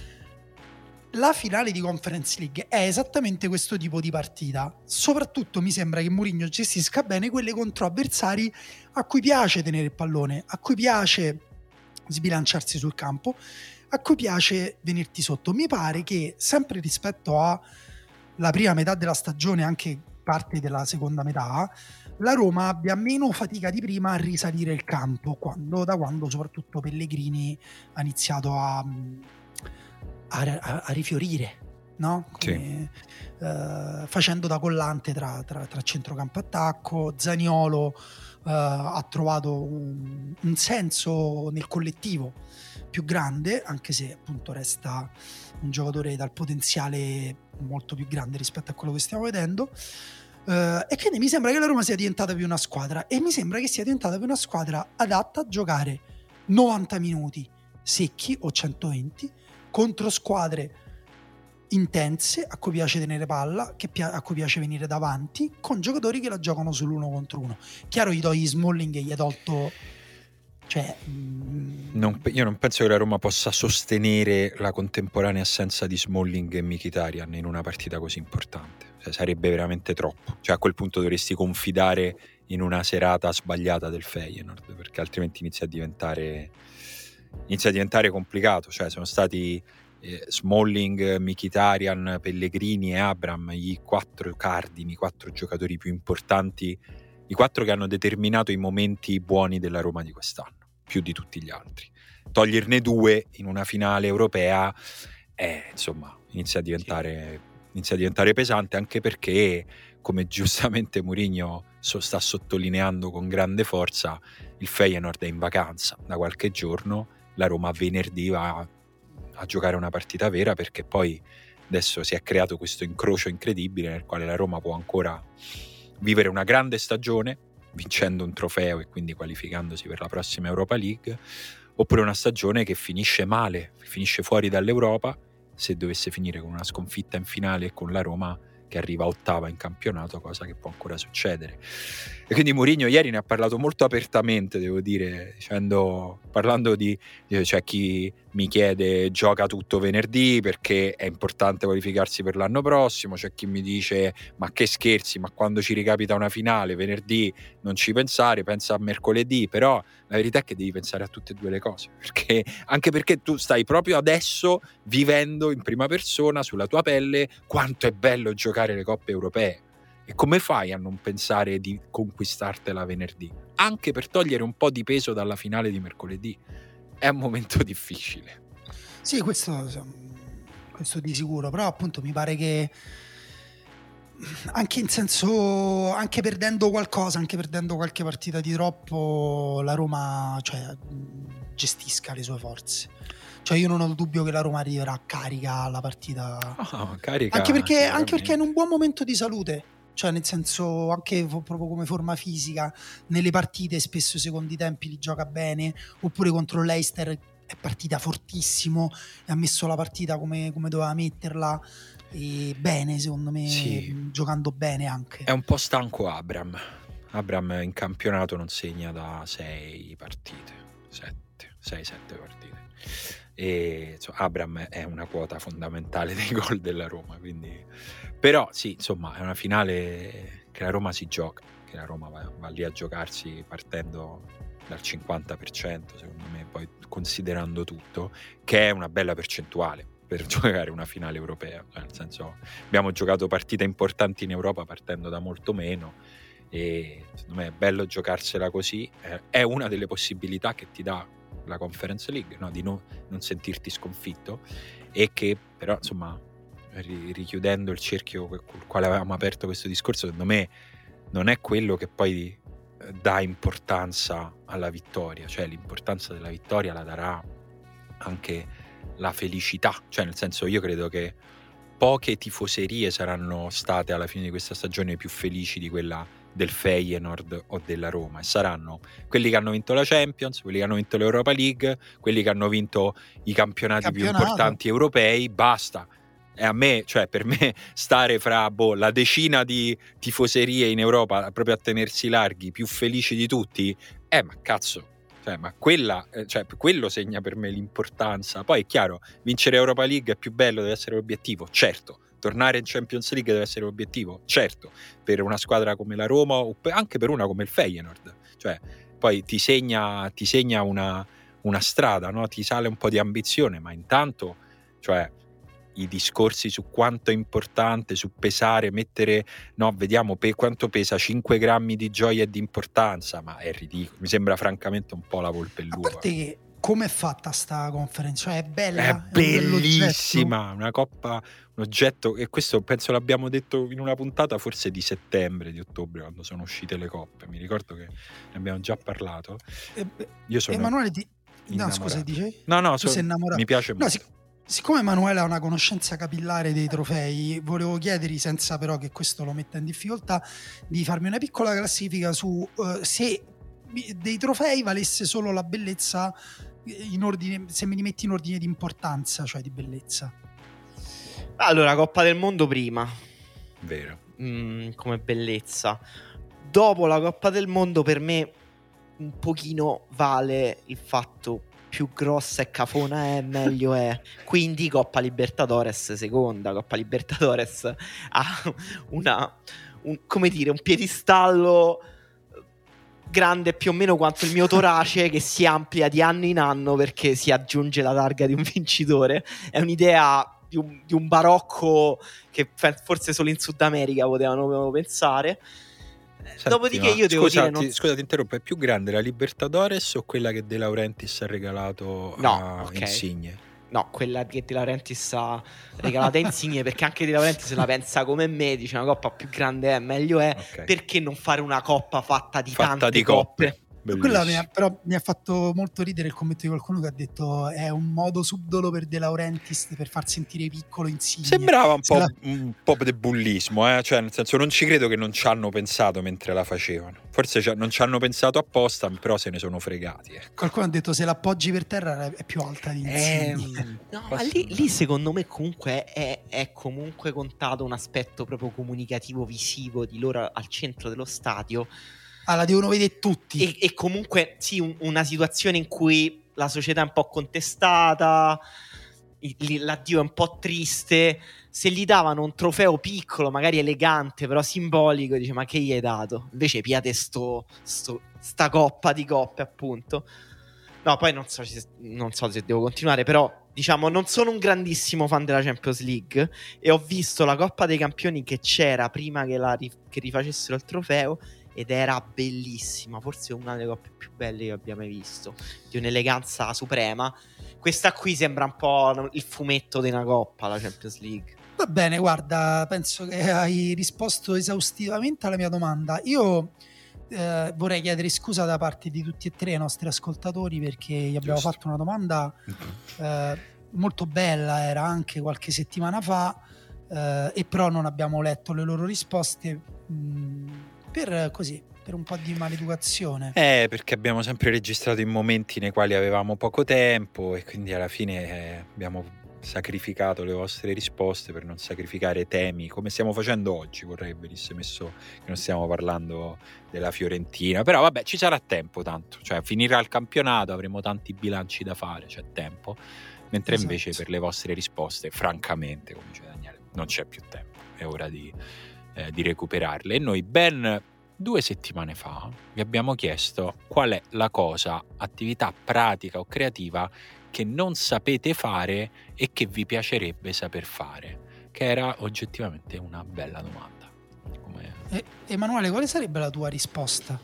[SPEAKER 2] La finale di Conference League è esattamente questo tipo di partita. Soprattutto mi sembra che Mourinho gestisca bene quelle contro avversari a cui piace tenere il pallone, a cui piace sbilanciarsi sul campo, a cui piace venirti sotto. Mi pare che sempre rispetto alla prima metà della stagione, anche parte della seconda metà, la Roma abbia meno fatica di prima a risalire il campo, quando, da quando soprattutto Pellegrini ha iniziato a... A, a, a rifiorire, no? Come, sì. uh, facendo da collante tra, tra, tra centrocampo e attacco. Zaniolo uh, ha trovato un, un senso nel collettivo più grande, anche se appunto resta un giocatore dal potenziale molto più grande rispetto a quello che stiamo vedendo. Uh, e quindi mi sembra che la Roma sia diventata più una squadra, e mi sembra che sia diventata più una squadra adatta a giocare novanta minuti secchi o centoventi contro squadre intense a cui piace tenere palla, che pia- a cui piace venire davanti, con giocatori che la giocano sull'uno contro uno. Chiaro, gli togli Smalling e gli hai tolto, cioè mh...
[SPEAKER 1] non, io non penso che la Roma possa sostenere la contemporanea assenza di Smalling e Mkhitaryan in una partita così importante. Cioè, sarebbe veramente troppo. Cioè, a quel punto dovresti confidare in una serata sbagliata del Feyenoord, perché altrimenti inizia a diventare inizia a diventare complicato. Cioè sono stati eh, Smalling, Mkhitaryan, Pellegrini e Abraham i quattro cardini, i quattro giocatori più importanti, i quattro che hanno determinato i momenti buoni della Roma di quest'anno, più di tutti gli altri. Toglierne due in una finale europea eh, insomma inizia a diventare inizia a diventare pesante, anche perché, come giustamente Mourinho so, sta sottolineando con grande forza, il Feyenoord è in vacanza da qualche giorno. La Roma venerdì va a giocare una partita vera, perché poi adesso si è creato questo incrocio incredibile nel quale la Roma può ancora vivere una grande stagione vincendo un trofeo e quindi qualificandosi per la prossima Europa League, oppure una stagione che finisce male, finisce fuori dall'Europa, se dovesse finire con una sconfitta in finale e con la Roma che arriva ottava in campionato, cosa che può ancora succedere. E quindi Mourinho ieri ne ha parlato molto apertamente, devo dire, dicendo, parlando di, di cioè chi mi chiede gioca tutto venerdì perché è importante qualificarsi per l'anno prossimo, c'è chi mi dice ma che scherzi, ma quando ci ricapita una finale venerdì non ci pensare, pensa a mercoledì. Però la verità è che devi pensare a tutte e due le cose, perché anche perché tu stai proprio adesso vivendo in prima persona sulla tua pelle quanto è bello giocare le coppe europee. E come fai a non pensare di conquistartela venerdì? Anche per togliere un po' di peso dalla finale di mercoledì. È un momento difficile.
[SPEAKER 2] Sì, questo questo di sicuro, però appunto mi pare che anche in senso, anche perdendo qualcosa, anche perdendo qualche partita di troppo, la Roma, cioè, gestisca le sue forze. Cioè io non ho dubbio che la Roma arriverà carica alla partita,
[SPEAKER 1] oh, carica,
[SPEAKER 2] anche perché anche perché è in un buon momento di salute, cioè nel senso anche proprio come forma fisica, nelle partite spesso i secondi tempi li gioca bene, oppure contro l'Leicester è partita fortissimo e ha messo la partita come, come doveva metterla, e bene secondo me,
[SPEAKER 1] sì.
[SPEAKER 2] giocando bene anche.
[SPEAKER 1] È un po' stanco Abram. Abram in campionato non segna da sei partite, sette, sei sette partite. E insomma, Abram è una quota fondamentale dei gol della Roma, quindi però sì, insomma, è una finale che la Roma si gioca, che la Roma va, va lì a giocarsi partendo dal cinquanta per cento, secondo me, poi considerando tutto, che è una bella percentuale per giocare una finale europea, nel senso abbiamo giocato partite importanti in Europa partendo da molto meno, e secondo me è bello giocarsela così, eh, è una delle possibilità che ti dà la Conference League, no? Di no, non sentirti sconfitto, e che però insomma ri, richiudendo il cerchio con il quale avevamo aperto questo discorso, secondo me non è quello che poi dà importanza alla vittoria, cioè l'importanza della vittoria la darà anche la felicità, cioè nel senso, io credo che poche tifoserie saranno state alla fine di questa stagione più felici di quella del Feyenoord o della Roma, e saranno quelli che hanno vinto la Champions, quelli che hanno vinto l'Europa League, quelli che hanno vinto i campionati
[SPEAKER 2] Campionato.
[SPEAKER 1] più importanti europei, basta. E a me, cioè per me stare fra boh, la decina di tifoserie in Europa proprio a tenersi larghi, più felici di tutti, eh ma cazzo, cioè, ma quella, cioè, quello segna per me l'importanza. Poi è chiaro, vincere Europa League è più bello, deve essere l'obiettivo, certo. Tornare in Champions League deve essere l'obiettivo, certo, per una squadra come la Roma o anche per una come il Feyenoord, cioè poi ti segna, ti segna una, una strada, no? Ti sale un po' di ambizione, ma intanto, cioè, i discorsi su quanto è importante, su pesare, mettere, no, vediamo pe- quanto pesa cinque grammi di gioia e di importanza, ma è ridicolo, mi sembra francamente un po' la volpe e l'uva.
[SPEAKER 2] A parte che come è fatta sta conference? Cioè è bella,
[SPEAKER 1] è,
[SPEAKER 2] è
[SPEAKER 1] bellissima, un una coppa, un oggetto, e questo penso l'abbiamo detto in una puntata forse di settembre, di ottobre, quando sono uscite le coppe, mi ricordo che ne abbiamo già parlato.
[SPEAKER 2] E,
[SPEAKER 1] io sono
[SPEAKER 2] Emanuele ti...
[SPEAKER 1] innamorato.
[SPEAKER 2] No scusa, dicevi?
[SPEAKER 1] No, no,
[SPEAKER 2] tu
[SPEAKER 1] sono...
[SPEAKER 2] sei innamorato.
[SPEAKER 1] Mi piace
[SPEAKER 2] no,
[SPEAKER 1] molto.
[SPEAKER 2] Sic- siccome Emanuele ha una conoscenza capillare dei trofei, volevo chiedergli, senza però che questo lo metta in difficoltà, di farmi una piccola classifica su uh, se dei trofei valesse solo la bellezza in ordine, se me li metti in ordine di importanza, cioè di bellezza.
[SPEAKER 3] Allora, Coppa del Mondo prima,
[SPEAKER 1] vero,
[SPEAKER 3] mm, come bellezza. Dopo la Coppa del Mondo per me un pochino vale il fatto più grossa e cafona è meglio è, quindi Coppa Libertadores seconda. Coppa Libertadores ha una un, come dire, un piedistallo grande più o meno quanto il mio torace, che si amplia di anno in anno perché si aggiunge la targa di un vincitore. È un'idea di un, di un barocco che forse solo in Sud America potevano pensare. Senti, dopodiché io devo
[SPEAKER 1] scusa,
[SPEAKER 3] dire non...
[SPEAKER 1] ti, scusa ti interrompo, è più grande la Libertadores o quella che De Laurentiis ha regalato
[SPEAKER 3] no,
[SPEAKER 1] a
[SPEAKER 3] okay.
[SPEAKER 1] Insigne?
[SPEAKER 3] No, quella che De Laurentiis ha regalato a Insigne, perché anche De Laurentiis la pensa come me, dice una coppa più grande è meglio è, okay. Perché non fare una coppa fatta di
[SPEAKER 1] fatta
[SPEAKER 3] tante
[SPEAKER 1] di
[SPEAKER 3] coppe?
[SPEAKER 1] coppe.
[SPEAKER 2] Quella mi ha, però mi ha fatto molto ridere il commento di qualcuno che ha detto è un modo subdolo per De Laurentiis per far sentire piccolo Insigne.
[SPEAKER 1] Sembrava un po',
[SPEAKER 2] la...
[SPEAKER 1] un po' di bullismo, eh? Cioè nel senso, non ci credo che non ci hanno pensato mentre la facevano, forse non ci hanno pensato apposta, però se ne sono fregati, ecco.
[SPEAKER 2] Qualcuno ha detto se l'appoggi per terra è più alta di Insigne.
[SPEAKER 3] Eh, no, ma lì, lì secondo me comunque è, è comunque contato un aspetto proprio comunicativo, visivo di loro al centro dello stadio.
[SPEAKER 2] Ah, la devono vedere tutti.
[SPEAKER 3] E, e comunque sì, un, una situazione in cui la società è un po' contestata, il, l'addio è un po' triste. Se gli davano un trofeo piccolo, magari elegante, però simbolico, dice ma che gli hai dato? Invece piate sto, sto sta coppa di coppe, appunto. No, poi non so, non so se devo continuare, però diciamo non sono un grandissimo fan della Champions League e ho visto la Coppa dei Campioni che c'era prima che, la, che rifacessero il trofeo, ed era bellissima, forse una delle coppe più belle che abbia mai visto, di un'eleganza suprema. Questa qui sembra un po' il fumetto di una coppa, la Champions League.
[SPEAKER 2] Va bene, guarda, penso che hai risposto esaustivamente alla mia domanda. Io eh, vorrei chiedere scusa da parte di tutti e tre i nostri ascoltatori, perché gli abbiamo
[SPEAKER 1] Giusto.
[SPEAKER 2] fatto una domanda eh, molto bella, era anche qualche settimana fa, eh, e però non abbiamo letto le loro risposte mh, per così, per un po' di maleducazione.
[SPEAKER 1] Eh, perché abbiamo sempre registrato in momenti nei quali avevamo poco tempo e quindi alla fine eh, abbiamo sacrificato le vostre risposte per non sacrificare temi, come stiamo facendo oggi. Vorrei venisse messo che non stiamo parlando della Fiorentina, però vabbè, ci sarà tempo tanto, cioè finirà il campionato, avremo tanti bilanci da fare, c'è tempo, mentre
[SPEAKER 2] Esatto.
[SPEAKER 1] invece per le vostre risposte, francamente, come dice Daniele, non c'è più tempo, è ora di, eh, di recuperarle. E noi ben due settimane fa vi abbiamo chiesto qual è la cosa, attività pratica o creativa che non sapete fare e che vi piacerebbe saper fare, che era oggettivamente una bella domanda. Come...
[SPEAKER 2] E, Emanuele, quale sarebbe la tua risposta?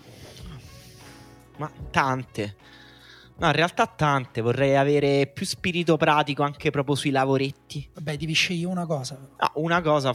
[SPEAKER 3] Ma tante. No, in realtà tante. Vorrei avere più spirito pratico anche proprio sui lavoretti.
[SPEAKER 2] Vabbè, devi scegliere una cosa.
[SPEAKER 3] No, una cosa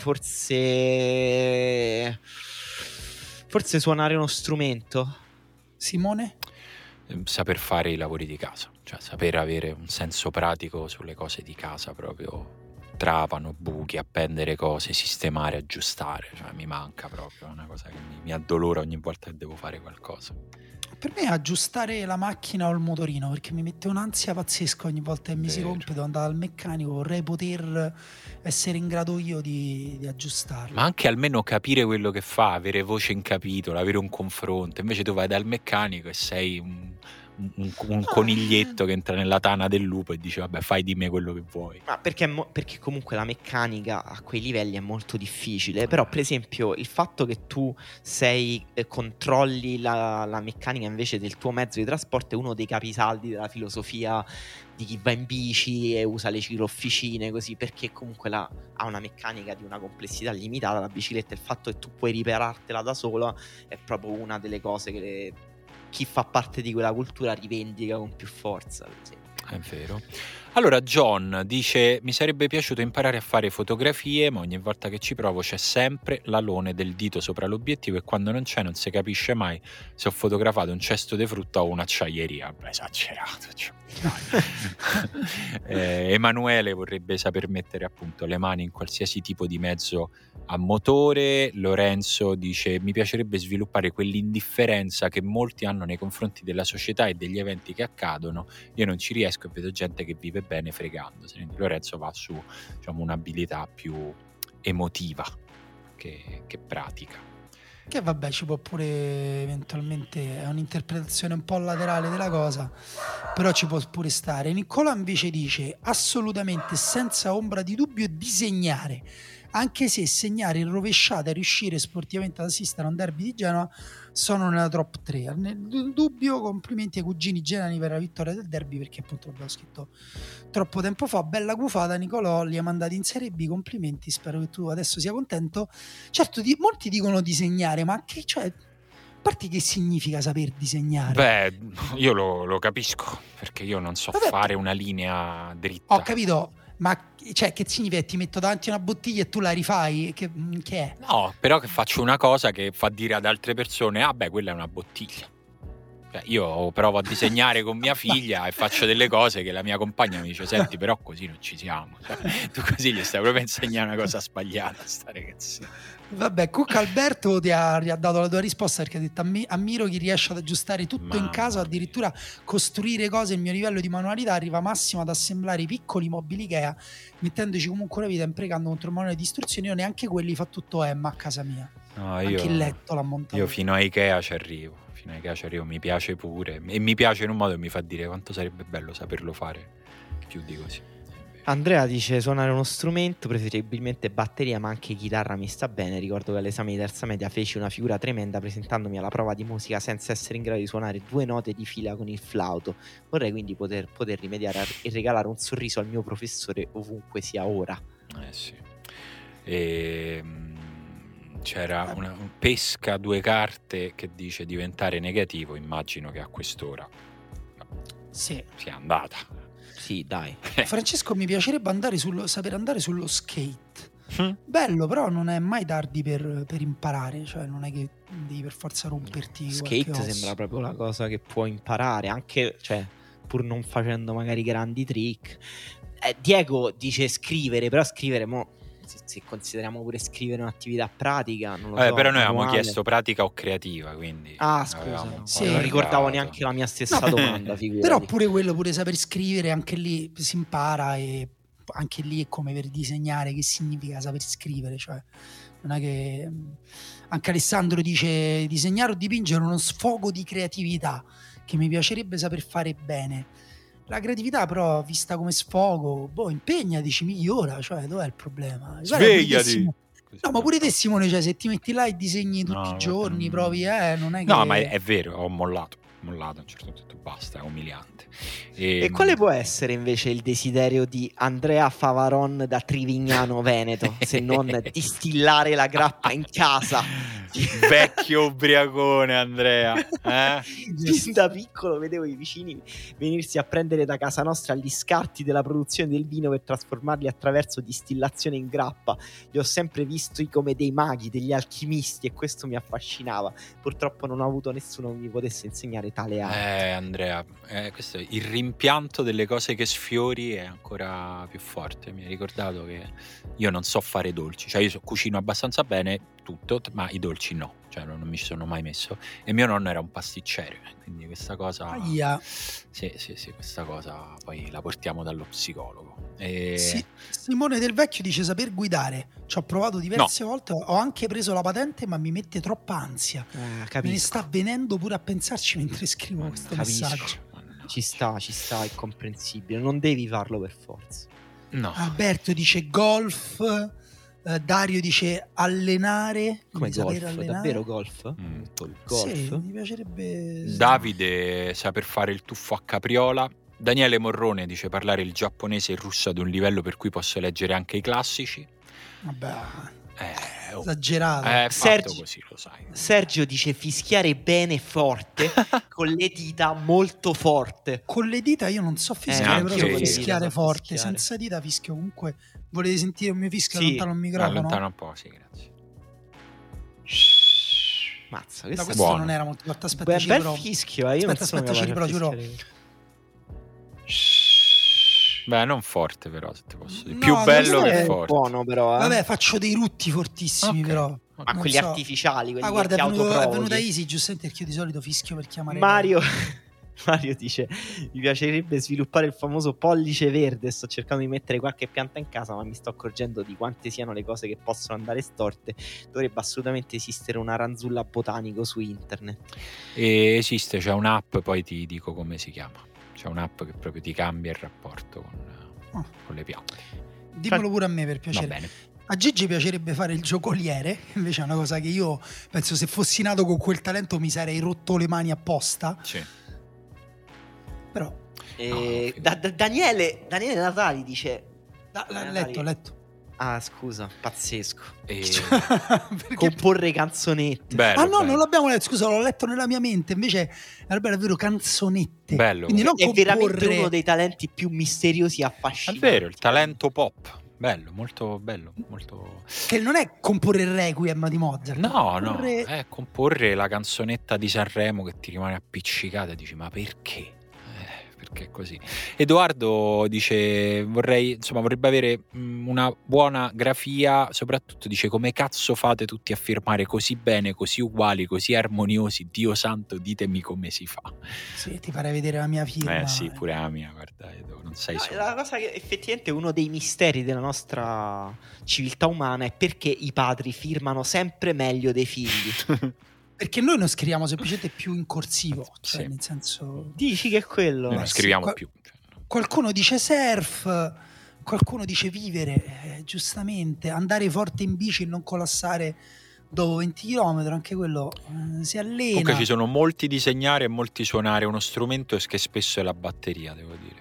[SPEAKER 3] forse... Forse suonare uno strumento.
[SPEAKER 2] Simone?
[SPEAKER 1] Saper fare i lavori di casa, cioè saper avere un senso pratico sulle cose di casa, proprio trapano, buchi, appendere cose, sistemare, aggiustare, cioè mi manca proprio, è una cosa che mi, mi addolora ogni volta che devo fare qualcosa.
[SPEAKER 2] Per me aggiustare la macchina o il motorino, perché mi mette un'ansia pazzesca ogni volta che mi si
[SPEAKER 1] Vero.
[SPEAKER 2] rompe, devo andare dal meccanico, vorrei poter essere in grado io di, di aggiustarlo.
[SPEAKER 1] Ma anche almeno capire quello che fa, avere voce in capitolo, avere un confronto. Invece tu vai dal meccanico e sei un, un, un coniglietto che entra nella tana del lupo e dice vabbè, fai di me quello che vuoi.
[SPEAKER 3] Ma perché, mo- perché comunque la meccanica a quei livelli è molto difficile. Però per esempio il fatto che tu sei eh, controlli la, la meccanica invece del tuo mezzo di trasporto è uno dei capisaldi della filosofia di chi va in bici e usa le ciclofficine così, perché comunque la, ha una meccanica di una complessità limitata. La bicicletta, il fatto che tu puoi riparartela da sola è proprio una delle cose che le, chi fa parte di quella cultura rivendica con più forza, per esempio.
[SPEAKER 1] È vero. Allora John dice mi sarebbe piaciuto imparare a fare fotografie, ma ogni volta che ci provo c'è sempre l'alone del dito sopra l'obiettivo e quando non c'è non si capisce mai se ho fotografato un cesto di frutta o un'acciaieria. Beh, esagerato, cioè. eh, Emanuele vorrebbe saper mettere appunto le mani in qualsiasi tipo di mezzo a motore. Lorenzo dice mi piacerebbe sviluppare quell'indifferenza che molti hanno nei confronti della società e degli eventi che accadono. Io non ci riesco e vedo gente che vive bene fregandosene. Lorenzo va su, diciamo, un'abilità più emotiva che, che pratica.
[SPEAKER 2] Che vabbè, ci può pure eventualmente, è un'interpretazione un po' laterale della cosa, però ci può pure stare. Nicola invece dice assolutamente senza ombra di dubbio disegnare, anche se segnare in rovesciata e riuscire sportivamente ad assistere a un derby di Genova sono nella top tre. Nel dubbio complimenti ai cugini genani per la vittoria del derby, perché appunto l'abbiamo scritto troppo tempo fa. Bella gufata Nicolò, li ha mandati in Serie B, complimenti, spero che tu adesso sia contento. Certo, di, molti dicono disegnare, ma che, cioè, a parte che significa saper disegnare?
[SPEAKER 1] Beh, io lo, lo capisco, perché io non so
[SPEAKER 2] Vabbè,
[SPEAKER 1] fare una linea dritta.
[SPEAKER 2] Ho capito, ma cioè, che significa? Ti metto davanti una bottiglia e tu la rifai? Che, che è?
[SPEAKER 1] No, però che faccio una cosa che fa dire ad altre persone ah beh, quella è una bottiglia. Cioè, io provo a disegnare con mia figlia e faccio delle cose che la mia compagna mi dice senti però così non ci siamo, cioè, tu così gli stai proprio a insegnare una cosa sbagliata a sta ragazzina.
[SPEAKER 2] Vabbè, Cucca Alberto ti ha, ti ha dato la tua risposta, perché ha detto ammi- ammiro chi riesce ad aggiustare tutto
[SPEAKER 1] Mamma
[SPEAKER 2] in casa,
[SPEAKER 1] mia.
[SPEAKER 2] addirittura costruire cose. Il mio livello di manualità arriva massimo ad assemblare i piccoli mobili Ikea, mettendoci comunque una vita, imprecando contro il manuale di istruzioni. Io neanche quelli fa tutto Emma a casa mia.
[SPEAKER 1] No, io,
[SPEAKER 2] Anche il letto l'ha montato.
[SPEAKER 1] io fino a Ikea ci arrivo, fino a Ikea ci arrivo, mi piace pure e mi piace in un modo che mi fa dire quanto sarebbe bello saperlo fare più di così.
[SPEAKER 3] Andrea dice suonare uno strumento, preferibilmente batteria, ma anche chitarra mi sta bene. Ricordo che all'esame di terza media feci una figura tremenda presentandomi alla prova di musica senza essere in grado di suonare due note di fila con il flauto. Vorrei quindi poter, poter rimediare e regalare un sorriso al mio professore ovunque sia ora.
[SPEAKER 1] Eh sì. E, c'era una un pesca due carte che dice diventare negativo, immagino che a quest'ora
[SPEAKER 2] Sì.
[SPEAKER 1] sia andata.
[SPEAKER 3] Sì, dai.
[SPEAKER 2] Francesco, mi piacerebbe andare sullo, saper andare sullo skate.
[SPEAKER 1] Mm.
[SPEAKER 2] Bello, però non è mai tardi per, per imparare, cioè non è che devi per forza romperti qualche
[SPEAKER 3] Skate
[SPEAKER 2] osso.
[SPEAKER 3] sembra proprio la cosa che puoi imparare, anche, cioè, pur non facendo magari grandi trick. Eh, Diego dice scrivere, però scrivere mo, se, se consideriamo pure scrivere un'attività pratica, non lo
[SPEAKER 1] Eh,
[SPEAKER 3] so,
[SPEAKER 1] però noi avevamo
[SPEAKER 3] manuale.
[SPEAKER 1] chiesto pratica o creativa, quindi
[SPEAKER 3] Ah, scusa,
[SPEAKER 1] avevamo
[SPEAKER 3] no.
[SPEAKER 1] un po'
[SPEAKER 2] Sì.
[SPEAKER 3] non ricordavo
[SPEAKER 1] allargato.
[SPEAKER 3] neanche la mia stessa
[SPEAKER 2] No,
[SPEAKER 3] domanda, figurati.
[SPEAKER 2] Però pure quello, pure saper scrivere, anche lì si impara, e anche lì è come per disegnare, che significa saper scrivere, cioè non è che anche Alessandro dice disegnare o dipingere è uno sfogo di creatività che mi piacerebbe saper fare bene. La creatività però vista come sfogo, boh, impegnati, ci migliora, cioè dov'è il problema? Guarda, pure te,
[SPEAKER 1] Svegliati.
[SPEAKER 2] Simone- No, ma pure te, Simone, cioè se ti metti là e disegni tutti
[SPEAKER 1] No,
[SPEAKER 2] i
[SPEAKER 1] guarda,
[SPEAKER 2] giorni,
[SPEAKER 1] non-
[SPEAKER 2] provi, eh, non è che...
[SPEAKER 1] No, ma è, è vero, ho mollato, mollato a un certo punto, ho detto basta, è umiliante.
[SPEAKER 3] E quale può essere invece il desiderio di Andrea Favaron da Trivignano Veneto, se non distillare la grappa in casa?
[SPEAKER 1] Vecchio ubriacone, Andrea, eh?
[SPEAKER 3] Fin da piccolo vedevo i vicini venirsi a prendere da casa nostra gli scarti della produzione del vino per trasformarli attraverso distillazione in grappa. Li ho sempre visti come dei maghi, degli alchimisti, e questo mi affascinava. Purtroppo non ho avuto nessuno che mi potesse insegnare tale arte.
[SPEAKER 1] Eh, Andrea, eh, questo, il rimpianto delle cose che sfiori è ancora più forte. Mi ha ricordato che io non so fare dolci, cioè io so, cucino abbastanza bene tutto, ma i dolci no, cioè non, non mi ci sono mai messo. E mio nonno era un pasticcere, quindi questa cosa...
[SPEAKER 2] Aia.
[SPEAKER 1] Sì, sì, sì, questa cosa poi la portiamo dallo psicologo. E...
[SPEAKER 2] Sì, Simone Del Vecchio dice saper guidare. Ci ho provato diverse volte, ho anche preso la patente, ma mi mette troppa ansia.
[SPEAKER 3] Ah,
[SPEAKER 2] Me ne
[SPEAKER 3] capisco.
[SPEAKER 2] sta venendo pure a pensarci mentre scrivo questo
[SPEAKER 3] Capisco.
[SPEAKER 2] messaggio.
[SPEAKER 3] Ci sta, ci sta, è comprensibile. Non devi farlo per forza.
[SPEAKER 1] No.
[SPEAKER 2] Alberto dice golf, eh, Dario dice allenare.
[SPEAKER 3] Come
[SPEAKER 2] quindi
[SPEAKER 3] golf?
[SPEAKER 2] saper allenare.
[SPEAKER 3] Davvero golf?
[SPEAKER 1] Mm.
[SPEAKER 3] Il golf?
[SPEAKER 2] Sì, mi piacerebbe.
[SPEAKER 1] Davide saper fare il tuffo a capriola. Daniele Morrone dice parlare il giapponese e il russo ad un livello per cui posso leggere anche i classici.
[SPEAKER 2] Vabbè,
[SPEAKER 1] Eh, oh,
[SPEAKER 2] esagerato.
[SPEAKER 1] è fatto
[SPEAKER 3] Sergi-
[SPEAKER 1] così, lo sai.
[SPEAKER 3] Sergio dice fischiare bene forte con le dita molto forte.
[SPEAKER 2] Con le dita io non so fischiare,
[SPEAKER 1] Eh,
[SPEAKER 2] però
[SPEAKER 1] anche
[SPEAKER 2] so
[SPEAKER 1] io.
[SPEAKER 2] fischiare
[SPEAKER 3] So
[SPEAKER 2] forte.
[SPEAKER 3] fischiare.
[SPEAKER 2] Senza dita fischio comunque. Volete sentire il mio fischio?
[SPEAKER 3] Sì.
[SPEAKER 2] Allontano il microfono?
[SPEAKER 1] Allontana un po', sì, grazie.
[SPEAKER 3] Mazza,
[SPEAKER 2] No,
[SPEAKER 3] questo
[SPEAKER 2] questo
[SPEAKER 1] buono.
[SPEAKER 2] non era molto forte. Aspetta,
[SPEAKER 3] Beh,
[SPEAKER 2] ci
[SPEAKER 3] bel
[SPEAKER 2] provo.
[SPEAKER 3] fischio, eh. Io
[SPEAKER 2] Aspetta,
[SPEAKER 3] non sono
[SPEAKER 2] aspetta, ci
[SPEAKER 3] capace a
[SPEAKER 2] riprovo,
[SPEAKER 3] fischiare.
[SPEAKER 1] Beh, non forte però, se ti posso dire.
[SPEAKER 2] No,
[SPEAKER 1] Più bello
[SPEAKER 2] questo
[SPEAKER 1] che
[SPEAKER 2] è
[SPEAKER 1] forte.
[SPEAKER 3] Buono però, eh.
[SPEAKER 2] Vabbè, faccio dei rutti fortissimi,
[SPEAKER 1] Ok.
[SPEAKER 2] però.
[SPEAKER 3] Ma
[SPEAKER 2] non
[SPEAKER 3] quelli
[SPEAKER 2] so.
[SPEAKER 3] artificiali, quelli
[SPEAKER 2] Ah, guarda,
[SPEAKER 3] che
[SPEAKER 2] è,
[SPEAKER 3] ti
[SPEAKER 2] venuto, è
[SPEAKER 3] autoprovochi.
[SPEAKER 2] venuta Easy, giustamente, perché io di solito fischio per chiamare
[SPEAKER 3] Mario Mario dice mi piacerebbe sviluppare il famoso pollice verde, sto cercando di mettere qualche pianta in casa ma mi sto accorgendo di quante siano le cose che possono andare storte. Dovrebbe assolutamente esistere una ranzulla botanico su internet.
[SPEAKER 1] E esiste, c'è un'app, poi ti dico come si chiama. C'è un'app che proprio ti cambia il rapporto con,
[SPEAKER 2] Oh.
[SPEAKER 1] con le piante.
[SPEAKER 2] Dimmelo pure a me per
[SPEAKER 1] Va
[SPEAKER 2] piacere.
[SPEAKER 1] bene.
[SPEAKER 2] A Gigi piacerebbe fare il giocoliere, invece è una cosa che io penso se fossi nato con quel talento mi sarei rotto le mani apposta,
[SPEAKER 1] Sì.
[SPEAKER 2] però
[SPEAKER 3] E
[SPEAKER 1] No,
[SPEAKER 3] da- da- Daniele Daniele Natali dice
[SPEAKER 2] da, l'ha
[SPEAKER 3] Eh,
[SPEAKER 2] letto,
[SPEAKER 3] dai.
[SPEAKER 2] ho letto.
[SPEAKER 3] ah scusa, pazzesco,
[SPEAKER 1] E...
[SPEAKER 2] Perché-
[SPEAKER 3] comporre canzonette.
[SPEAKER 1] Bello,
[SPEAKER 2] ah no,
[SPEAKER 1] bello.
[SPEAKER 2] non l'abbiamo letto, scusa, l'ho letto nella mia mente, invece è vero, canzonette.
[SPEAKER 1] Bello.
[SPEAKER 2] Quindi non
[SPEAKER 3] È veramente
[SPEAKER 2] comporre.
[SPEAKER 3] uno dei talenti più misteriosi e
[SPEAKER 1] È
[SPEAKER 3] affascinanti.
[SPEAKER 1] vero, il talento pop. Bello, molto bello, molto...
[SPEAKER 2] Che non è comporre il Requiem di Mozart.
[SPEAKER 1] No, no,
[SPEAKER 2] comporre-
[SPEAKER 1] è comporre la canzonetta di Sanremo che ti rimane appiccicata e dici ma perché? Eh, perché è così. Edoardo dice vorrei, insomma, vorrebbe avere mh, una buona grafia, soprattutto dice come cazzo fate tutti a firmare così bene, così uguali, così armoniosi, Dio santo, ditemi come si fa.
[SPEAKER 2] Sì, ti farei vedere la mia firma.
[SPEAKER 1] Eh sì, pure la mia, guarda, Edo, non sei
[SPEAKER 3] No,
[SPEAKER 1] solo.
[SPEAKER 3] la cosa che effettivamente è uno dei misteri della nostra civiltà umana è perché i padri firmano sempre meglio dei figli.
[SPEAKER 2] Perché noi non scriviamo semplicemente più in corsivo, cioè
[SPEAKER 1] Sì.
[SPEAKER 2] nel senso...
[SPEAKER 3] Dici che è quello?
[SPEAKER 1] Non
[SPEAKER 2] Eh,
[SPEAKER 1] scriviamo
[SPEAKER 2] sì,
[SPEAKER 1] più.
[SPEAKER 2] Qualcuno dice surf, qualcuno dice vivere, eh, giustamente, andare forte in bici e non collassare dopo venti chilometri, anche quello eh, si allena.
[SPEAKER 1] Comunque ci sono molti disegnare e molti suonare uno strumento che spesso è la batteria, devo dire.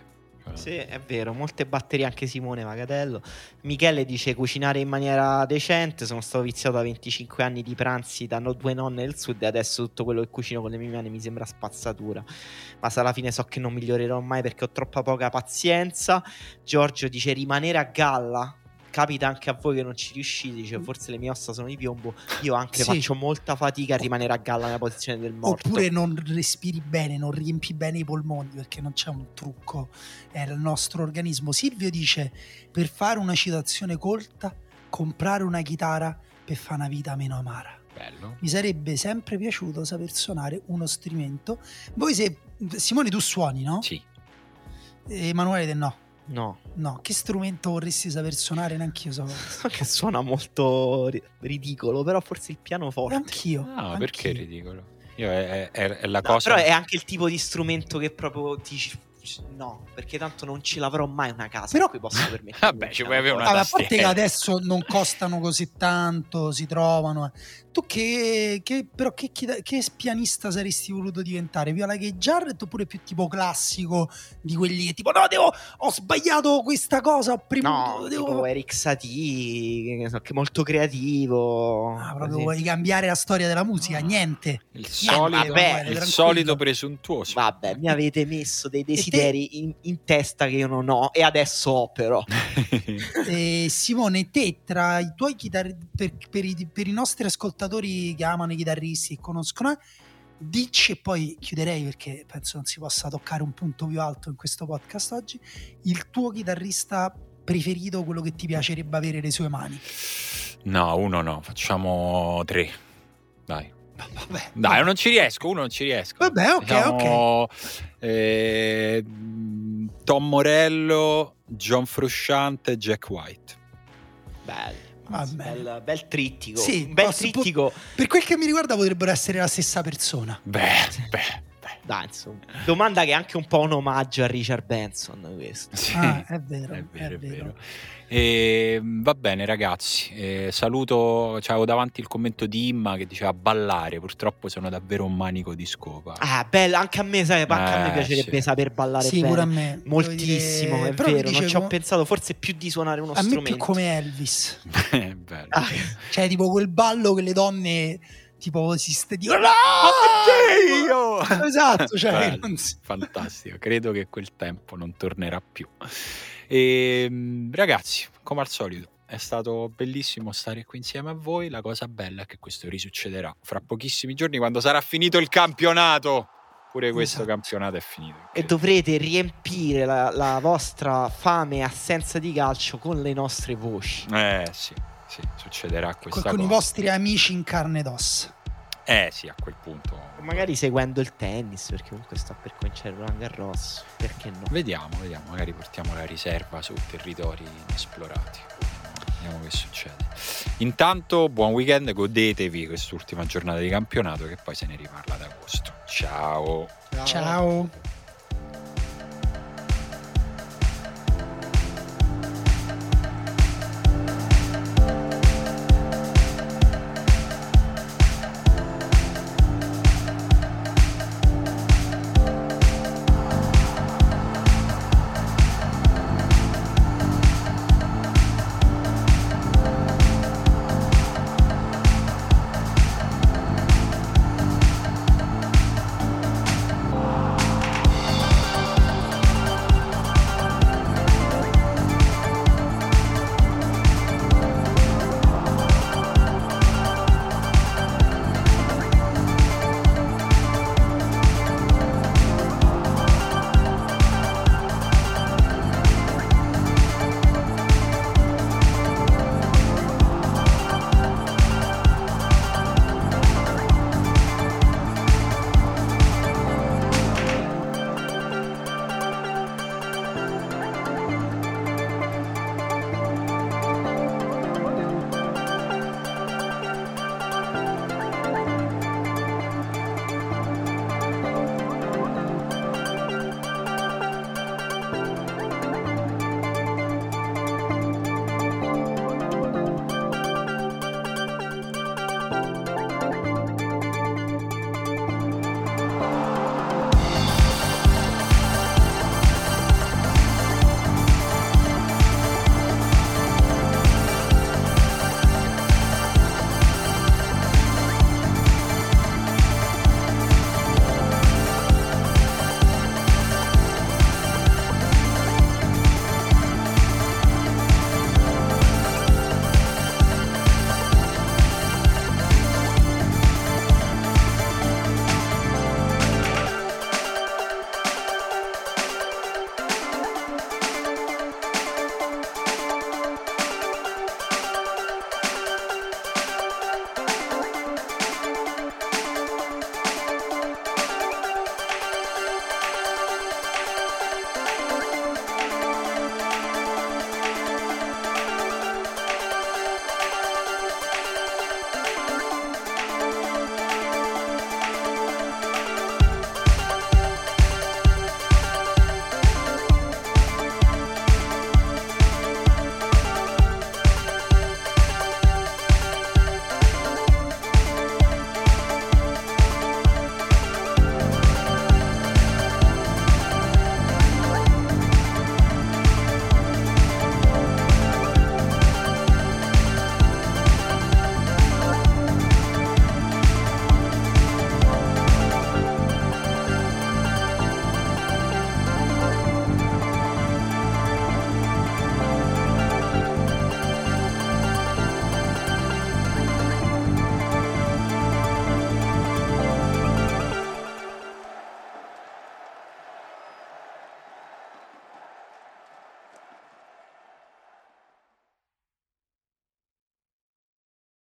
[SPEAKER 3] Sì, è vero, molte batterie, anche Simone Magatello. Michele dice cucinare in maniera decente, sono stato viziato da venticinque anni di pranzi da no, due nonne del sud e adesso tutto quello che cucino con le mie mani mi sembra spazzatura, ma se alla fine so che non migliorerò mai perché ho troppa poca pazienza. Giorgio dice rimanere a galla capita anche a voi che non ci riuscite, dice forse le mie ossa sono di piombo, io anche
[SPEAKER 2] Sì.
[SPEAKER 3] faccio molta fatica a rimanere a galla nella posizione del morto.
[SPEAKER 2] Oppure non respiri bene, non riempi bene i polmoni, perché non c'è un trucco, è il nostro organismo. Silvio dice, per fare una citazione colta, comprare una chitarra per fare una vita meno amara.
[SPEAKER 1] Bello.
[SPEAKER 2] Mi sarebbe sempre piaciuto saper suonare uno strumento. Voi se Simone tu suoni, no?
[SPEAKER 1] Sì.
[SPEAKER 2] Emanuele te no.
[SPEAKER 3] No,
[SPEAKER 2] No, che strumento vorresti saper suonare? Neanch'io so.
[SPEAKER 3] so che suona molto ri- ridicolo, però forse il pianoforte.
[SPEAKER 2] Anch'io.
[SPEAKER 1] No,
[SPEAKER 2] anch'io.
[SPEAKER 1] perché è ridicolo? Io è, è, è la
[SPEAKER 3] No,
[SPEAKER 1] cosa.
[SPEAKER 3] però è anche il tipo di strumento che proprio dici no, perché tanto non ci l'avrò mai una casa
[SPEAKER 2] Però-
[SPEAKER 3] in cui posso permettere.
[SPEAKER 1] Vabbè, ci puoi avere una
[SPEAKER 2] Vabbè, a parte che
[SPEAKER 1] tastiera.
[SPEAKER 2] adesso non costano così tanto, si trovano. Tu che, che però che, chita- che pianista saresti voluto diventare? Viola che Jarrett oppure più tipo classico di quelli che tipo no, devo, ho sbagliato questa cosa, ho premuto,
[SPEAKER 3] No,
[SPEAKER 2] devo...
[SPEAKER 3] tipo Eric Satie, che so, che è molto creativo.
[SPEAKER 2] Ah, proprio
[SPEAKER 3] così.
[SPEAKER 2] vuoi cambiare la storia della musica?
[SPEAKER 1] Ah.
[SPEAKER 2] Niente.
[SPEAKER 1] Il solito,
[SPEAKER 3] vabbè,
[SPEAKER 1] il
[SPEAKER 2] tranquillo.
[SPEAKER 1] solito presuntuoso.
[SPEAKER 3] Vabbè, mi avete messo dei desideri in, in testa che io non ho e adesso ho però.
[SPEAKER 2] Eh, Simone, te tra i tuoi chitarri per, per, i, per i nostri ascoltatori che amano i chitarristi e conoscono, eh, dici, e poi chiuderei perché penso non si possa toccare un punto più alto in questo podcast oggi, il tuo chitarrista preferito, quello che ti piacerebbe avere le sue mani.
[SPEAKER 1] No, uno no, facciamo tre. Dai.
[SPEAKER 2] Vabbè,
[SPEAKER 1] Dai, non ci riesco, uno non ci riesco.
[SPEAKER 2] Vabbè, ok,
[SPEAKER 1] Diciamo, eh, Tom Morello, John Frusciante e Jack White.
[SPEAKER 3] Bello.
[SPEAKER 2] Va bene.
[SPEAKER 3] Bel, bel trittico.
[SPEAKER 2] Sì,
[SPEAKER 3] Un bel
[SPEAKER 2] posso-
[SPEAKER 3] trittico.
[SPEAKER 2] per quel che mi riguarda potrebbero essere la stessa persona.
[SPEAKER 1] Beh, beh, beh.
[SPEAKER 3] Dai, insomma. Domanda che è anche un po' un omaggio a Richard Benson questo.
[SPEAKER 1] Sì,
[SPEAKER 2] Ah, è vero,
[SPEAKER 1] è vero,
[SPEAKER 2] è vero.
[SPEAKER 1] E, va bene ragazzi, eh, saluto, c'avevo davanti il commento di Imma che diceva ballare, purtroppo sono davvero un manico di scopa.
[SPEAKER 3] Ah, bello, anche a me, sai, anche a me
[SPEAKER 1] Eh,
[SPEAKER 3] piacerebbe
[SPEAKER 1] sì.
[SPEAKER 3] saper ballare
[SPEAKER 2] Sì,
[SPEAKER 3] bene.
[SPEAKER 2] pure a me.
[SPEAKER 3] Moltissimo,
[SPEAKER 2] Devo dire-
[SPEAKER 3] è
[SPEAKER 2] però mi
[SPEAKER 3] vero, non
[SPEAKER 2] dice
[SPEAKER 3] ci ho
[SPEAKER 2] come-
[SPEAKER 3] pensato, forse più di suonare uno
[SPEAKER 2] A me
[SPEAKER 3] strumento.
[SPEAKER 2] più come Elvis.
[SPEAKER 1] Bello.
[SPEAKER 3] Ah,
[SPEAKER 2] Cioè, tipo quel ballo che le donne tipo si st- dicono no!
[SPEAKER 1] Oddio!
[SPEAKER 2] Esatto, cioè,
[SPEAKER 1] Bello,
[SPEAKER 2] non si-
[SPEAKER 1] fantastico, credo che quel tempo non tornerà più. E, ragazzi, come al solito è stato bellissimo stare qui insieme a voi. La cosa bella è che questo risuccederà fra pochissimi giorni, quando sarà finito il campionato. Pure questo
[SPEAKER 2] Esatto.
[SPEAKER 1] campionato è finito.
[SPEAKER 3] E dovrete riempire la, la vostra fame e assenza di calcio con le nostre voci.
[SPEAKER 1] Eh sì, sì, succederà questa
[SPEAKER 2] con, con i
[SPEAKER 1] cosa.
[SPEAKER 2] vostri amici in carne ed ossa.
[SPEAKER 1] Eh sì, a quel punto.
[SPEAKER 3] Magari seguendo il tennis, perché comunque sta per cominciare Roland Garros. Perché no?
[SPEAKER 1] Vediamo, vediamo, magari portiamo la riserva su territori inesplorati. Vediamo che succede. Intanto, buon weekend, godetevi quest'ultima giornata di campionato che poi se ne riparla ad agosto. Ciao.
[SPEAKER 2] Ciao.